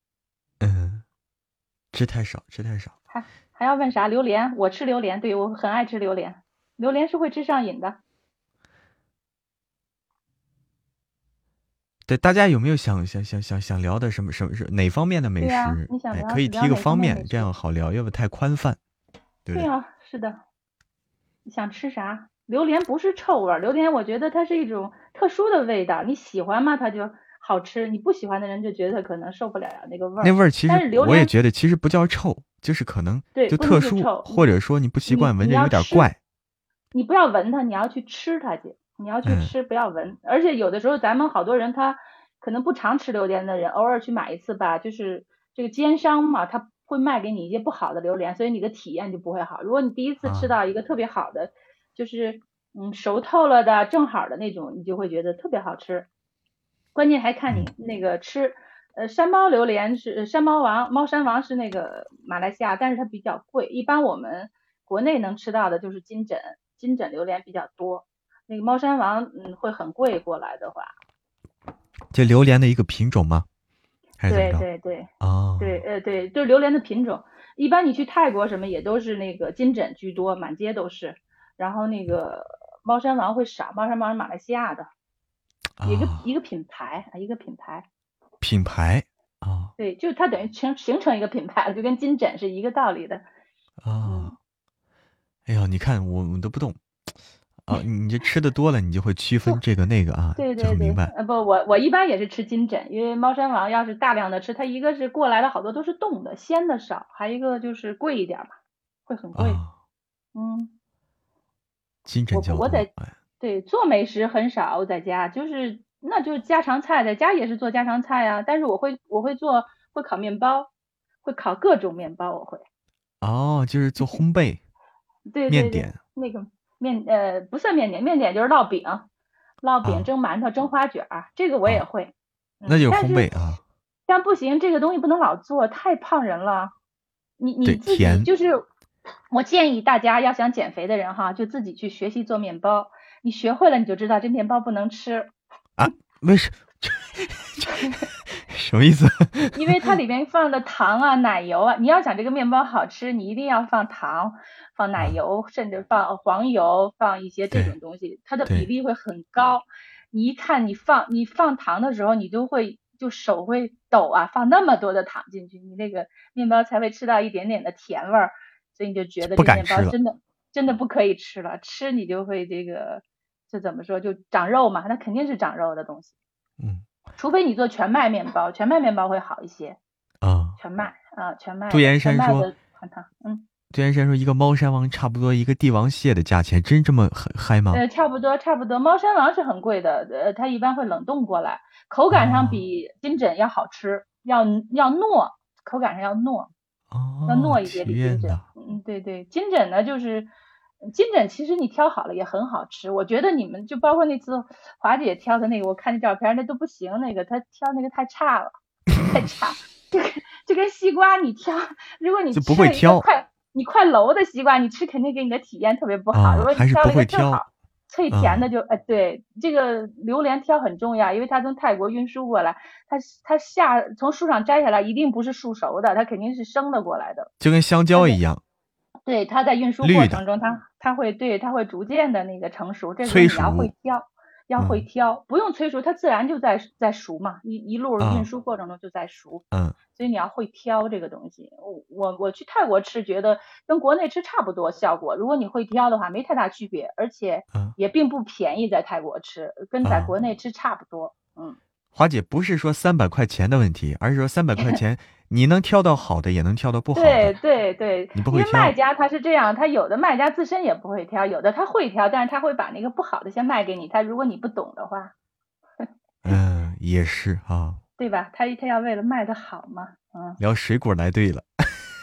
吃太少。 还要问啥？榴莲，我吃榴莲，对，我很爱吃榴莲，榴莲是会吃上瘾的。 对，大家有没有想聊的什么哪方面的美食？ 你想聊可以提个方面，这样好聊，要不太宽泛。对呀，是的。你想吃啥？榴莲不是臭味，榴莲我觉得它是一种特殊的味道，你喜欢嘛它就好吃，你不喜欢的人就觉得可能受不了那个味儿。 那味儿其实我也觉得其实不叫臭，就是可能就特殊，或者说你不习惯闻着有点怪。 你不要闻它，你要去吃它去，你要去吃，不要闻。而且有的时候咱们好多人他可能不常吃榴莲的人，偶尔去买一次吧，就是这个奸商嘛，他会卖给你一些不好的榴莲，所以你的体验就不会好。如果你第一次吃到一个特别好的，就是熟透了的正好的那种，你就会觉得特别好吃。关键还看你那个吃，山猫榴莲是山猫王，猫山王是那个马来西亚，但是它比较贵。一般我们国内能吃到的就是金枕榴莲比较多，那个猫山王会很贵过来的话。 这榴莲的一个品种吗？ 对哦， 对，就是榴莲的品种。一般你去泰国什么也都是那个金枕居多，满街都是。然后那个猫山王会少，猫山王是马来西亚的，一个品牌啊，一个品牌。 品牌啊， 对，就是它等于形成一个品牌了，就跟金枕是一个道理的。 哎呀，你看我们都不懂。你这吃的多了，你就会区分这个那个啊， 对， 就很明白。 不，我一般也是吃金枕，因为猫山王要是大量的吃，它一个是过来的好多都是冻的，鲜的少，还一个就是贵一点嘛，会很贵。 金枕较多。 对，做美食很少，我在家就是家常菜，在家也是做家常菜啊，但是我会烤面包，会烤各种面包，我会。 就是做烘焙。 对， 面点那个。不算面点就是烙饼、蒸馒头、蒸花卷，这个我也会。 那就是烘焙啊。 但不行，这个东西不能老做，太胖人了。你自己就是，我建议大家要想减肥的人哈，就自己去学习做面包。你学会了，你就知道这面包不能吃啊？为什么？什么意思？ 因为它里面放的糖啊、奶油啊，你要想这个面包好吃，你一定要放糖、放奶油，甚至放黄油，放一些这种东西，它的比例会很高。你一看你放糖的时候，你就手会抖啊，放那么多的糖进去，你那个面包才会吃到一点点的甜味儿，所以你就觉得这面包真的不可以吃了，吃你就会就怎么说，就长肉嘛，那肯定是长肉的东西。除非你做全麦面包，全麦面包会好一些。全麦。 杜岩山说，杜岩山说一个猫山王差不多一个帝王蟹的价钱，真这么嗨吗？ 差不多。猫山王是很贵的，它一般会冷冻过来，口感上比金枕要好吃，要糯，口感上要糯，要糯一些比金枕。对，金枕呢就是金枕，其实你挑好了也很好吃。我觉得你们就包括那次华姐挑的那个，我看那照片那都不行，那个她挑那个太差了，太差。就跟西瓜你挑，如果你就不会挑， 你快楼的西瓜，你吃肯定给你的体验特别不好。如果你挑了一个正好脆甜的就，对，这个榴莲挑很重要，因为它从泰国运输过来，它从树上摘下来一定不是熟熟的，它肯定是生的过来的， 就跟香蕉一样。 对，它在运输过程中，它会逐渐的那个成熟，这个你要会挑，不用催熟，它自然就在熟嘛，一路运输过程中就在熟。所以你要会挑这个东西。我去泰国吃，觉得跟国内吃差不多效果。如果你会挑的话，没太大区别，而且也并不便宜，在泰国吃跟在国内吃差不多。 华姐不是说300块钱的问题，而是说300块钱你能挑到好的，也能挑到不好的。 对， 你不会挑。 因为卖家他是这样，他有的卖家自身也不会挑，有的他会挑，但是他会把那个不好的先卖给你。他如果你不懂的话， 也是啊。 对吧？他要为了卖的好嘛。 聊水果来对了。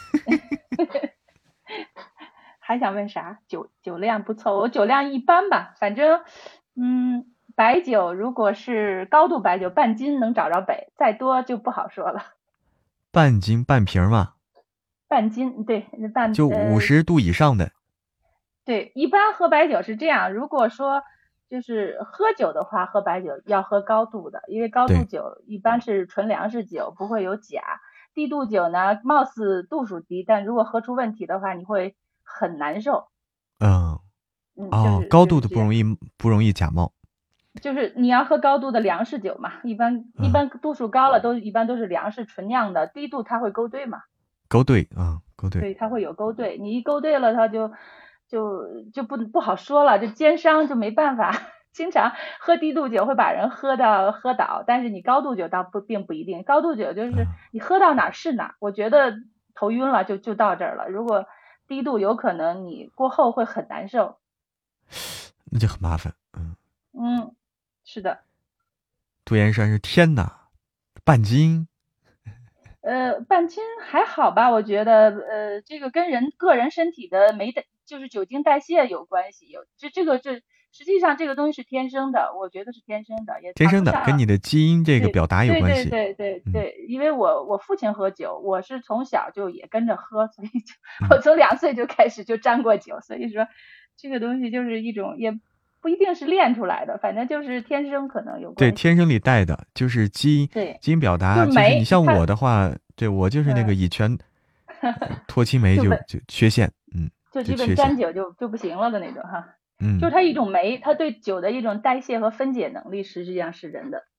还想问啥？酒量不错，我酒量一般吧，反正白酒如果是高度白酒，半斤能找着北，再多就不好说了。 半斤半瓶嘛？ 半斤，对， 就50度以上的。 对，一般喝白酒是这样，如果说就是喝酒的话，喝白酒要喝高度的，因为高度酒一般是纯粮食酒，不会有钾。低度酒呢，貌似度数低，但如果喝出问题的话，你会很难受。 高度的不容易假冒。 就是你要喝高度的粮食酒嘛，一般度数高了一般都是粮食纯酿的，低度它会勾兑嘛。 勾兑啊，勾兑。 对，它会有勾兑，你一勾兑了，它就不好说了，就奸商就没办法。经常喝低度酒会把人喝倒，但是你高度酒并不一定，高度酒就是你喝到哪儿是哪儿，我觉得头晕了就到这儿了。如果低度有可能你过后会很难受， 那就很麻烦。 是的。 杜岩山是天哪，半斤。 半斤还好吧，我觉得这个跟个人身体的就是酒精代谢有关系，实际上这个东西是天生的，我觉得是天生的，也天生的，跟你的基因这个表达有关系。 对，因为我父亲喝酒，我是从小就也跟着喝，所以我从2岁就开始就沾过酒，所以说这个东西就是一种也不一定是练出来的，反正就是天生可能有关系。 对，天生里带的，就是基因表达。就是你像我的话，对我就是那个乙醛脱氢酶就缺陷， 就基本沾酒就不行了的那种哈。就是它一种酶，它对酒的一种代谢和分解能力实际上是人的。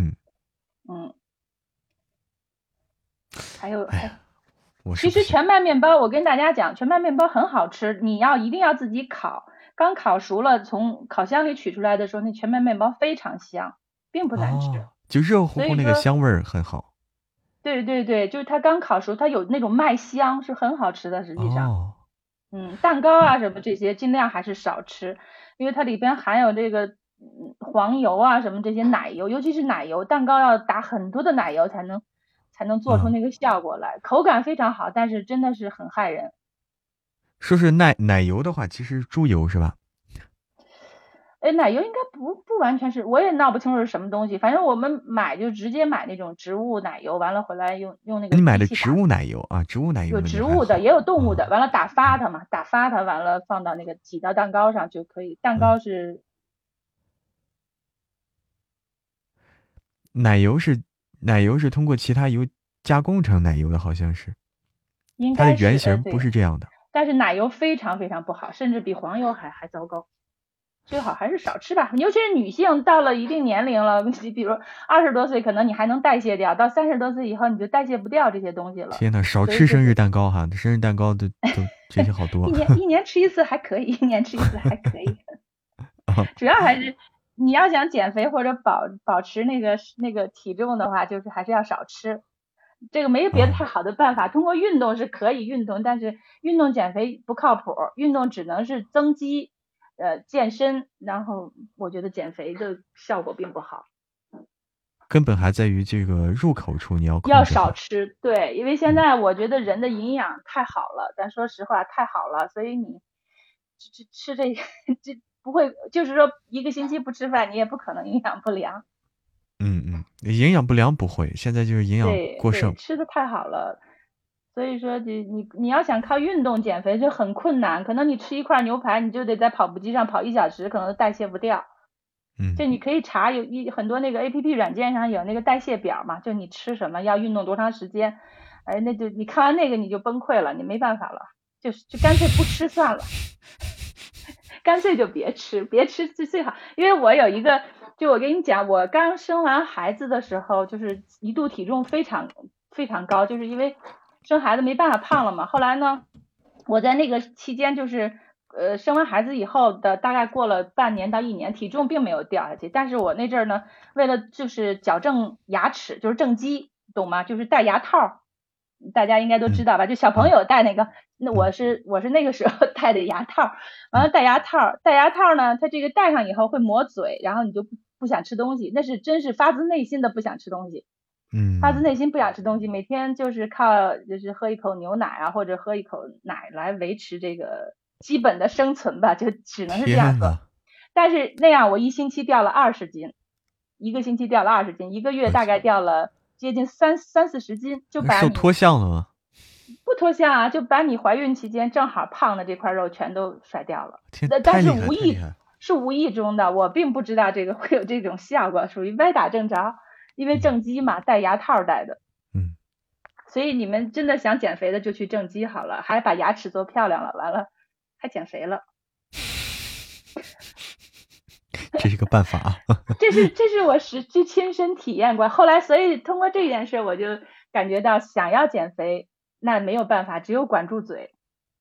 还有，其实全麦面包，我跟大家讲，全麦面包很好吃，你一定要自己烤，刚烤熟了，从烤箱里取出来的时候，那全麦面包非常香，并不难吃， 就热乎乎那个香味儿很好。 对，就是它刚烤熟，它有那种麦香，是很好吃的，实际上。蛋糕啊什么这些尽量还是少吃，因为它里边含有这个黄油啊什么这些奶油，尤其是奶油，蛋糕要打很多的奶油才能做出那个效果来，口感非常好，但是真的是很害人。 说是奶油的话，其实猪油是吧？ 奶油应该不完全是，我也闹不清楚是什么东西，反正我们就直接买那种植物奶油，完了回来用那个。 你买的植物奶油啊？植物奶油有植物的，也有动物的，完了打发它嘛，打发它完了放到那个挤到蛋糕上就可以。蛋糕是奶油是通过其他油加工成奶油的，好像是。 应该它的原型不是这样的。 但是奶油非常非常不好，甚至比黄油还糟糕。最好还是少吃吧，尤其是女性到了一定年龄了，你比如20多岁，可能你还能代谢掉，到30多岁以后你就代谢不掉这些东西了。 天哪，少吃生日蛋糕哈，生日蛋糕都这些好多。 一年吃一次还可以，主要还是你要想减肥或者保持那个体重的话，就是还是要少吃。这个没有别的太好的办法，通过运动是可以运动，但是运动减肥不靠谱，运动只能是增肌。健身，然后我觉得减肥的效果并不好， 根本还在于这个入口处你要少吃。对，因为现在我觉得人的营养太好了，但说实话太好了，所以你吃这不会，就是说1个星期不吃饭，你也不可能营养不良。 营养不良不会，现在就是营养过剩， 吃的太好了。所以说你要想靠运动减肥就很困难，可能你吃一块牛排你就得在跑步机上跑1小时，可能代谢不掉。就你可以查很多那个 APP 软件上有那个代谢表嘛，就你吃什么要运动多长时间，那就你看完那个你就崩溃了，你没办法了，就干脆不吃算了，干脆就别吃最好。因为我有一个，就我跟你讲，我刚生完孩子的时候，就是一度体重非常非常高，就是因为生孩子没办法胖了嘛，后来呢，我在那个期间就是生完孩子以后的大概过了半年到1年，体重并没有掉下去，但是我那阵儿呢，为了就是矫正牙齿，就是正畸，懂吗？就是戴牙套，大家应该都知道吧？就小朋友戴那个，那我是那个时候戴的牙套，完了戴牙套呢，它这个戴上以后会磨嘴，然后你就不想吃东西，那是真是发自内心的不想吃东西。发自内心不想吃东西，每天就是靠就是喝一口牛奶啊，或者喝一口奶来维持这个基本的生存吧，就只能是这样喝。但是那样我1星期掉了20斤，1个星期掉了20斤，1个月大概掉了接近30-40斤，就把你瘦脱相了吗？ 不脱相啊，就把你怀孕期间正好胖的这块肉全都甩掉了。 但是无意中的，我并不知道这个会有这种效果，属于歪打正着。因为正畸嘛，戴牙套戴的，所以你们真的想减肥的就去正畸好了，还把牙齿做漂亮了，完了还减肥了。 这是个办法啊。 这是我实际亲身体验过。后来，所以通过这件事，我就感觉到想要减肥，那没有办法，只有管住嘴。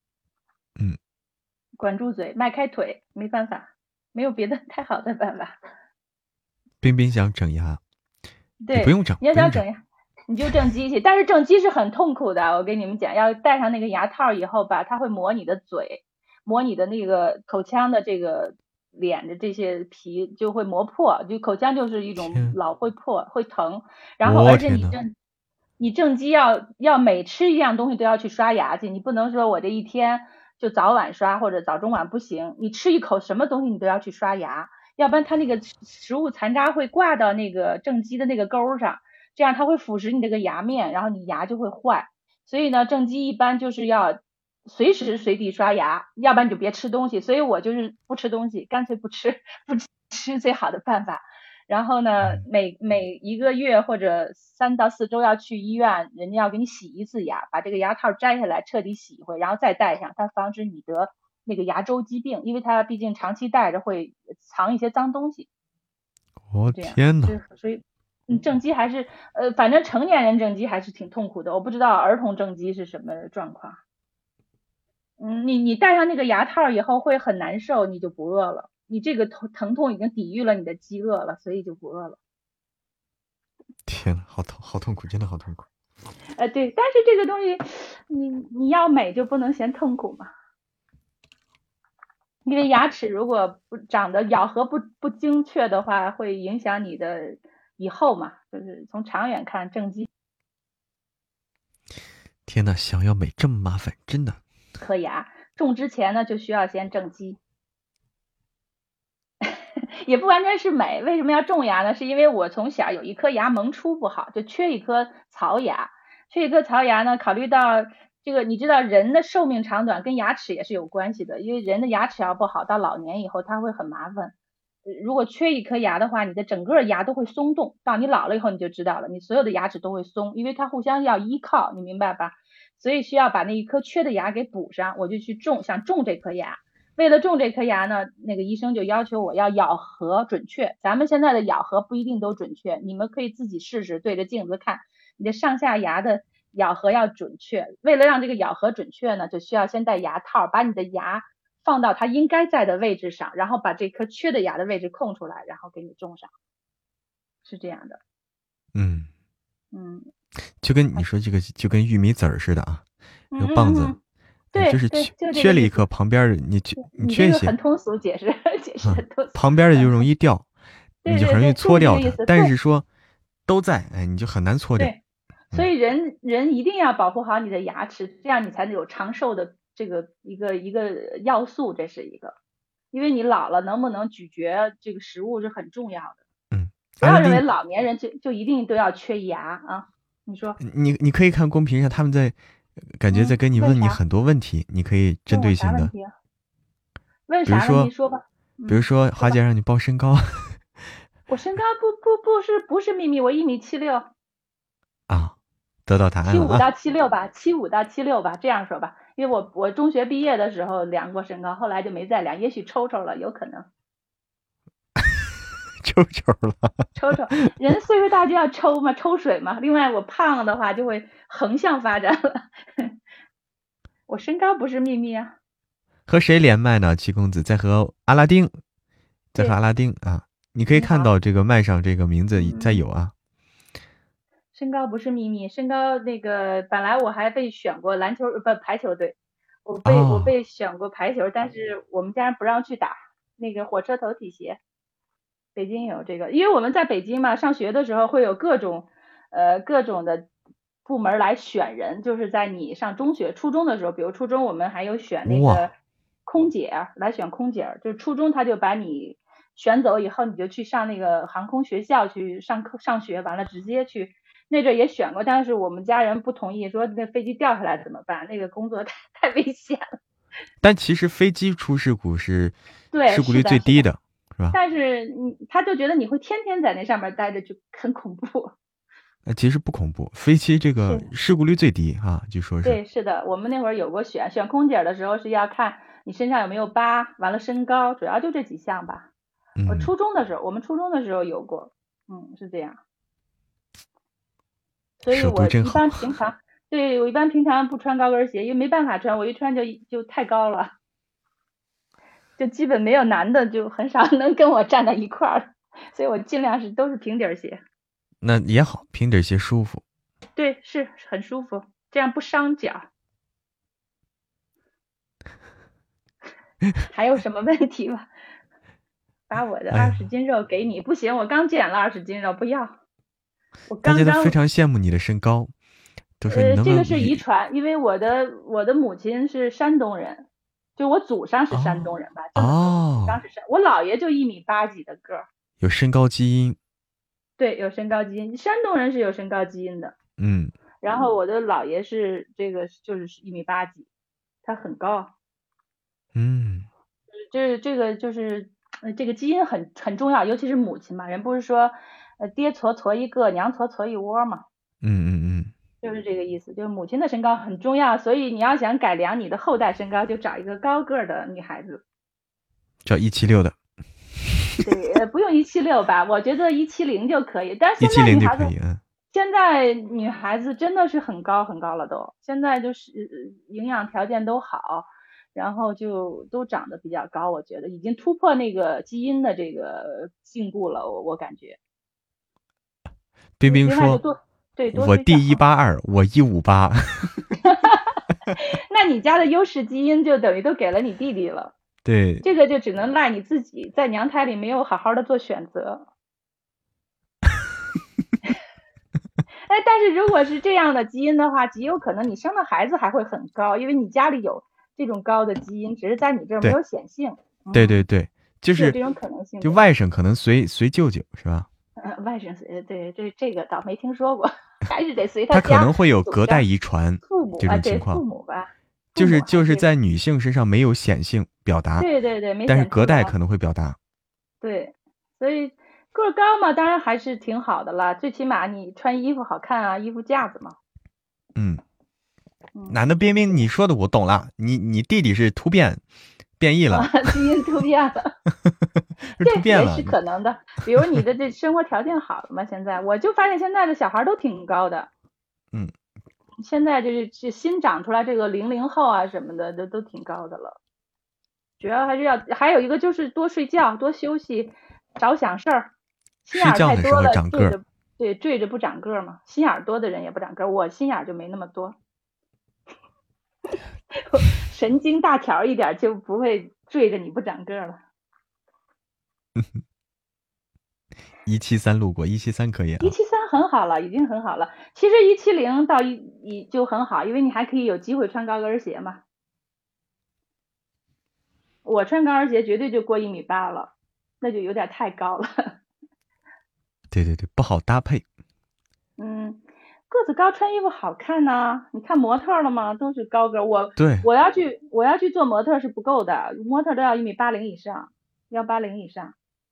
管住嘴，迈开腿，没办法，没有别的太好的办法。 冰冰想整牙， 对， 不用整， 你要想整牙，你就正畸去。但是正畸是很痛苦的，我跟你们讲，要戴上那个牙套以后吧，它会磨你的嘴，磨你的那个口腔的这个脸的这些皮就会磨破，就口腔就是一种老会破会疼。然后而且你正畸要每吃一样东西都要去刷牙去，你不能说我这一天就早晚刷或者早中晚不行，你吃一口什么东西你都要去刷牙。要不然它那个食物残渣会挂到那个正畸的那个钩上，这样它会腐蚀你这个牙面，然后你牙就会坏。所以呢，正畸一般就是要随时随地刷牙，要不然你就别吃东西。所以我就是不吃东西，干脆不吃最好的办法。然后呢，每1个月或者3到4周要去医院，人家要给你洗一次牙，把这个牙套摘下来彻底洗一回，然后再戴上，它防止你得那个牙周疾病，因为它毕竟长期戴着会藏一些脏东西。 天哪！ 所以正畸还是反正成年人正畸还是挺痛苦的，我不知道儿童正畸是什么状况。你戴上那个牙套以后会很难受，你就不饿了，你这个疼痛已经抵御了你的饥饿了，所以就不饿了。 天哪，好痛苦，真的好痛苦。 对，但是这个东西你要美就不能嫌痛苦嘛。因为牙齿如果不长得咬合不精确的话，会影响你的以后嘛，就是从长远看正畸。 天哪，想要美这么麻烦，真的。 颗牙种之前呢，就需要先正畸。也不完全是美，为什么要种牙呢？是因为我从小有一颗牙萌出不好，就缺一颗槽牙。缺一颗槽牙呢，考虑到这个，你知道人的寿命长短跟牙齿也是有关系的，因为人的牙齿要不好，到老年以后它会很麻烦。如果缺一颗牙的话，你的整个牙都会松动，到你老了以后你就知道了，你所有的牙齿都会松，因为它互相要依靠，你明白吧？所以需要把那一颗缺的牙给补上，我就去想种这颗牙。为了种这颗牙呢，那个医生就要求我要咬合准确。咱们现在的咬合不一定都准确，你们可以自己试试，对着镜子看，你的上下牙的咬合要准确。为了让这个咬合准确呢，就需要先戴牙套，把你的牙放到它应该在的位置上，然后把这颗缺的牙的位置空出来，然后给你种上，是这样的。 就跟你说这个就跟玉米籽儿似的啊，有棒子。 对， 就是缺了一颗，旁边的你缺一些， 很通俗解释很通俗。 旁边的就容易掉，你就很容易搓掉它。但是说都在，你就很难搓掉。 对，所以人一定要保护好你的牙齿，这样你才能有长寿的这个一个要素，这是一个。因为你老了能不能咀嚼这个食物是很重要的。不要认为老年人就一定都要缺牙啊。你说？ 你可以看公屏上他们在。感觉在跟你问你很多问题，你可以针对性的。 问啥问题说吧。 比如说华姐让你报身高。 我身高不是秘密，我1.76米。 啊，得到答案了。 75到76吧，75到76吧，这样说吧。因为我中学毕业的时候量过身高，后来就没再量，也许抽了，有可能。 抽了， 人岁数大就要抽嘛，抽水嘛。另外我胖了的话就会横向发展了。我身高不是秘密啊。 和谁连麦呢？七公子在和阿拉丁，啊！你可以看到这个麦上这个名字在有啊。 身高不是秘密，身高那个本来我还被选过排球队，我被选过排球，但是我们家人不让去打那个火车头体协。北京有这个，因为我们在北京嘛，上学的时候会有各种的部门来选人，就是在你上中学、初中的时候，比如初中我们还有选那个空姐来选空姐，就是初中他就把你选走以后，你就去上那个航空学校去上课上学，完了直接去。那阵也选过，但是我们家人不同意，说那飞机掉下来怎么办？那个工作太危险了。 但其实飞机出事故是事故率最低的。 但是他就觉得你会天天在那上面待着，就很恐怖。 其实不恐怖，飞机这个事故率最低啊，据说是。 对，是的，我们那会儿有过选空姐的时候是要看你身上有没有疤，完了身高，主要就这几项吧。 我们初中的时候有过，是这样。所以我一般平常不穿高跟鞋，因为没办法穿，我一穿就太高了，就基本没有男的就很少能跟我站在一块儿，所以我尽量都是平底鞋。 那也好，平底鞋舒服。 对，是很舒服，这样不伤脚。还有什么问题吗？把我的20斤肉给你，不行，我刚减了20斤肉，不要。 大家都非常羡慕你的身高，都说你能不能这个是遗传，因为我的母亲是山东人，就我祖上是山东人吧。祖上是我姥爷就1.8米几的个儿， 有身高基因。 对，有身高基因，山东人是有身高基因的。然后我的姥爷是这个就是1.8米几，他很高。这个就是这个基因很重要，尤其是母亲嘛，人不是说爹矬一个，娘矬一窝嘛。就是这个意思，就是母亲的身高很重要，所以你要想改良你的后代身高，就找一个高个的女孩子， 找176的。 对，不用176吧，我觉得170就可以。但是现在女孩子，现在女孩子真的是很高很高了都，现在就是营养条件都好，然后就都长得比较高，我觉得已经突破那个基因的这个禁锢了，我感觉。 冰冰说。我弟182，我158。 那你家的优势基因就等于都给了你弟弟了。 对， 这个就只能赖你自己，在娘胎里没有好好的做选择。但是如果是这样的基因的话，极有可能你生的孩子还会很高，因为你家里有这种高的基因，只是在你这儿没有显性。 对，就是这种可能性。 就外甥可能随舅舅是吧？ 外甥随对，这个倒没听说过，还是得随他可能会有隔代遗传这种情况。 父母吧， 就是在女性身上没有显性表达， 对， 但是隔代可能会表达。 对，所以个高嘛，当然还是挺好的啦，最起码你穿衣服好看啊，衣服架子嘛。 男的冰冰，你说的我懂了，你弟弟是变异了， 基因突变了。 这也是可能的，比如你的这生活条件好了嘛，现在我就发现现在的小孩都挺高的。现在就是新长出来这个00后啊什么的都挺高的了。主要还有一个就是多睡觉，多休息，少想事儿。心眼太多了，坠着不长个嘛。心眼多的人也不长个，我心眼就没那么多。神经大条一点就不会坠着你不长个了。 173路过，173可以啊。 173很好了，已经很好了。其实170到就很好，因为你还可以有机会穿高跟鞋嘛。我穿高跟鞋绝对就过1.8米了，那就有点太高了。 对，不好搭配。 个子高穿衣服好看呐，你看模特了吗？都是高个。我要去做模特是不够的，模特都要1.80米以上，180以上。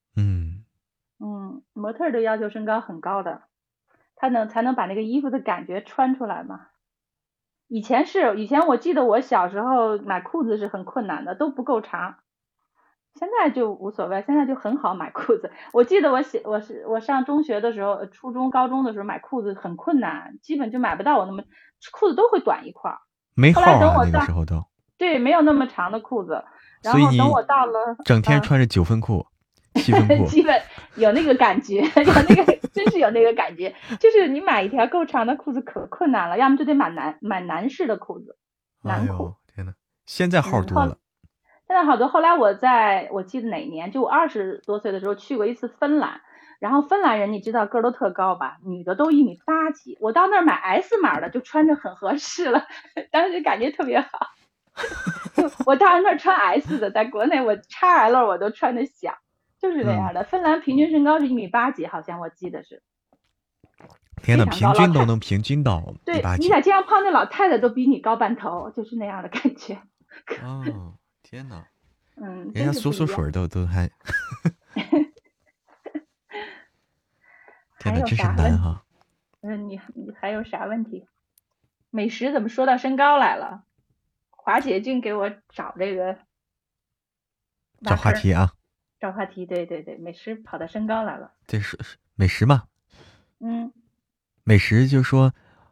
模特都要求身高很高的，才能把那个衣服的感觉穿出来嘛。以前我记得我小时候买裤子是很困难的，都不够长。现在就无所谓，现在就很好买裤子。我记得我上中学的时候，初中高中的时候买裤子很困难，基本就买不到我那么裤子都会短一块。 没号啊，那个时候都。 对，没有那么长的裤子。然后等我到了， 整天穿着9分裤、7分裤， 基本有那个感觉，真是有那个感觉。就是你买一条够长的裤子可困难了，要么就得买男士的裤子，男裤。 天哪，现在号多了。 现在好多。后来我记得哪年，就我20多岁的时候去过一次芬兰，然后芬兰人你知道个儿都特高吧，女的都1.8米几，我到那儿买 S 码的就穿着很合适了，当时感觉特别好。就我到那儿穿 S 的，在国内我 XL 我都穿的小，就是那样的。芬兰平均身高是1.8米几，好像我记得是。 天哪，平均都能平均到1.8米。 对，你在街上碰那老太太都比你高半头，就是那样的感觉。 天哪，人家缩水都还。天哪，真是难哈。 你还有啥问题？美食怎么说到身高来了？华姐净给我找这个。 找话题啊。 找话题，对对对，美食跑到身高来了。 这是美食嘛？美食就说，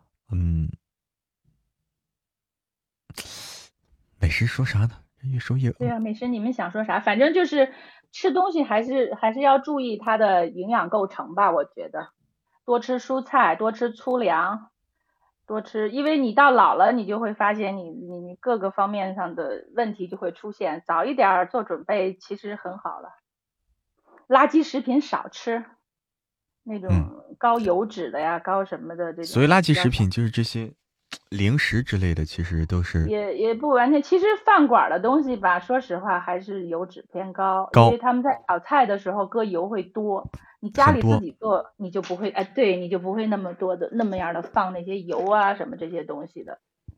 美食说啥呢？越说越对啊，美食你们想说啥？反正就是吃东西还是要注意它的营养构成吧，我觉得多吃蔬菜，多吃粗粮，多吃，因为你到老了，你就会发现你各个方面上的问题就会出现，早一点做准备其实很好了。垃圾食品少吃，那种高油脂的呀，高什么的这种。 所谓垃圾食品就是这些零食之类的，其实都是也不完全。其实饭馆的东西吧，说实话还是油脂偏高，因为他们在炒菜的时候搁油会多。你家里自己做，你就不会对，你就不会那么多的那么样的放那些油啊什么这些东西的。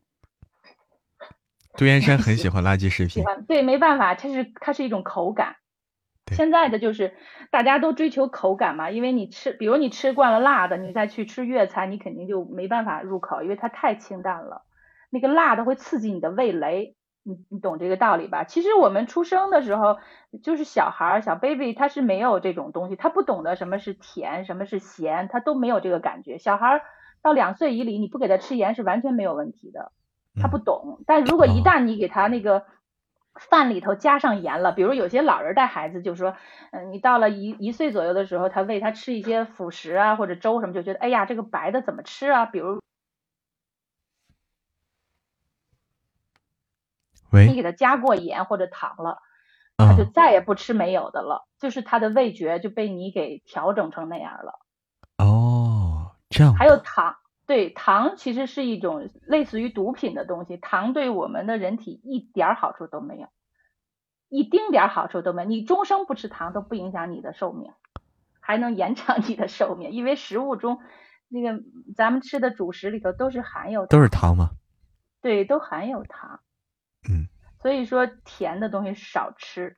杜岩山很喜欢垃圾食品， 喜欢，对，没办法，它是一种口感。现在的就是大家都追求口感嘛，因为比如你吃惯了辣的，你再去吃粤菜，你肯定就没办法入口，因为它太清淡了。那个辣的会刺激你的味蕾，你懂这个道理吧？其实我们出生的时候就是小孩小 baby， 他是没有这种东西，他不懂得什么是甜，什么是咸，他都没有这个感觉。小孩到2岁以里，你不给他吃盐是完全没有问题的，他不懂。但如果一旦你给他那个饭里头加上盐了，比如有些老人带孩子就说，你到了一岁左右的时候，他喂他吃一些辅食啊或者粥什么，就觉得哎呀这个白的怎么吃啊？比如你给他加过盐或者糖了，他就再也不吃没有的了，就是他的味觉就被你给调整成那样了。 这样。 还有糖，对，糖其实是一种类似于毒品的东西，糖对我们的人体一点好处都没有，一丁点好处都没有。你终生不吃糖都不影响你的寿命，还能延长你的寿命，因为食物中那个咱们吃的主食里头都是含有糖， 都是糖吗？ 对，都含有糖。所以说甜的东西少吃。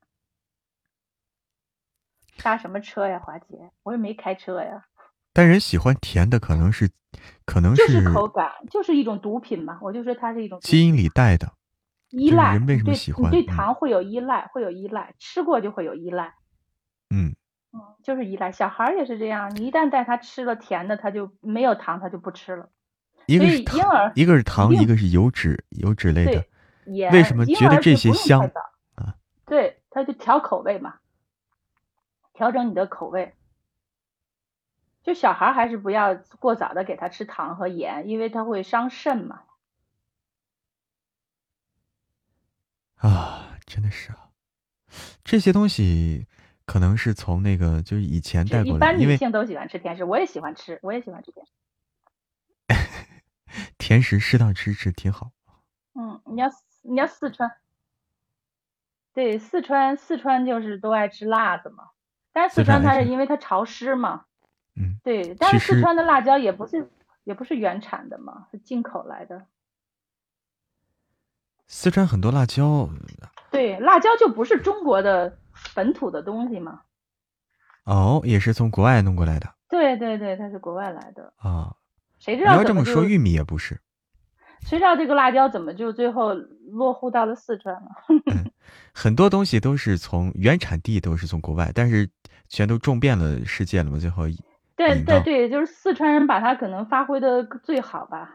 刹什么车呀，华姐？我也没开车呀。 但人喜欢甜的，可能是就是口感，就是一种毒品嘛。我就说它是一种基因里带的依赖。 人为什么喜欢？ 你对糖会有依赖，会有依赖，吃过就会有依赖。就是依赖。小孩也是这样，你一旦带他吃了甜的，他就没有糖，他就不吃了。 一个是婴儿， 一个是糖，一个是油脂类的。 对， 为什么觉得这些香啊？对，他就调口味嘛，调整你的口味。就小孩还是不要过早的给他吃糖和盐，因为他会伤肾嘛。 真的是啊，这些东西可能是从那个就是以前带过来， 一般女性都喜欢吃甜食，我也喜欢吃甜食。 甜食适当吃挺好。 你要四川，对，四川就是都爱吃辣的嘛。但是四川它是因为它潮湿嘛，对。但是四川的辣椒也不是原产的嘛，是进口来的。 四川很多辣椒， 对，辣椒就不是中国的本土的东西嘛。 也是从国外弄过来的。 对对对，它是国外来的啊。 谁知道你要这么说，玉米也不是。 谁知道这个辣椒怎么就最后落户到了四川了？ 很多东西都是从原产地都是从国外，但是全都种遍了世界了嘛，最后。 对对对，就是四川人把它可能发挥的最好吧。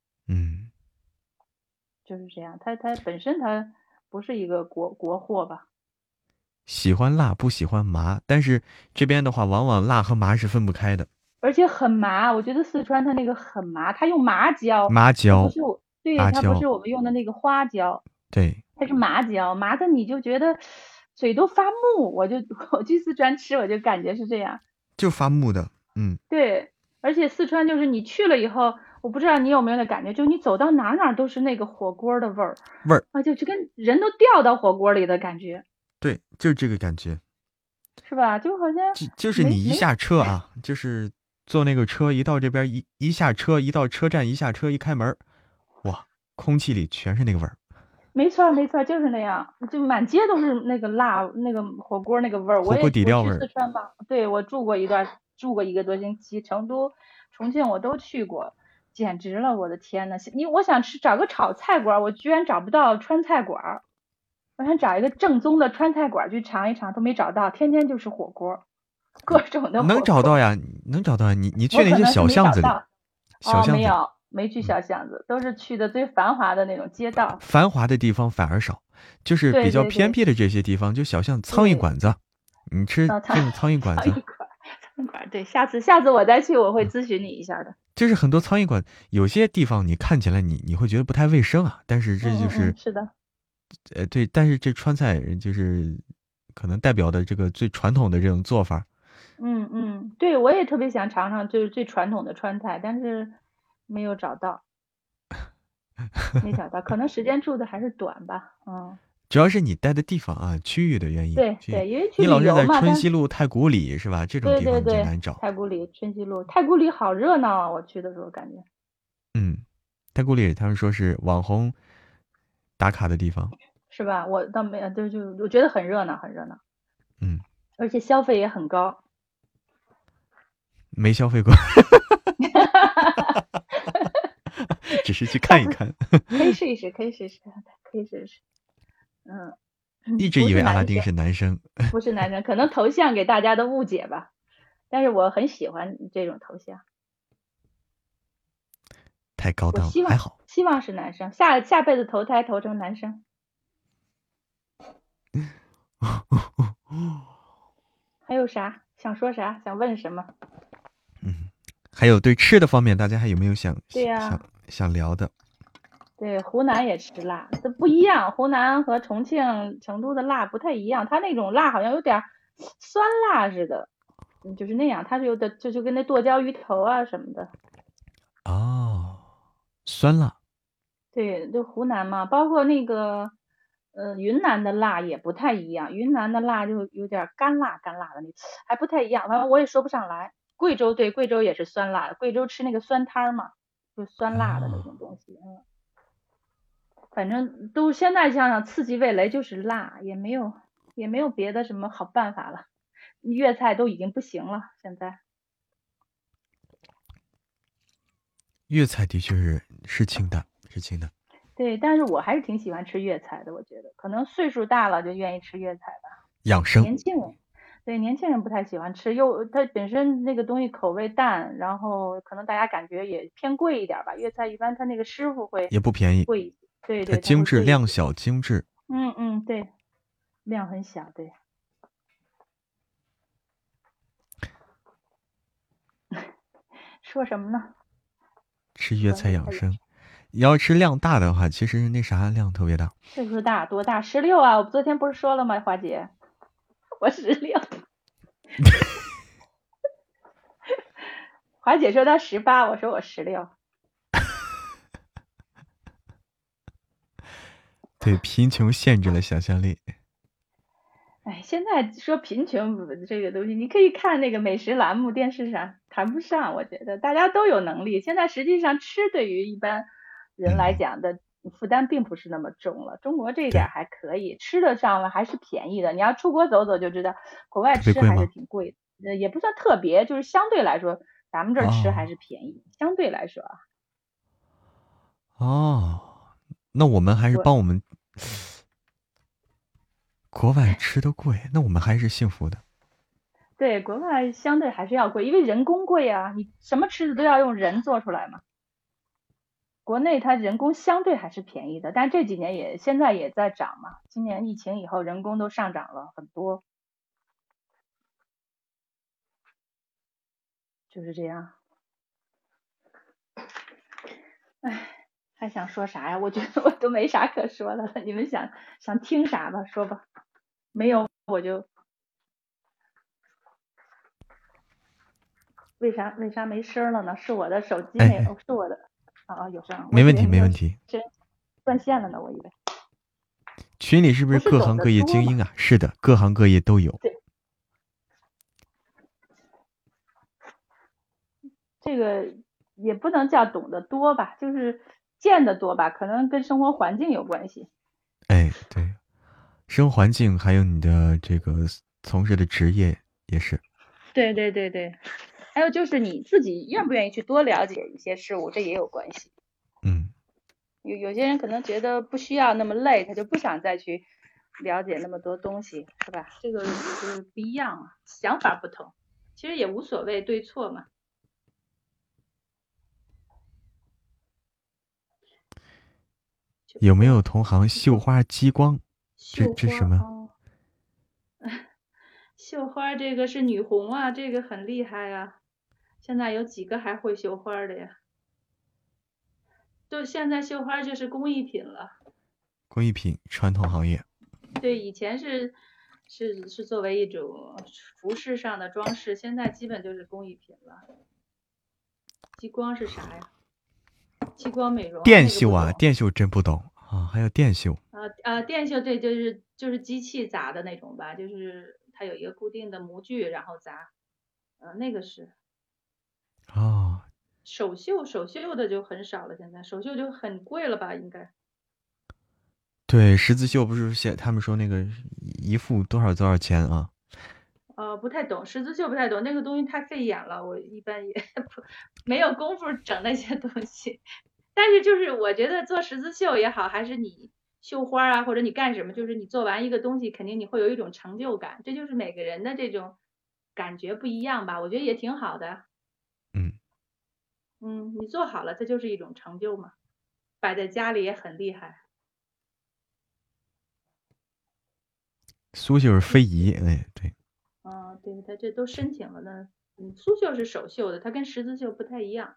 就是这样，它本身它不是一个国货吧。 喜欢辣不喜欢麻，但是这边的话，往往辣和麻是分不开的。 而且很麻，我觉得四川它那个很麻，它用麻椒，对，它不是我们用的那个花椒， 对， 它是麻椒，麻的你就觉得嘴都发木。我去四川吃，我就感觉是这样， 就发木的， 对，而且四川就是你去了以后，我不知道你有没有那感觉，就你走到哪都是那个火锅的味儿啊，就跟人都掉到火锅里的感觉。 对，就是这个感觉， 是吧？就好像就是你一下车啊，就是坐那个车一到这边一下车，一到车站一下车一开门，哇，空气里全是那个味儿。 没错没错，就是那样，就满街都是那个辣那个火锅那个味儿。 火锅底料味儿。 我去四川嘛，对，我住过1个多星期，成都、重庆我都去过，简直了，我的天呐！我想找个炒菜馆，我居然找不到川菜馆。 我想找一个正宗的川菜馆去尝一尝，都没找到，天天就是火锅，各种的火锅。 能找到呀，你去那些小巷子里，小巷子没去小巷子，都是去的最繁华的那种街道。 繁华的地方反而少，就是比较偏僻的这些地方，就小巷苍蝇馆子，你吃这种苍蝇馆子。 苍蝇馆，对，下次我再去，我会咨询你一下的。 就是很多苍蝇馆，有些地方你看起来你会觉得不太卫生啊，但是这就是， 是的， 对，但是这川菜就是可能代表的这个最传统的这种做法。 对，我也特别想尝尝就是最传统的川菜，但是没有找到，可能时间住的还是短吧， 主要是你待的地方啊，区域的原因。 对，因为去你老是在旅游嘛春熙路、太古里是吧？这种地方就难找。 太古里、春熙路、太古里好热闹啊！我去的时候感觉。 太古里他们说是网红打卡的地方， 是吧？我倒没有，就我觉得很热闹，很热闹。而且消费也很高。 没消费过。只是去看一看。 可以试一试。 一直以为阿拉丁是男生。 不是男生，可能头像给大家的误解吧。但是我很喜欢这种头像。 太高档了，还好。 希望是男生，下辈子投胎投成男生。还有啥想说啥？想问什么？ 还有对吃的方面，大家还有没有想聊的？ 对，湖南也吃辣，这不一样。湖南和重庆、成都的辣不太一样，它那种辣好像有点酸辣似的，就是那样。它是有的，就跟那剁椒鱼头啊什么的。 哦，酸辣。对， 就湖南嘛，包括那个云南的辣也不太一样。云南的辣就有点干辣的那种，还不太一样。反正我也说不上来。贵州也是酸辣的，贵州吃那个酸汤嘛，就酸辣的那种东西。反正都现在想想刺激味蕾就是辣，也没有别的什么好办法了。粤菜都已经不行了，现在。 粤菜的确是清淡。 对，但是我还是挺喜欢吃粤菜的，我觉得可能岁数大了就愿意吃粤菜吧。 养生。 年轻人不太喜欢吃，它本身那个东西口味淡，然后可能大家感觉也偏贵一点吧。粤菜一般它那个师傅会也不便宜， 贵，对， 它精致，量小精致。 对，量很小，对。说什么呢？ 吃粤菜养生，要吃量大的话，其实那啥量特别大。 岁数大多大？16啊！我昨天不是说了吗，华姐，我16。华姐说她18，我说我16。 对，贫穷限制了想象力。 现在说贫穷这个东西，你可以看那个美食栏目，电视上谈不上。我觉得大家都有能力。现在实际上吃对于一般人来讲的负担并不是那么重了。中国这一点还可以，吃的上了还是便宜的。你要出国走走就知道，国外吃还是挺贵的，也不算特别，就是相对来说，咱们这儿吃还是便宜，相对来说啊。 那我们还是帮我们。国外吃的贵，那我们还是幸福的。 对，国外相对还是要贵，因为人工贵啊，你什么吃的都要用人做出来嘛。国内它人工相对还是便宜的，但这几年现在也在涨嘛。今年疫情以后，人工都上涨了很多，就是这样。还想说啥呀？我觉得我都没啥可说的了，你们想听啥吧，说吧。没有我就。为啥没声了呢？是我的手机没有，是我的。有声。 没问题。 断线了呢，我以为。 群里是不是各行各业精英啊？是的，各行各业都有。 对。这个也不能叫懂得多吧，就是见得多吧，可能跟生活环境有关系。 对，生活环境还有你的这个从事的职业也是。 对。还有就是你自己愿不愿意去多了解一些事物，这也有关系。有些人可能觉得不需要那么累，他就不想再去了解那么多东西，是吧？这个就是不一样啊，想法不同，其实也无所谓对错嘛。 有没有同行绣花激光？这什么？ 绣花这个是女红啊，这个很厉害啊。现在有几个还会绣花的呀？就现在绣花就是工艺品了。 工艺品传统行业。 对，以前是作为一种服饰上的装饰，现在基本就是工艺品了。激光是啥呀？激光美容。 电绣啊，电绣真不懂啊，还有电绣。 电绣对，就是机器砸的那种吧，就是它有一个固定的模具，然后砸。那个是。 哦。 手绣的就很少了，现在手绣就很贵了吧？应该。 对，十字绣不是他们说那个一副多少钱啊？ 不太懂十字绣，不太懂那个东西太费眼了，我一般也没有功夫整那些东西。但是就是我觉得做十字绣也好，还是你绣花啊，或者你干什么，就是你做完一个东西，肯定你会有一种成就感，这就是每个人的这种感觉不一样吧？我觉得也挺好的。你做好了，这就是一种成就嘛，摆在家里也很厉害。 苏绣是非遗，哎，对。 对，他这都申请了呢。苏绣是手绣的，它跟十字绣不太一样。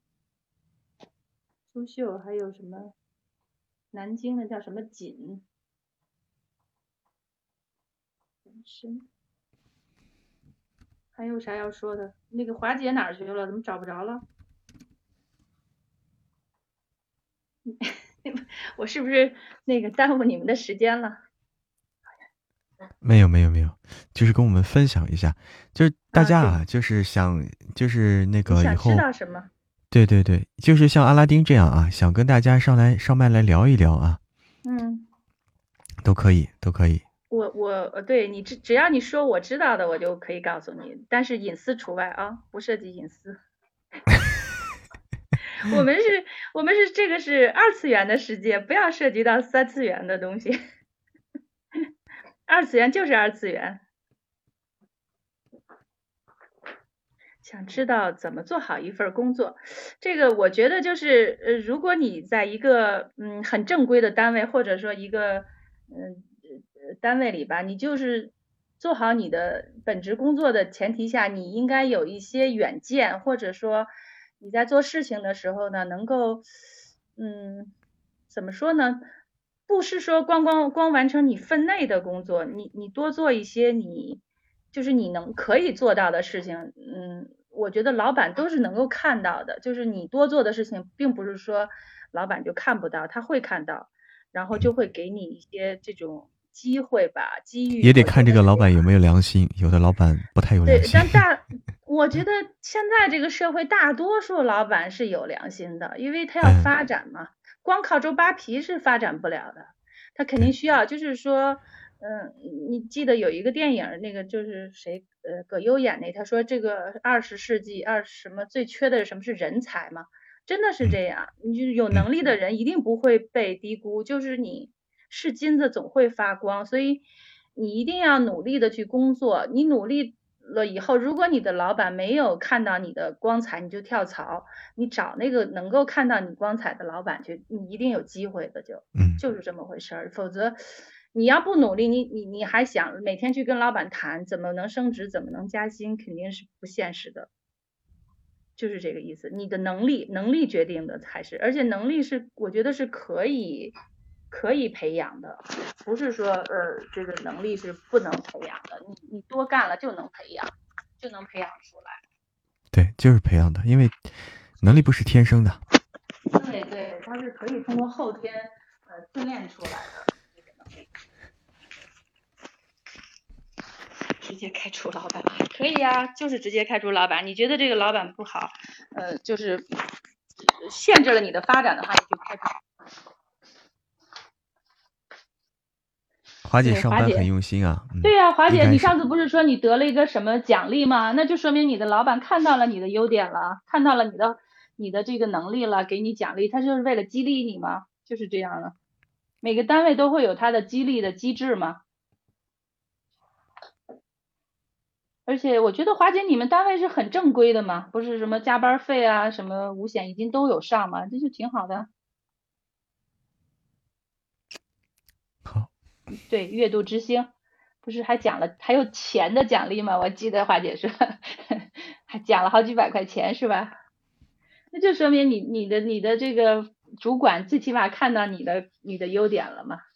苏绣还有什么？南京的叫什么锦？还有啥要说的？那个华姐哪儿去了？怎么找不着了？我是不是那个耽误你们的时间了？ 没有，就是跟我们分享一下，就是大家啊，就是想，就是那个以后想知道什么？ 对，就是像阿拉丁这样啊，想跟大家上麦来聊一聊啊。都可以。 我对你只要你说我知道的，我就可以告诉你，但是隐私除外啊，不涉及隐私。我们是这个是二次元的世界，不要涉及到三次元的东西。二次元就是二次元。想知道怎么做好一份工作，这个我觉得就是如果你在一个很正规的单位，或者说一个单位里吧，你就是做好你的本职工作的前提下，你应该有一些远见，或者说你在做事情的时候呢，能够怎么说呢？不是说光完成你分内的工作，你多做一些你可以做到的事情，我觉得老板都是能够看到的，就是你多做的事情，并不是说老板就看不到，他会看到，然后就会给你一些这种机会吧，机遇。 也得看这个老板有没有良心，有的老板不太有良心。 我觉得现在这个社会大多数老板是有良心的，因为他要发展嘛，光靠周扒皮是发展不了的，他肯定需要，就是说。你记得有一个电影，那个就是谁，葛优演那，他说这个20世纪什么最缺的什么是人才嘛，真的是这样，你就是有能力的人一定不会被低估，就是你是金子总会发光，所以你一定要努力的去工作，你努力了以后，如果你的老板没有看到你的光彩，你就跳槽，你找那个能够看到你光彩的老板去，你一定有机会的，就是这么回事儿，否则。你要不努力，你还想每天去跟老板谈怎么能升职，怎么能加薪，肯定是不现实的，就是这个意思。你的能力决定的才是，而且能力是我觉得是可以培养的，不是说这个能力是不能培养的，你多干了就能培养出来。 对，就是培养的，因为能力不是天生的。 对，它是可以通过后天训练出来的。直接开除老板可以呀，就是直接开除老板。你觉得这个老板不好，就是限制了你的发展的话，你就开除。 华姐上班很用心啊。 对呀，华姐，你上次不是说你得了一个什么奖励吗？那就说明你的老板看到了你的优点了，看到了你的这个能力了，给你奖励，他就是为了激励你吗？就是这样的。 每个单位都会有它的激励的机制嘛。而且我觉得华姐你们单位是很正规的嘛，不是什么加班费啊，什么五险一金都有上嘛，这就挺好的。 好， 对，月度之星，不是还奖了，还有钱的奖励吗？我记得华姐说还奖了好几百块钱是吧？那就说明你的这个主管最起码看到你的优点了嘛。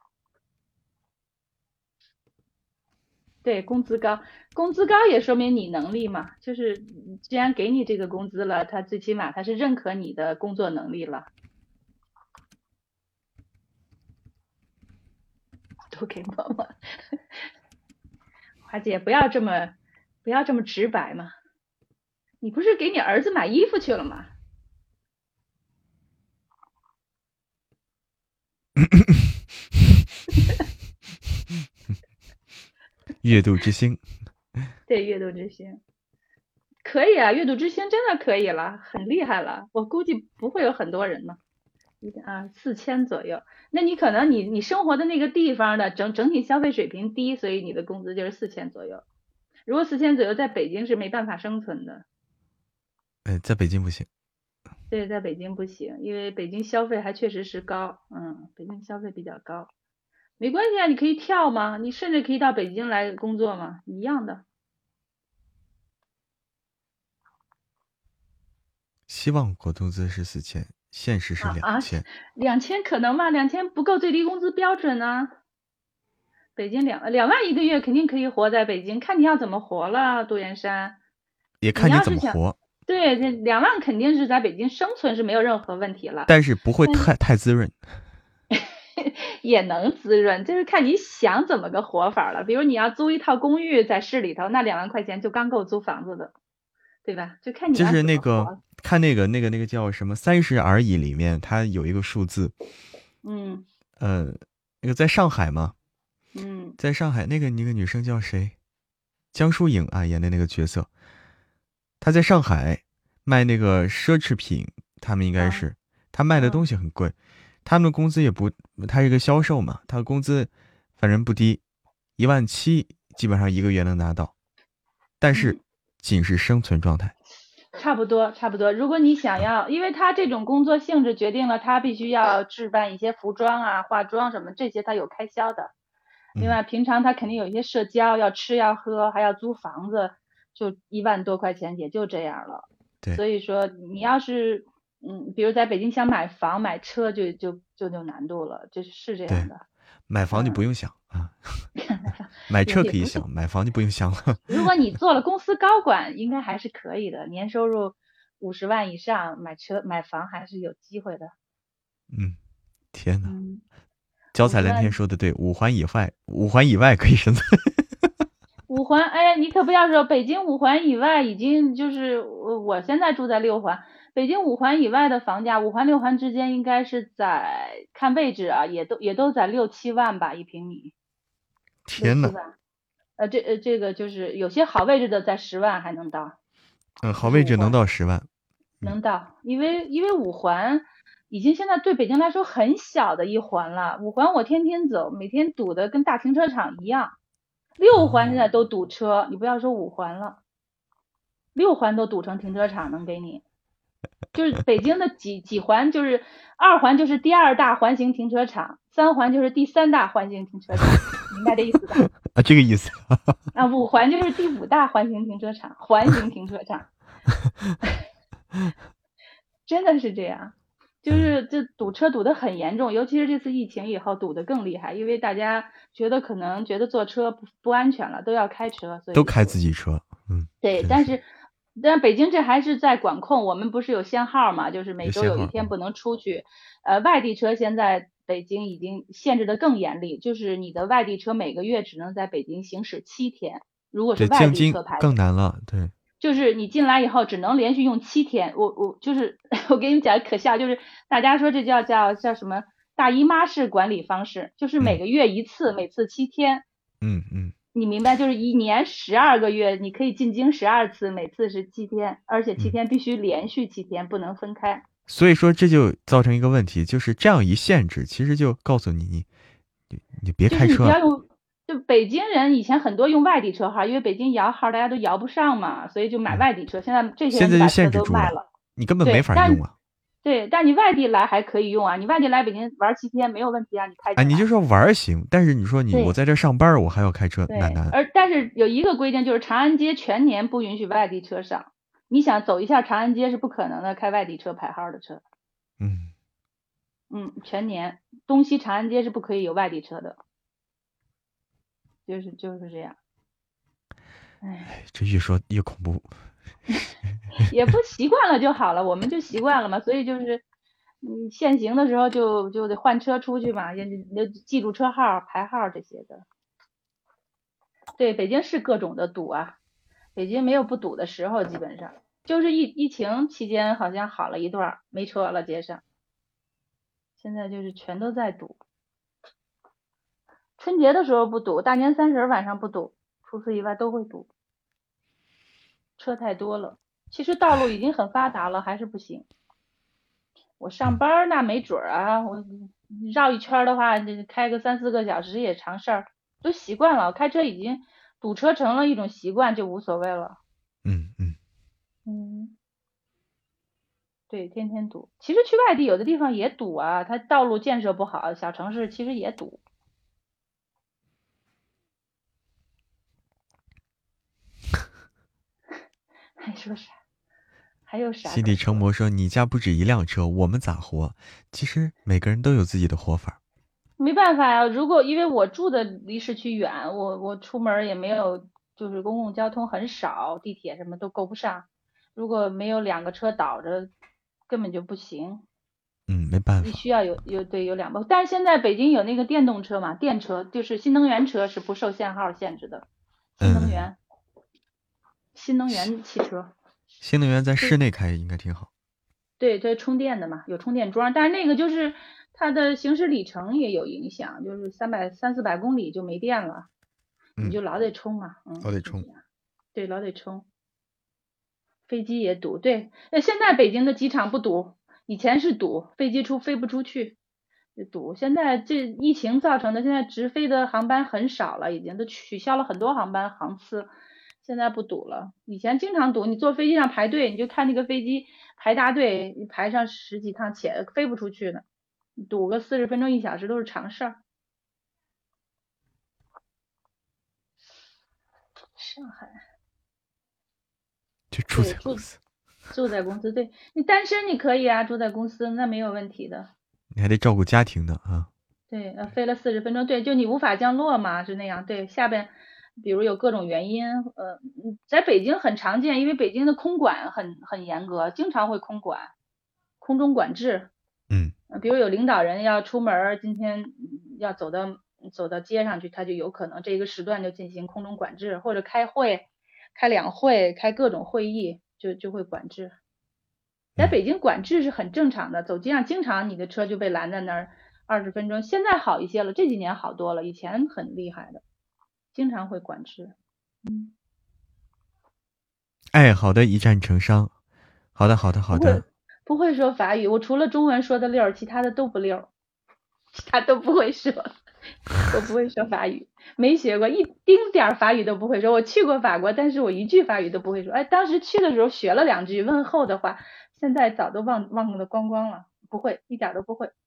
对，工资高，工资高也说明你能力嘛，就是既然给你这个工资了，他最起码他是认可你的工作能力了。都给默默，华姐不要这么直白嘛，你不是给你儿子买衣服去了吗？ 月度之星。 对，月度之星可以啊，月度之星真的可以了，很厉害了。我估计不会有很多人呢，4000左右。那你可能你生活的那个地方的整体消费水平低，所以你的工资就是4000左右。如果4000左右，在北京是没办法生存的。 在北京不行。 对，在北京不行，因为北京消费还确实是高，北京消费比较高。没关系啊，你可以跳嘛，你甚至可以到北京来工作嘛，一样的。 希望工资是4000，现实是2000。 2000可能吗？2000不够最低工资标准啊。北京2万一个月肯定可以活在北京，看你要怎么活了，杜岩山。 也看你怎么活。 对，这2万肯定是在北京生存是没有任何问题了， 但是不会太滋润。 也能滋润，就是看你想怎么个活法了。比如你要租一套公寓在市里头，那2万块钱就刚够租房子的，对吧？就看你要就是那个看那个叫什么30而已里面，它有一个数字。那个在上海嘛。在上海那个女生叫谁？江疏影啊演的那个角色。她在上海卖那个奢侈品，他们应该是她卖的东西很贵，他们的工资也不，她是一个销售嘛，她的工资反正不低，17000基本上一个月能拿到，但是仅是生存状态。 差不多。如果你想要，因为他这种工作性质决定了他必须要置办一些服装啊、化妆什么这些，他有开销的。另外，平常他肯定有一些社交，要吃要喝，还要租房子，就1万多块钱也就这样了。 对， 所以说你要是比如在北京想买房买车就难度了，是这样的。 买房就不用想啊，买车可以想，买房就不用想了。 如果你做了公司高管，应该还是可以的，年收入50万以上，买车买房还是有机会的。 天哪！脚踩蓝天说的对，5环以外可以生存。 5环，哎，你可不要说，北京5环以外已经就是我现在住在6环，北京5环以外的房价，5环6环之间应该是在看位置啊，也都在6、7万吧1平米。 天哪！ 这个就是有些好位置的在10万还能到。 好位置能到10万。 能到，因为5环已经现在对北京来说很小的一环了，5环我天天走，每天堵得跟大停车场一样。6环现在都堵车，你不要说5环了，6环都堵成停车场能给你。就是北京的几环，就是2环就是第2大环形停车场，3环就是第3大环形停车场，明白这意思吧？ 这个意思。 5环就是第5大环形停车场，环形停车场。真的是这样，就是这堵车堵得很严重，尤其是这次疫情以后堵得更厉害，因为大家可能觉得坐车不安全了，都要开车，所以都开自己车。 对，但北京这还是在管控，我们不是有限号嘛，就是每周有1天不能出去。外地车现在北京已经限制得更严厉，就是你的外地车每个月只能在北京行驶7天，如果是外地车牌更难了，对。 就是你进来以后只能连续用7天，我给你们讲可笑，就是大家说这叫什么大姨妈式管理方式，就是每个月1次，每次7天。你明白，就是1年12个月，你可以进京12次，每次是7天，而且7天必须连续7天，不能分开。 所以说这就造成一个问题，就是这样一限制，其实就告诉你别开车。 就是你不要用，就北京人以前很多用外地车号，因为北京摇号大家都摇不上嘛，所以就买外地车。现在这些人就把车都卖了， 你根本没法用啊。 对，但你外地来还可以用啊，你外地来北京玩7天没有问题啊，你开。 你就说玩行，但是你说我在这上班，我还要开车，难。 但是有一个规定，就是长安街全年不允许外地车上。你想走一下长安街是不可能的，开外地车牌号的车。全年东西长安街是不可以有外地车的，就是这样。 这越说越恐怖。 也不习惯了就好了，我们就习惯了嘛，所以就是限行的时候就得换车出去嘛，也记住车号牌号这些的。对，北京是各种的堵啊，北京没有不堵的时候，基本上就是疫情期间好像好了一段没车了街上，现在就是全都在堵。春节的时候不堵，大年30晚上不堵，除此以外都会堵，车太多了。其实道路已经很发达了，还是不行。我上班那没准啊，我绕一圈的话，开个3-4个小时也常事儿，都习惯了。开车已经堵车成了一种习惯，就无所谓了。对，天天堵。其实去外地有的地方也堵啊，它道路建设不好，小城市其实也堵。还说啥？还有啥？ 心底成魔说：“你家不止一辆车，我们咋活？”其实每个人都有自己的活法。 没办法呀，因为我住的离市区远，我出门也没有，就是公共交通很少，地铁什么都够不上。如果没有2个车倒着，根本就不行。 没办法。 必须要有2部，但是现在北京有那个电动车嘛，电车就是新能源车是不受限号限制的。新能源汽车。 新能源在室内开应该挺好。 对，这充电的嘛，有充电桩，但是那个就是它的行驶里程也有影响，就是300-400公里就没电了，你就老得充嘛。 老得充。 对，老得充。飞机也堵，对，现在北京的机场不堵，以前是堵，飞机飞不出去就堵。现在这疫情造成的，现在直飞的航班很少了，已经都取消了很多航次。现在不堵了，以前经常堵，你坐飞机上排队，你就看那个飞机排大队，你排上10几趟且飞不出去呢，堵个40分钟1小时都是常事儿。上海就住在公司， 住在公司，对，你单身你可以啊，住在公司那没有问题的。 你还得照顾家庭的啊。 对，飞了40分钟，对，就你无法降落嘛，是那样。对，下边比如有各种原因，在北京很常见，因为北京的空管很严格，经常会空中管制。比如有领导人要出门，今天要走到街上去，他就有可能这个时段就进行空中管制，或者开会、开两会、开各种会议就会管制。在北京管制是很正常的，走街上经常你的车就被拦在那儿20分钟，现在好一些了，这几年好多了，以前很厉害的，经常会管制。 好的，一战成伤。好的。 不会说法语，我除了中文说的溜，其他的都不溜，其他都不会说。我不会说法语，没学过，一丁点法语都不会说。我去过法国，但是我一句法语都不会说。当时去的时候学了2句问候的话，现在早都忘得光光了，不会，一点都不会。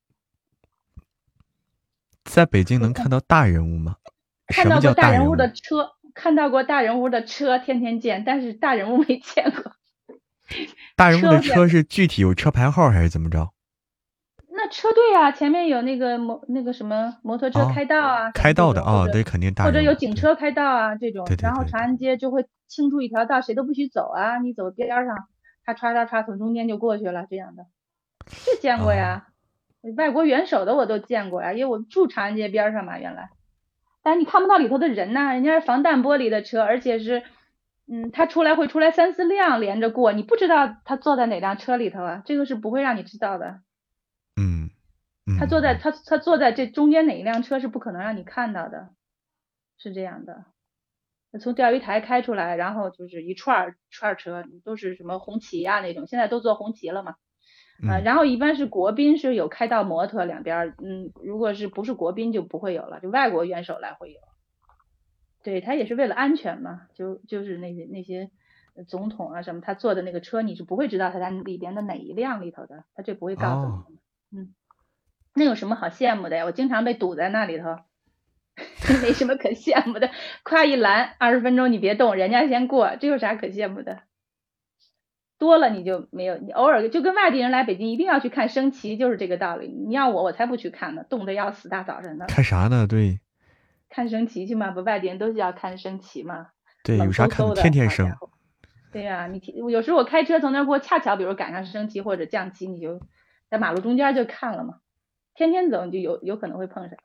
在北京能看到大人物吗？ 看到过大人物的车，看到过大人物的车，天天见，但是大人物没见过。 大人物的车是具体有车牌号还是怎么着？ 那车队啊，前面有那个什么摩托车开道啊， 开道的啊，对，肯定大人物。 或者有警车开道啊这种。 对。 然后长安街就会清出一条道，谁都不许走啊，你走边上，他唰从中间就过去了，这样的，这见过呀。外国元首的我都见过呀，因为我住长安街边上嘛，原来。但是你看不到里头的人呐，人家是防弹玻璃的车，而且是，他会出来3-4辆连着过，你不知道他坐在哪辆车里头啊，这个是不会让你知道的。他坐在这中间哪一辆车是不可能让你看到的，是这样的。从钓鱼台开出来，然后就是一串车，都是什么红旗啊那种，现在都做红旗了嘛。 然后一般是国宾是有开道模特两边，如果是不是国宾就不会有了，就外国元首来会有。对，他也是为了安全嘛，就是那些总统啊什么，他坐的那个车你是不会知道他在里边的哪一辆里头的，他这不会告诉你。那有什么好羡慕的呀？我经常被堵在那里头。没什么可羡慕的，夸一拦20分钟你别动，人家先过，这有啥可羡慕的？多了你就没有，你偶尔就跟外地人来北京一定要去看升旗，就是这个道理。你要我才不去看呢，冻得要死，大早上的。 看啥呢？对， 看升旗去嘛，不外地人都是要看升旗嘛。 对，有啥看的？天天升。 对呀，有时候我开车从那过，恰巧比如赶上升旗或者降旗，你就在马路中间就看了嘛。天天走你就有可能会碰上。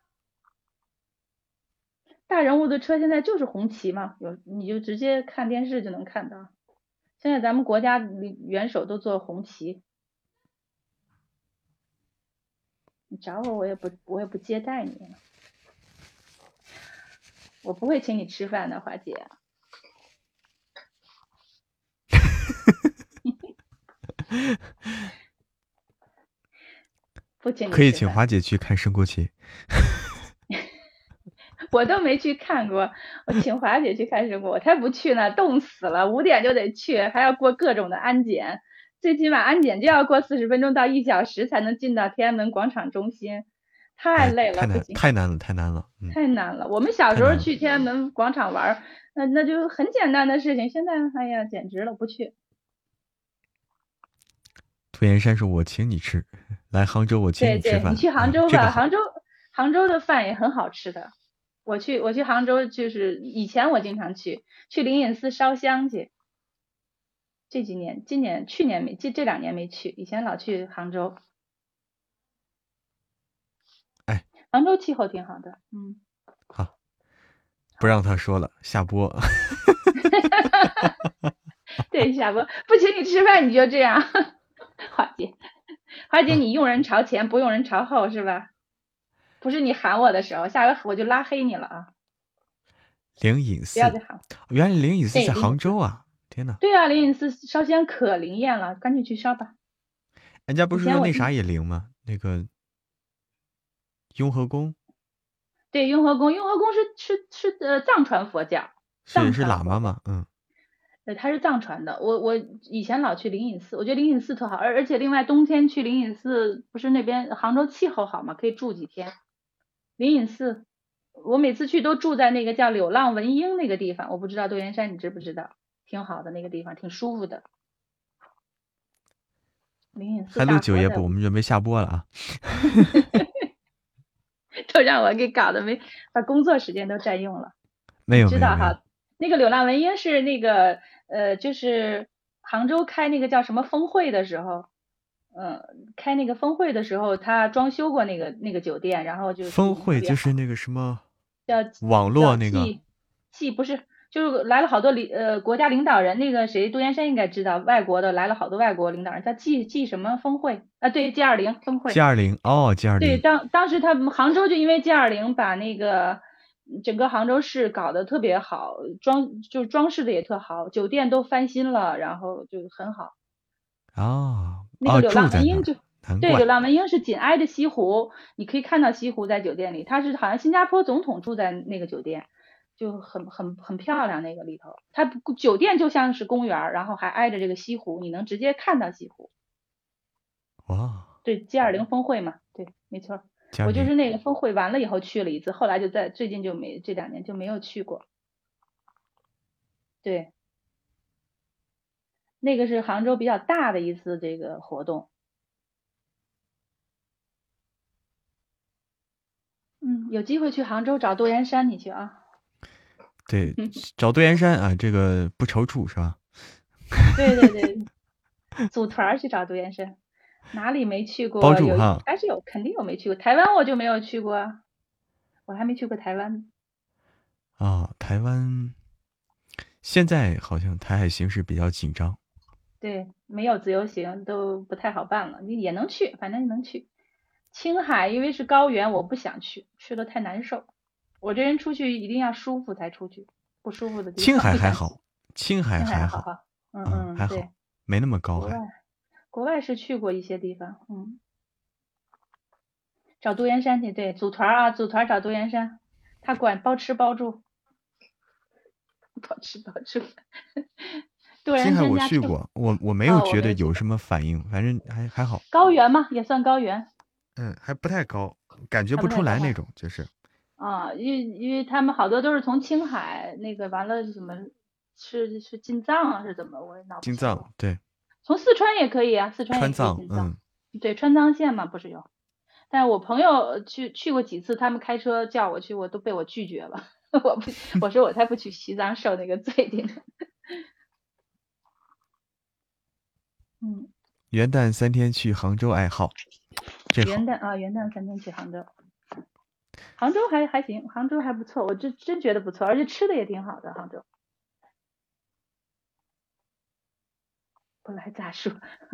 大人物的车现在就是红旗嘛，你就直接看电视就能看到。现在咱们国家元首都做红旗，你找我我也不接待你，我不会请你吃饭的，华姐。不请你吃饭。 可以请华姐去看升国旗。 我都没去看过，我请华姐去看升国，我才不去呢，冻死了，5点就得去，还要过各种的安检，最起码安检就要过40分钟到1小时才能进到天安门广场中心，太累了， 太难了。 太难了。我们小时候去天安门广场玩，那就很简单的事情，现在哎呀简直了，不去。 涂岩山说：“我请你吃，来杭州我请你吃饭。” 对，你去杭州吧，杭州的饭也很好吃的。我去杭州，就是以前我经常去灵隐寺烧香去。这几年，去年没，这2年没去，以前老去杭州。 哎， 杭州气候挺好的， 好，不让他说了，下播。 对，下播，不请你吃饭你就这样，华姐，你用人朝前，不用人朝后是吧？不是你喊我的时候，下回我就拉黑你了啊！ 灵隐寺， 不要再喊。 原来灵隐寺在杭州啊！天哪！ 对啊，灵隐寺烧香可灵验了，赶紧去烧吧。 人家不是说那啥也灵吗？那个雍和宫。 对，雍和宫是藏传佛教， 是喇嘛吗？ 它是藏传的。我以前老去灵隐寺，我觉得灵隐寺特好，而且另外冬天去灵隐寺，不是那边杭州气候好嘛，可以住几天。灵隐寺，我每次去都住在那个叫柳浪闻莺那个地方，我不知道窦岩山你知不知道？挺好的那个地方，挺舒服的。灵隐寺还录9页不？我们准备下播了啊！ 都让我给搞得把工作时间都占用了。 没有， 知道哈？那个柳浪闻莺是那个就是杭州开那个叫什么峰会的时候，开那个峰会的时候，他装修过那个酒店，然后就峰会就是那个什么叫网络那个不是，就是来了好多国家领导人，那个谁窦岩山应该知道，外国的来了好多外国领导人，叫 G 什么峰会啊？对 G20 峰会。 G20哦 G20。 对，当时他们杭州就因为 G20把那个整个杭州市搞得特别好，装饰的也特好，酒店都翻新了，然后就很好。那个柳浪闻莺对，柳浪闻莺是紧挨着西湖，你可以看到西湖在酒店里，他是好像新加坡总统住在那个酒店，就很漂亮那个里头，它酒店就像是公园，然后还挨着这个西湖，你能直接看到西湖。 哇！ 对 G20峰会嘛，对，没错。我就是那个峰会完了以后去了一次，后来就最近这2年就没有去过。对，那个是杭州比较大的一次这个活动。有机会去杭州找窦岩山，你去啊。 对，找窦岩山啊，这个不踌躇是吧？ 对，组团去找窦岩山。哪里没去过？ 包住哈， 还是有，肯定有没去过。台湾我就没有去过，我还没去过台湾。 台湾现在好像台海形势比较紧张。 对，没有自由行都不太好办了，你也能去，反正能去。青海因为是高原，我不想去，去了太难受。我这人出去一定要舒服才出去，不舒服的地方。 青海还好，青海还好， 还好， 还好，没那么高海。 国外是去过一些地方，找杜岩山去，对，组团找杜岩山，他管包吃包住，包吃包住。 青海我去过，我没有觉得有什么反应，反正还好。 高原嘛，也算高原。 还不太高，感觉不出来那种，就是。 因为他们好多都是从青海那个完了什么，是进藏啊，是怎么？我也闹不清楚。 进藏对。 从四川也可以啊，四川也可以进藏。对，川藏线嘛，不是有？但是我朋友去过几次，他们开车叫我去，我都被我拒绝了。我说我才不去西藏受那个罪的。 元旦3天去杭州爱好， 元旦3天去杭州，杭州还行，杭州还不错，我真觉得不错，而且吃的也挺好的，杭州。不来咋说？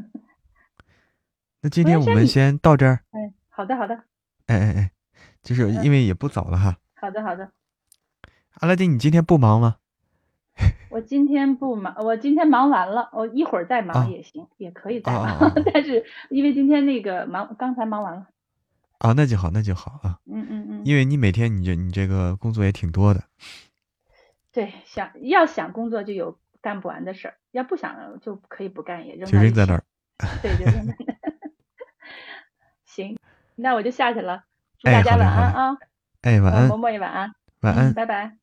那今天我们先到这儿。 好的。 就是因为也不早了哈。 好的。 阿拉丁，你今天不忙吗？ 我今天不忙，我今天忙完了，我一会儿再忙也行，也可以再忙，但是因为今天那个刚才忙完了。 那就好啊。因为你每天你这个工作也挺多的。 对，要想工作就有干不完的事儿，要不想就可以不干，也就扔在那儿。 对，就扔在那儿。行，那我就下去了，祝大家晚安啊！ 晚安， 嬷嬷也晚安， 晚安， 拜拜。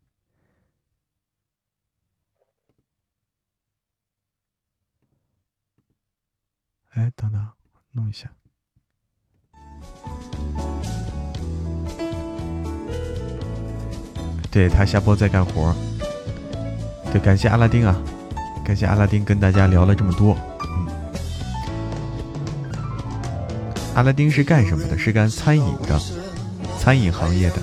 等等，弄一下。对，他下播在干活。对，感谢阿拉丁啊，感谢阿拉丁跟大家聊了这么多。阿拉丁是干什么的？是干餐饮的，餐饮行业的。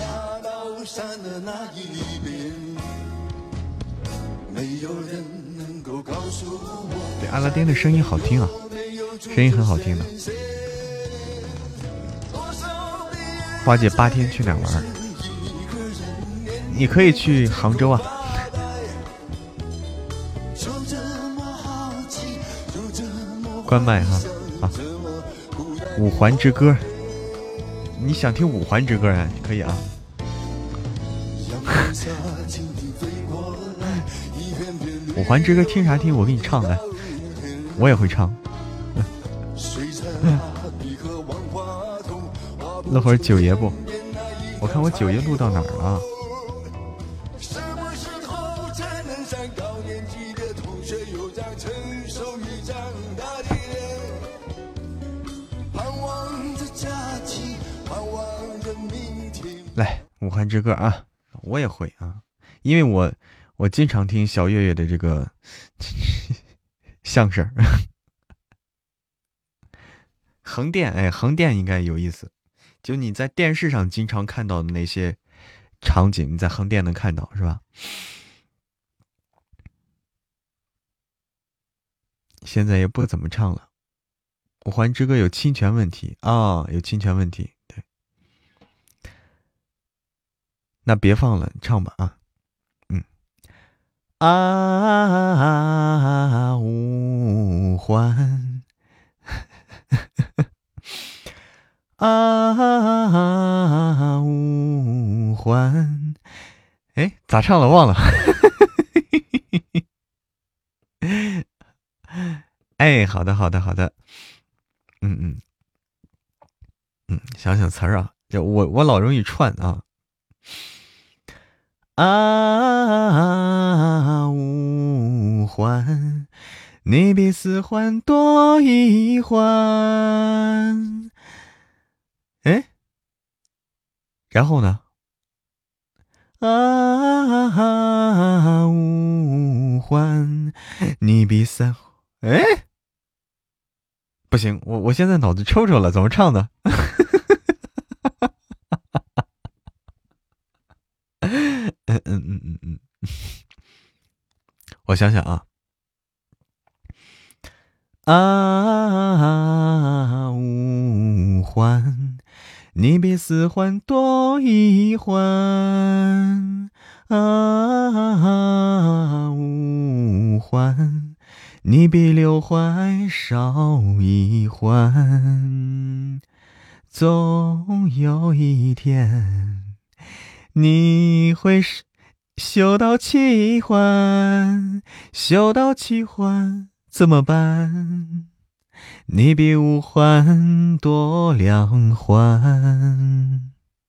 对，阿拉丁的声音好听啊，声音很好听的。花姐8天去哪玩？你可以去杭州啊。关麦哈啊！五环之歌，你想听五环之歌啊？可以啊。五环之歌听啥听？我给你唱来，我也会唱。那会儿九爷不？我看我九爷录到哪儿了？来，五环之歌啊，我也会啊，因为我经常听小岳岳的这个相声。横店，横店应该有意思，就你在电视上经常看到的那些场景，你在横店能看到是吧？现在也不怎么唱了。五环之歌有侵权问题啊，有侵权问题。对，那别放了，唱吧啊。五环五环，咋唱了忘了。好的。想想词儿啊，就我老容易串啊。五环，你比四环多一环。然后呢？五环，你比三环。不行，我现在脑子抽抽了，怎么唱的？我想想啊，五环，你比四环多一环。五环， 你比刘欢少一环，总有一天你会修到七环，修到七环怎么办？你比五环多2环。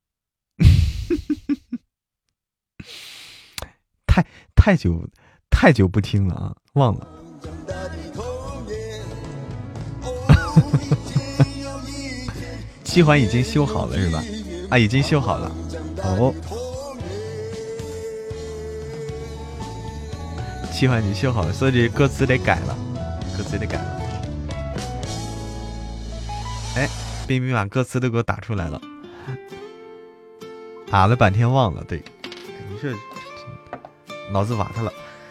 太久不听了啊，忘了。7环已经修好了是吧？啊，已经修好了。哦，7环已经修好了，所以这歌词得改了，哎，冰冰把歌词都给我打出来了，打了半天忘了。对，你这脑子瓦特了。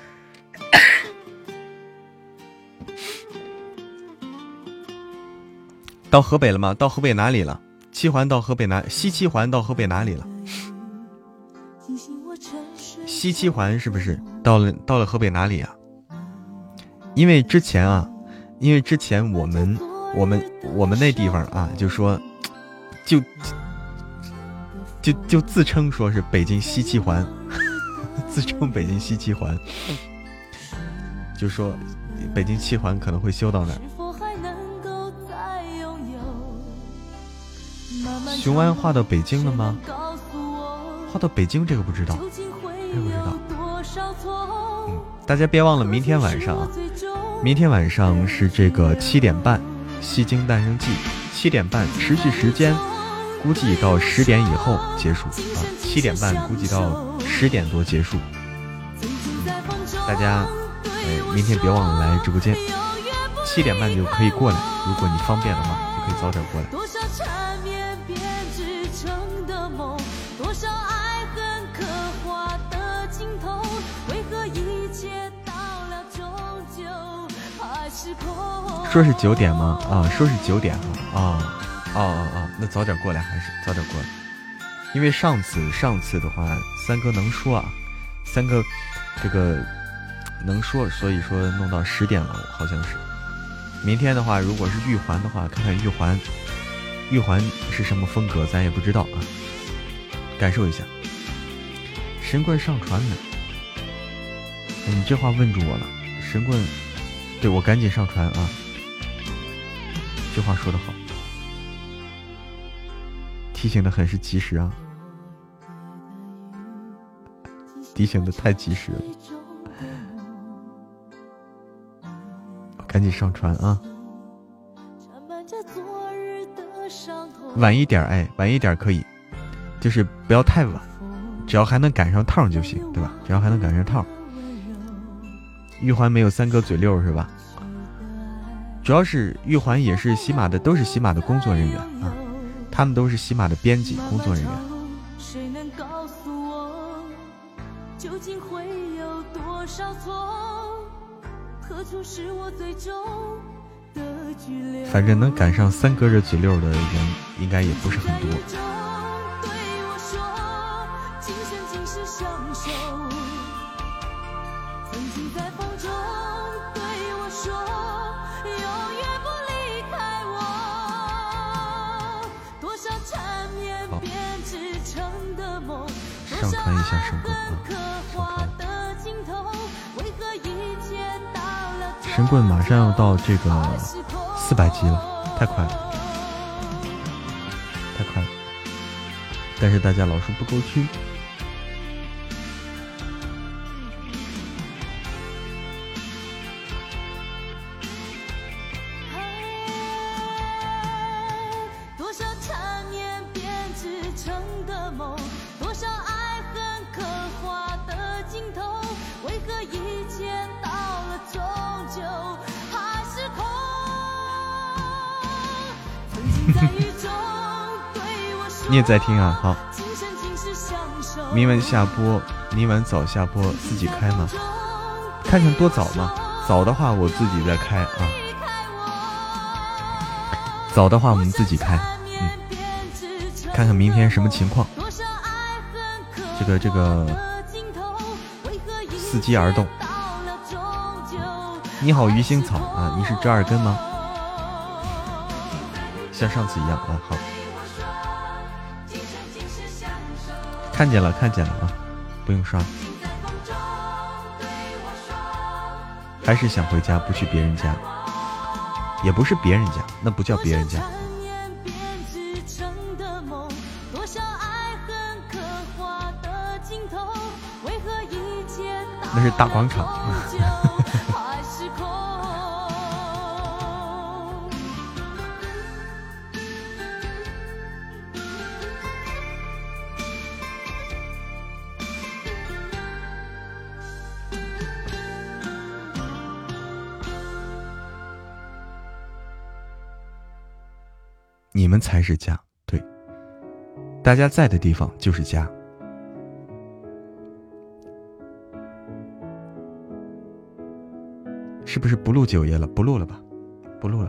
到河北了吗？到河北哪里了？7环到河北哪？西7环到河北哪里了？西7环是不是到了河北哪里啊？因为之前我们那地方啊，就说就自称说是北京西7环，自称北京西7环，就说北京7环可能会修到那儿。雄安划到北京了吗？划到北京这个不知道，大家别忘了明天晚上啊，明天晚上是这个7点半西京诞生季，7点半持续时间估计到10点以后结束啊，7点半估计到10点多结束。大家明天别忘了来直播间，7点半就可以过来，如果你方便的话就可以早点过来。说是9点吗？啊，说是9点啊。那早点过来，还是早点过来。因为上次的话，3哥能说啊，3哥这个能说，所以说弄到10点了，好像是。明天的话，如果是玉环的话，看看玉环是什么风格，咱也不知道啊，感受一下。神棍上传了，你这话问住我了，神棍，对，我赶紧上传啊。这话说得好，提醒的很是及时啊，提醒的太及时了，赶紧上传啊！晚一点，哎，晚一点可以，就是不要太晚，只要还能赶上套就行，对吧？只要还能赶上套。玉环没有3哥嘴溜是吧？主要是玉环也是喜马的，都是喜马的工作人员啊，他们都是喜马的编辑工作人员。反正能赶上3哥这嘴溜的人应该也不是很多。上传一下神棍啊，上传。神棍马上要到这个400级了，太快了，太快了。但是大家老说不够区。你也在听啊？好，明晚下播，明晚早下播，自己开吗？看看多早嘛，早的话我自己在开啊，早的话我们自己开，看看明天什么情况。这个伺机而动， 你好鱼腥草啊，你是折耳根吗？像上次一样啊，好，看见了啊，不用刷。还是想回家，不去别人家，也不是别人家，那不叫别人家，那是大广场。你们才是家，对，大家在的地方就是家。是不是不录9夜了？不录了吧，不录了。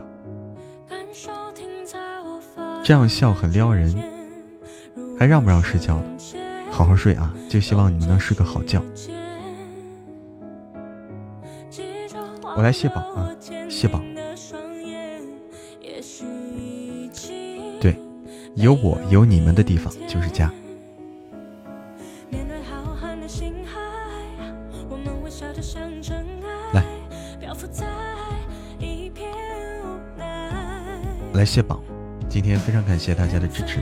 这样笑很撩人，还让不让睡觉的？好好睡啊，就希望你们能睡个好觉。我来卸榜啊，卸榜。对，有我有你们的地方就是家。来卸榜，今天非常感谢大家的支持。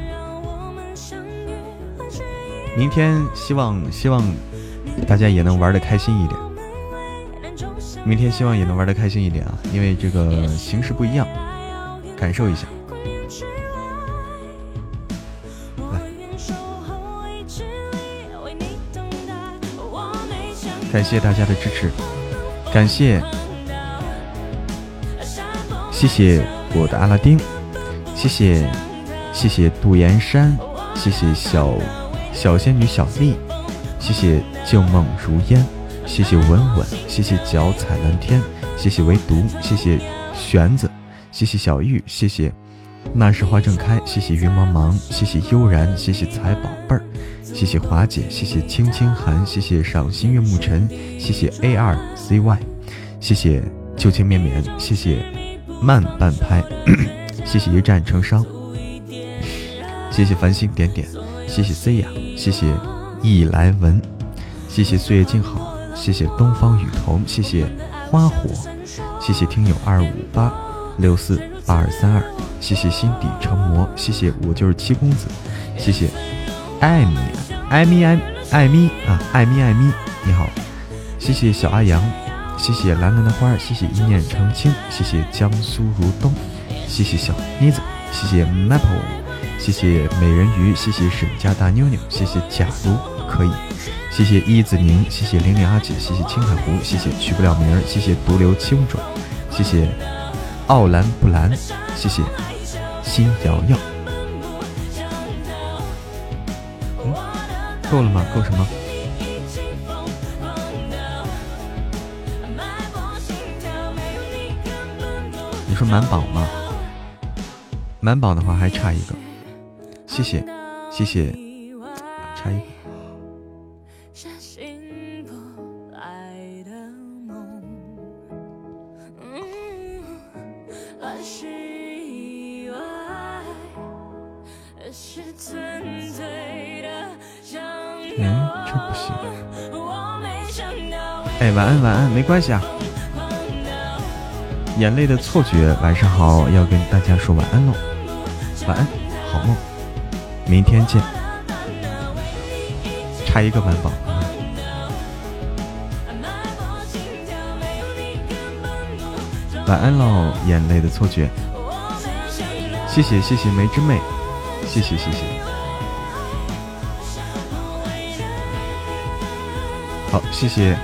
明天希望大家也能玩得开心一点。明天希望也能玩得开心一点啊，因为这个形式不一样，感受一下。来，感谢大家的支持，感谢。谢谢我的阿拉丁，谢谢杜岩山，谢谢小仙女小丽，谢谢旧梦如烟，谢谢稳稳，谢谢脚踩蓝天，谢谢唯独，谢谢玄子，谢谢小玉，谢谢那时花正开，谢谢云茫茫，谢谢悠然，谢谢财宝贝儿，谢谢华姐，谢谢青青寒，谢谢赏心悦目尘，谢谢 A2CY， 谢谢旧情绵绵，谢谢慢半拍，谢谢一战成伤，谢谢繁星点点，谢谢 C 呀，谢谢易来文，谢谢岁月静好，谢谢东方雨桐，谢谢花火，谢谢听友258648232，谢谢心底成魔，谢谢我就是七公子，谢谢艾米啊，艾米你好，谢谢小阿阳，谢谢蓝蓝的花，谢谢一念成清，谢谢江苏如东，谢谢小妮子，谢谢 Maple， 谢谢美人鱼，谢谢沈家大妞妞，谢谢假如可以，谢谢一子宁，谢谢玲玲阿姐，谢谢青海湖，谢谢去不了名儿，谢谢独流清转，谢谢奥兰布兰，谢谢新瑶瑶。够了吗？够什么？你说满榜吗？满榜的话还差一个，谢谢，差一个。这不行。哎，晚安，没关系啊。眼泪的错觉，晚上好，要跟大家说晚安喽，晚安，好梦，明天见。差一个满榜。晚安喽，眼泪的错觉。谢谢梅之妹，谢谢。好，谢谢。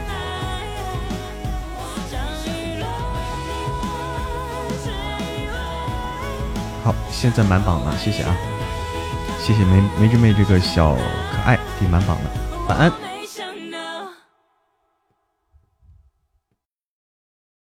好，现在满榜了，谢谢啊，谢谢梅之妹这个小可爱，第满榜了，晚安。